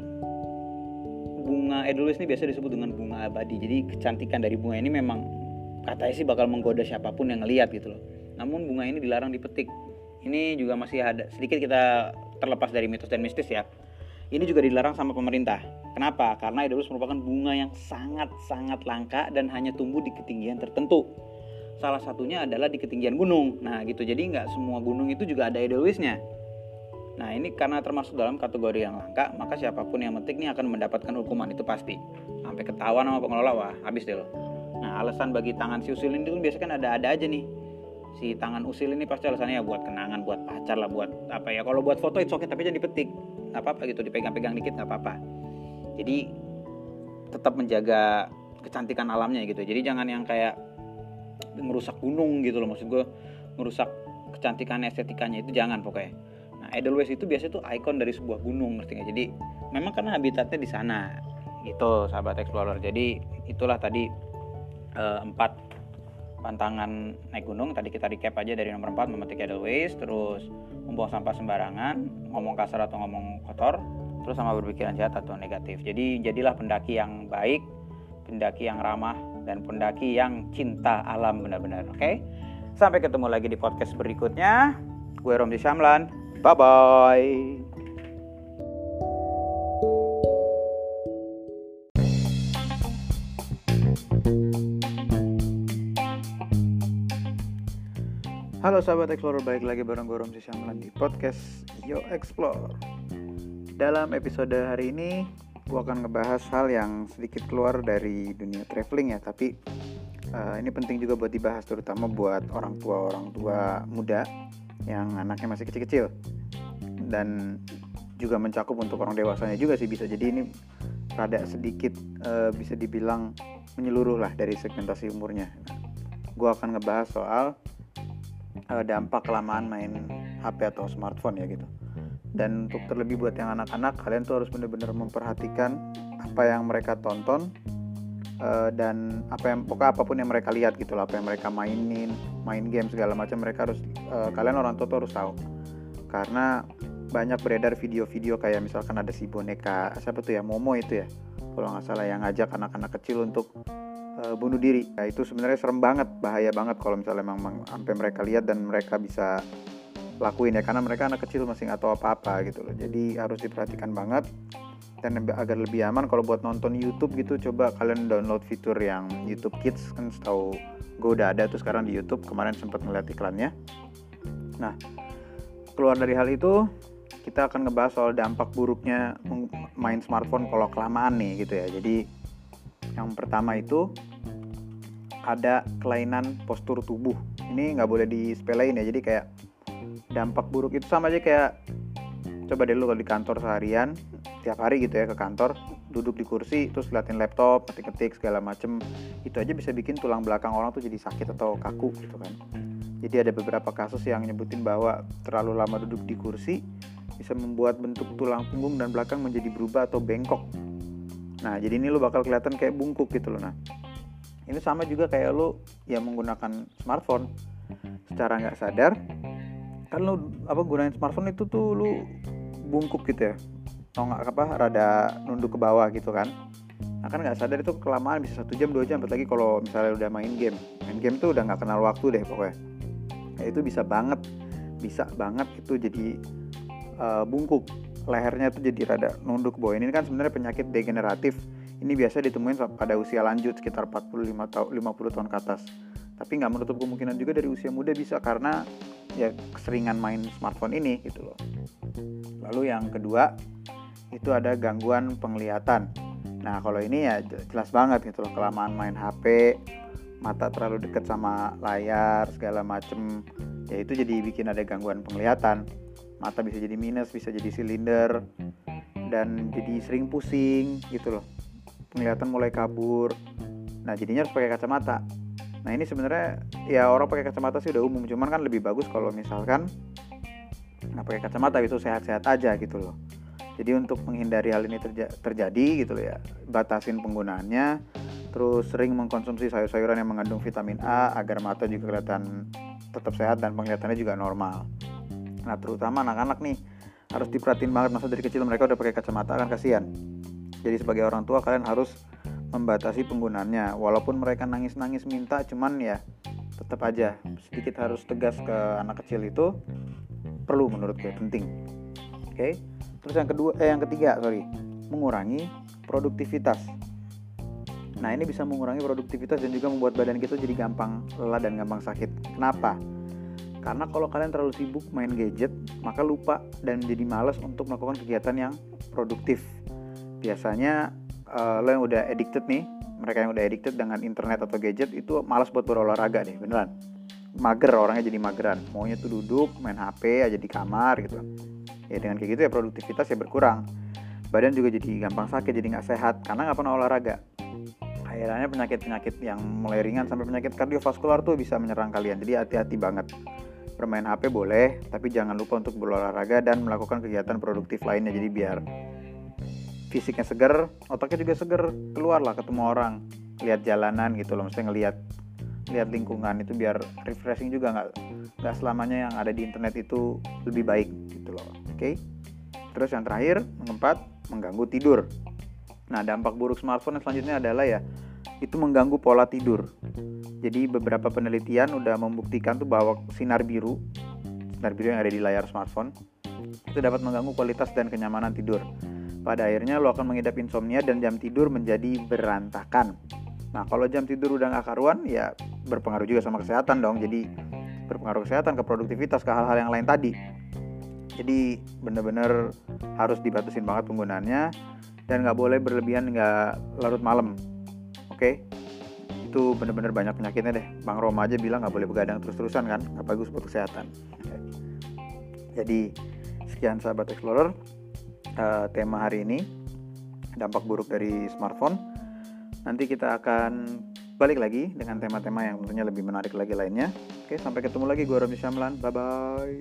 bunga Edelweiss ini biasa disebut dengan bunga abadi. Jadi kecantikan dari bunga ini memang katanya sih bakal menggoda siapapun yang ngelihat gitu loh. Namun bunga ini dilarang dipetik. Ini juga masih ada sedikit kita terlepas dari mitos dan mistis ya. Ini juga dilarang sama pemerintah. Kenapa? Karena Edelweiss merupakan bunga yang sangat-sangat langka dan hanya tumbuh di ketinggian tertentu. Salah satunya adalah di ketinggian gunung. Nah gitu, jadi nggak semua gunung itu juga ada Edelweissnya. Nah ini karena termasuk dalam kategori yang langka, maka siapapun yang metik ini akan mendapatkan hukuman itu pasti. Sampai ketahuan sama pengelola, wah habis deh lo. Nah alasan bagi tangan si usil ini kan biasanya kan ada-ada aja nih. Si tangan usil ini pasti alasannya ya buat kenangan, buat pacar lah, buat apa ya. Kalau buat foto itu oke, tapi jangan dipetik. Gak apa-apa gitu, dipegang-pegang dikit gak apa-apa. Jadi tetap menjaga kecantikan alamnya gitu. Jadi jangan yang kayak ngerusak gunung gitu loh. Maksud gue ngerusak kecantikan estetikanya itu jangan pokoknya. Nah Edelweiss itu biasanya tuh ikon dari sebuah gunung, ngerti gak? Jadi memang karena habitatnya di sana gitu sahabat explorer. Jadi itulah tadi eh, empat pantangan naik gunung. Tadi kita recap aja dari nomor empat, memetik Edelweiss, terus membuang sampah sembarangan, ngomong kasar atau ngomong kotor, terus sama berpikiran jahat atau negatif. Jadi jadilah pendaki yang baik, pendaki yang ramah, dan pendaki yang cinta alam benar-benar. Oke, okay? Sampai ketemu lagi di podcast berikutnya. Gue Romzi Syamlan, bye bye. Halo sahabat Explorer, balik lagi bareng gue Romzi Syamlan di podcast Yo Explore. Dalam episode hari ini gue akan ngebahas hal yang sedikit keluar dari dunia traveling ya, tapi uh, ini penting juga buat dibahas, terutama buat orang tua orang tua muda yang anaknya masih kecil-kecil, dan juga mencakup untuk orang dewasanya juga sih bisa. Jadi ini rada sedikit uh, bisa dibilang menyeluruh lah dari segmentasi umurnya. Nah, gue akan ngebahas soal dampak kelamaan main H P atau smartphone ya gitu. Dan untuk terlebih buat yang anak-anak, kalian tuh harus benar-benar memperhatikan apa yang mereka tonton uh, dan apa yang pokoknya apapun yang mereka lihat gitu lah, apa yang mereka mainin, main game segala macam, mereka harus uh, kalian orang tua tuh harus tahu. Karena banyak beredar video-video kayak misalkan ada si boneka siapa tuh ya, Momo itu ya, kalau nggak salah, yang ngajak anak-anak kecil untuk bunuh diri. Nah, itu sebenarnya serem banget, bahaya banget kalau misalnya memang sampai mereka lihat dan mereka bisa lakuin ya, karena mereka anak kecil masih nggak tahu apa-apa gitu loh. Jadi harus diperhatikan banget. Dan agar lebih aman kalau buat nonton YouTube gitu, coba kalian download fitur yang YouTube Kids, kan setahu gue udah ada tuh sekarang di YouTube, kemarin sempat ngeliat iklannya. Nah keluar dari hal itu, kita akan ngebahas soal dampak buruknya main smartphone kalau kelamaan nih gitu ya. Jadi yang pertama itu ada kelainan postur tubuh. Ini nggak boleh disepelein ya. Jadi kayak dampak buruk itu sama aja kayak, coba deh lu kalau di kantor seharian, tiap hari gitu ya ke kantor, duduk di kursi terus liatin laptop, ketik-ketik segala macem, itu aja bisa bikin tulang belakang orang tuh jadi sakit atau kaku gitu kan. Jadi ada beberapa kasus yang nyebutin bahwa terlalu lama duduk di kursi bisa membuat bentuk tulang punggung dan belakang menjadi berubah atau bengkok. Nah jadi ini lu bakal kelihatan kayak bungkuk gitu loh. Nah ini sama juga kayak lu yang menggunakan smartphone secara nggak sadar, kan lu apa gunain smartphone itu tuh lu bungkuk gitu ya, atau nggak apa rada nunduk ke bawah gitu kan. Nah kan nggak sadar itu kelamaan bisa satu jam dua jam, apalagi kalau misalnya udah main game main game tuh udah nggak kenal waktu deh pokoknya. Nah, itu bisa banget bisa banget itu jadi uh, bungkuk, lehernya tuh jadi rada nunduk ke bawah. Ini kan sebenarnya penyakit degeneratif. Ini biasa ditemuin pada usia lanjut sekitar empat puluh lima tahun lima puluh tahun ke atas. Tapi nggak menutup kemungkinan juga dari usia muda bisa, karena ya keseringan main smartphone ini gitu loh. Lalu yang kedua itu ada gangguan penglihatan. Nah kalau ini ya jelas banget gitu loh, kelamaan main H P, mata terlalu dekat sama layar segala macem, ya itu jadi bikin ada gangguan penglihatan. Mata bisa jadi minus, bisa jadi silinder, dan jadi sering pusing gitu loh. Penglihatan mulai kabur. Nah jadinya harus pakai kacamata. Nah ini sebenarnya ya orang pakai kacamata sih udah umum, cuman kan lebih bagus kalau misalkan nggak pakai kacamata itu sehat-sehat aja gitu loh. Jadi untuk menghindari hal ini terja- terjadi gitu loh ya, batasin penggunaannya, terus sering mengkonsumsi sayur-sayuran yang mengandung vitamin A agar mata juga kelihatan tetap sehat dan penglihatannya juga normal. Nah terutama anak-anak nih harus diperhatiin banget, masa dari kecil mereka udah pakai kacamata kan kasihan. Jadi sebagai orang tua kalian harus membatasi penggunaannya. Walaupun mereka nangis-nangis minta, cuman ya tetap aja sedikit harus tegas ke anak kecil itu perlu menurut gue, penting. Oke. Okay? Terus yang kedua eh yang ketiga, sorry, mengurangi produktivitas. Nah, ini bisa mengurangi produktivitas dan juga membuat badan kita jadi gampang lelah dan gampang sakit. Kenapa? Karena kalau kalian terlalu sibuk main gadget, maka lupa dan jadi malas untuk melakukan kegiatan yang produktif. Biasanya uh, lo yang udah addicted nih, mereka yang udah addicted dengan internet atau gadget itu malas buat berolahraga deh, beneran. Mager, orangnya jadi mageran. Maunya tuh duduk, main H P aja di kamar gitu. Ya dengan kayak gitu ya produktivitas ya berkurang. Badan juga jadi gampang sakit, jadi gak sehat karena gak pernah olahraga. Akhirnya penyakit-penyakit yang mulai ringan sampai penyakit kardiovaskular tuh bisa menyerang kalian. Jadi hati-hati banget. Bermain H P boleh, tapi jangan lupa untuk berolahraga dan melakukan kegiatan produktif lainnya. Jadi biar fisiknya seger, otaknya juga seger, keluar lah ketemu orang, lihat jalanan gitu loh, maksudnya ngelihat lihat lingkungan itu biar refreshing juga, nggak nggak selamanya yang ada di internet itu lebih baik gitu loh. Oke. Okay? Terus yang terakhir, yang keempat, mengganggu tidur. Nah dampak buruk smartphone yang selanjutnya adalah ya itu mengganggu pola tidur. Jadi beberapa penelitian udah membuktikan tuh bahwa sinar biru, sinar biru yang ada di layar smartphone itu dapat mengganggu kualitas dan kenyamanan tidur. Pada akhirnya lo akan mengidap insomnia dan jam tidur menjadi berantakan. Nah kalau jam tidur udah gak karuan ya berpengaruh juga sama kesehatan dong. Jadi berpengaruh kesehatan, ke produktivitas, ke hal-hal yang lain tadi. Jadi benar-benar harus dibatasin banget penggunaannya dan gak boleh berlebihan, gak larut malam. Oke, itu benar-benar banyak penyakitnya deh. Bang Roma aja bilang gak boleh begadang terus-terusan kan, gak bagus buat kesehatan. Oke. Jadi sekian sahabat Explorer, uh, tema hari ini dampak buruk dari smartphone. Nanti kita akan balik lagi dengan tema-tema yang tentunya lebih menarik lagi lainnya. Oke, sampai ketemu lagi. Gue Romzi Syamlan, bye bye.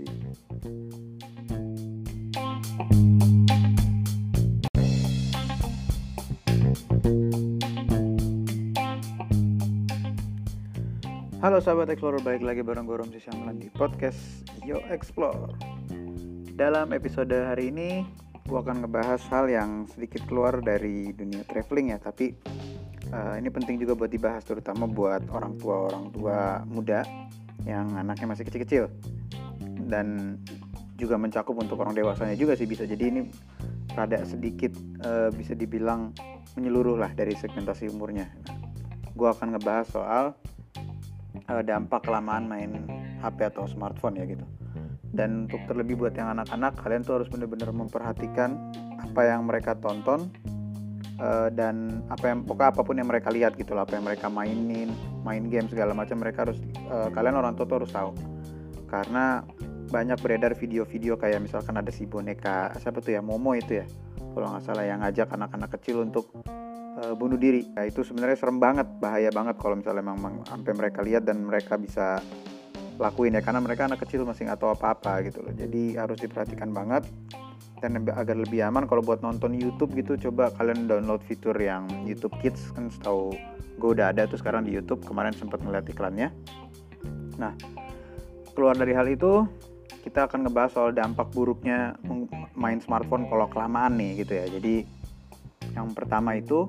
Halo sahabat Explorer, balik lagi bareng gue Romzi Syamlan di podcast Yo Explore. Dalam episode hari ini gue akan ngebahas hal yang sedikit keluar dari dunia traveling ya, tapi uh, ini penting juga buat dibahas, terutama buat orang tua orang tua muda yang anaknya masih kecil-kecil, dan juga mencakup untuk orang dewasanya juga sih bisa. Jadi ini rada sedikit uh, bisa dibilang menyeluruh lah dari segmentasi umurnya. Nah, gue akan ngebahas soal dampak kelamaan main H P atau smartphone ya gitu. Dan untuk terlebih buat yang anak-anak, kalian tuh harus benar-benar memperhatikan apa yang mereka tonton uh, dan apa yang pokoknya apapun yang mereka lihat gitu lah, apa yang mereka mainin, main game segala macam, mereka harus uh, kalian orang tua tuh harus tahu. Karena banyak beredar video-video kayak misalkan ada si boneka siapa tuh ya, Momo itu ya, kalau nggak salah, yang ngajak anak-anak kecil untuk uh, bunuh diri. Nah, itu sebenarnya serem banget, bahaya banget kalau misalnya memang sampai mereka lihat dan mereka bisa lakuin ya, karena mereka anak kecil masih nggak tahu apa-apa gitu loh. Jadi harus diperhatikan banget. Dan agar lebih aman, kalau buat nonton YouTube gitu, coba kalian download fitur yang YouTube Kids, kan setahu gue udah ada tuh sekarang di YouTube, kemarin sempat ngeliat iklannya. Nah, keluar dari hal itu, kita akan ngebahas soal dampak buruknya main smartphone kalau kelamaan nih gitu ya. Jadi yang pertama itu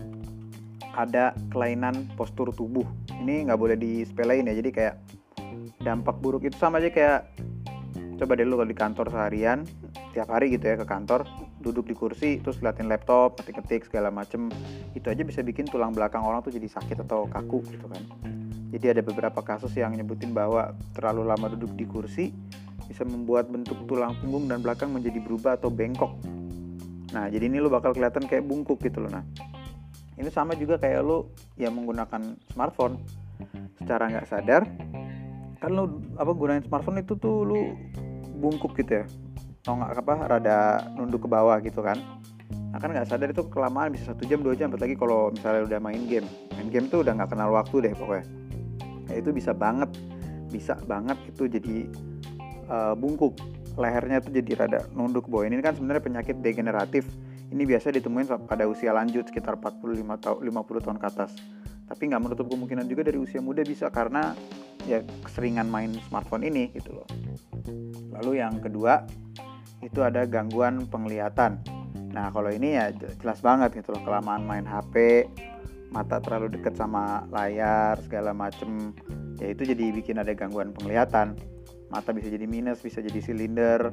ada kelainan postur tubuh. Ini nggak boleh disepelein ya. Jadi kayak dampak buruk itu sama aja kayak, coba deh lu kalau di kantor seharian, tiap hari gitu ya ke kantor, duduk di kursi terus liatin laptop, ketik-ketik segala macem, itu aja bisa bikin tulang belakang orang tuh jadi sakit atau kaku gitu kan. Jadi ada beberapa kasus yang nyebutin bahwa terlalu lama duduk di kursi bisa membuat bentuk tulang punggung dan belakang menjadi berubah atau bengkok. Nah, jadi ini lu bakal kelihatan kayak bungkuk gitu loh. Nah, ini sama juga kayak lu yang menggunakan smartphone secara nggak sadar, kan lu apa gunain smartphone itu tuh lu bungkuk gitu ya, atau nggak apa rada nunduk ke bawah gitu kan. Nah, kan nggak sadar itu kelamaan bisa satu jam dua jam, apalagi kalau misalnya udah main game. Main game tuh udah nggak kenal waktu deh pokoknya. Nah, itu bisa banget, bisa banget itu jadi uh, bungkuk. Lehernya tuh jadi rada nunduk ke bawah. Ini kan sebenarnya penyakit degeneratif. Ini biasa ditemuin pada usia lanjut sekitar empat puluh lima tahun, lima puluh tahun ke atas. Tapi nggak menutup kemungkinan juga dari usia muda bisa, karena ya keseringan main smartphone ini gitu loh. Lalu yang kedua itu ada gangguan penglihatan. Nah, kalau ini ya jelas banget gitu loh, kelamaan main H P, mata terlalu dekat sama layar segala macem, ya itu jadi bikin ada gangguan penglihatan. Mata bisa jadi minus, bisa jadi silinder,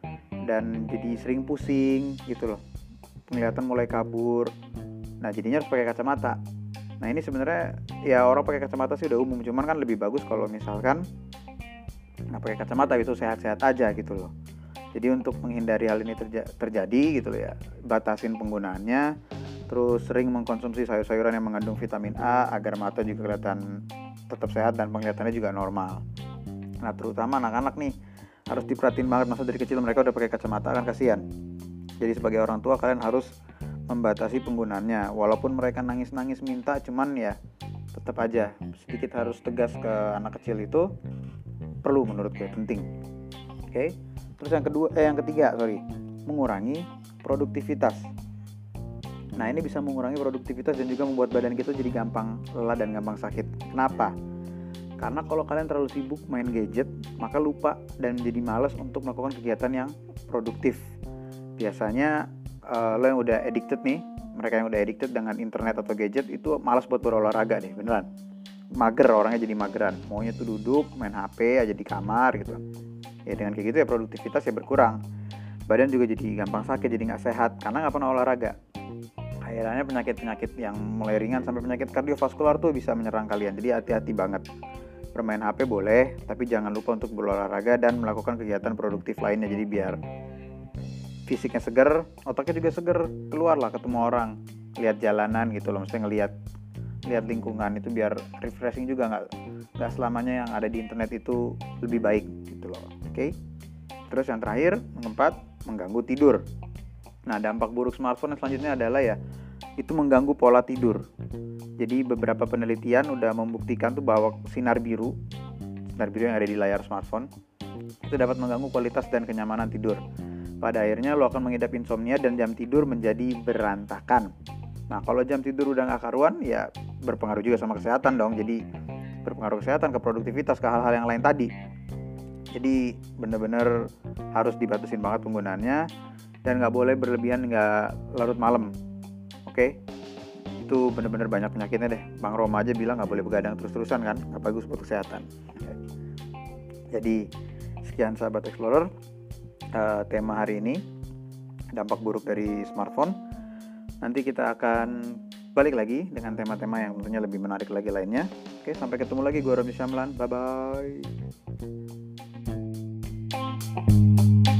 dan jadi sering pusing gitu loh. Penglihatan mulai kabur. Nah, jadinya harus pakai kacamata. Nah, ini sebenarnya ya orang pakai kacamata sih udah umum, cuman kan lebih bagus kalau misalkan nggak pakai kacamata gitu, sehat-sehat aja gitu loh. Jadi untuk menghindari hal ini terja- terjadi gitu loh ya, batasin penggunaannya, terus sering mengkonsumsi sayur-sayuran yang mengandung vitamin A agar mata juga kelihatan tetap sehat dan penglihatannya juga normal. Nah, terutama anak-anak nih harus diperhatiin banget, masa dari kecil mereka udah pakai kacamata kan kasihan. Jadi sebagai orang tua kalian harus membatasi penggunaannya, walaupun mereka nangis-nangis minta, cuman ya tetap aja sedikit harus tegas ke anak kecil, itu perlu menurut gue, penting. Oke, okay? Terus yang kedua, eh yang ketiga sorry, mengurangi produktivitas. Nah, ini bisa mengurangi produktivitas dan juga membuat badan kita jadi gampang lelah dan gampang sakit. Kenapa? Karena kalau kalian terlalu sibuk main gadget, maka lupa dan jadi malas untuk melakukan kegiatan yang produktif. Biasanya uh, lo yang udah addicted nih, mereka yang udah addicted dengan internet atau gadget itu malas buat berolahraga deh, beneran. Mager, orangnya jadi mageran. Maunya tuh duduk, main H P aja di kamar gitu. Ya dengan kayak gitu ya produktivitas ya berkurang. Badan juga jadi gampang sakit, jadi gak sehat karena gak pernah olahraga. Akhirnya penyakit-penyakit yang mulai ringan sampai penyakit kardiovaskular tuh bisa menyerang kalian. Jadi hati-hati banget. Bermain H P boleh, tapi jangan lupa untuk berolahraga dan melakukan kegiatan produktif lainnya. Jadi biar fisiknya seger, otaknya juga seger, keluar lah ketemu orang, lihat jalanan gitu loh, maksudnya ngelihat lihat lingkungan, itu biar refreshing juga. Nggak nggak selamanya yang ada di internet itu lebih baik gitu loh. Oke, okay? Terus yang terakhir, yang keempat, mengganggu tidur. Nah, dampak buruk smartphone yang selanjutnya adalah ya itu mengganggu pola tidur. Jadi beberapa penelitian udah membuktikan tuh bahwa sinar biru sinar biru yang ada di layar smartphone itu dapat mengganggu kualitas dan kenyamanan tidur. Pada akhirnya lo akan mengidap insomnia dan jam tidur menjadi berantakan. Nah, kalau jam tidur udah gak karuan, ya berpengaruh juga sama kesehatan dong. Jadi berpengaruh kesehatan, ke produktivitas, ke hal-hal yang lain tadi. Jadi benar-benar harus dibatasin banget penggunaannya dan gak boleh berlebihan, gak larut malam. Oke, itu benar-benar banyak penyakitnya deh. Bang Roma aja bilang gak boleh begadang terus-terusan kan, gak bagus buat kesehatan. Jadi sekian sahabat Explorer, uh, tema hari ini, dampak buruk dari smartphone. Nanti kita akan balik lagi dengan tema-tema yang tentunya lebih menarik lagi lainnya. Oke, sampai ketemu lagi. Gue Romsi Syamlan. Bye-bye. Bye.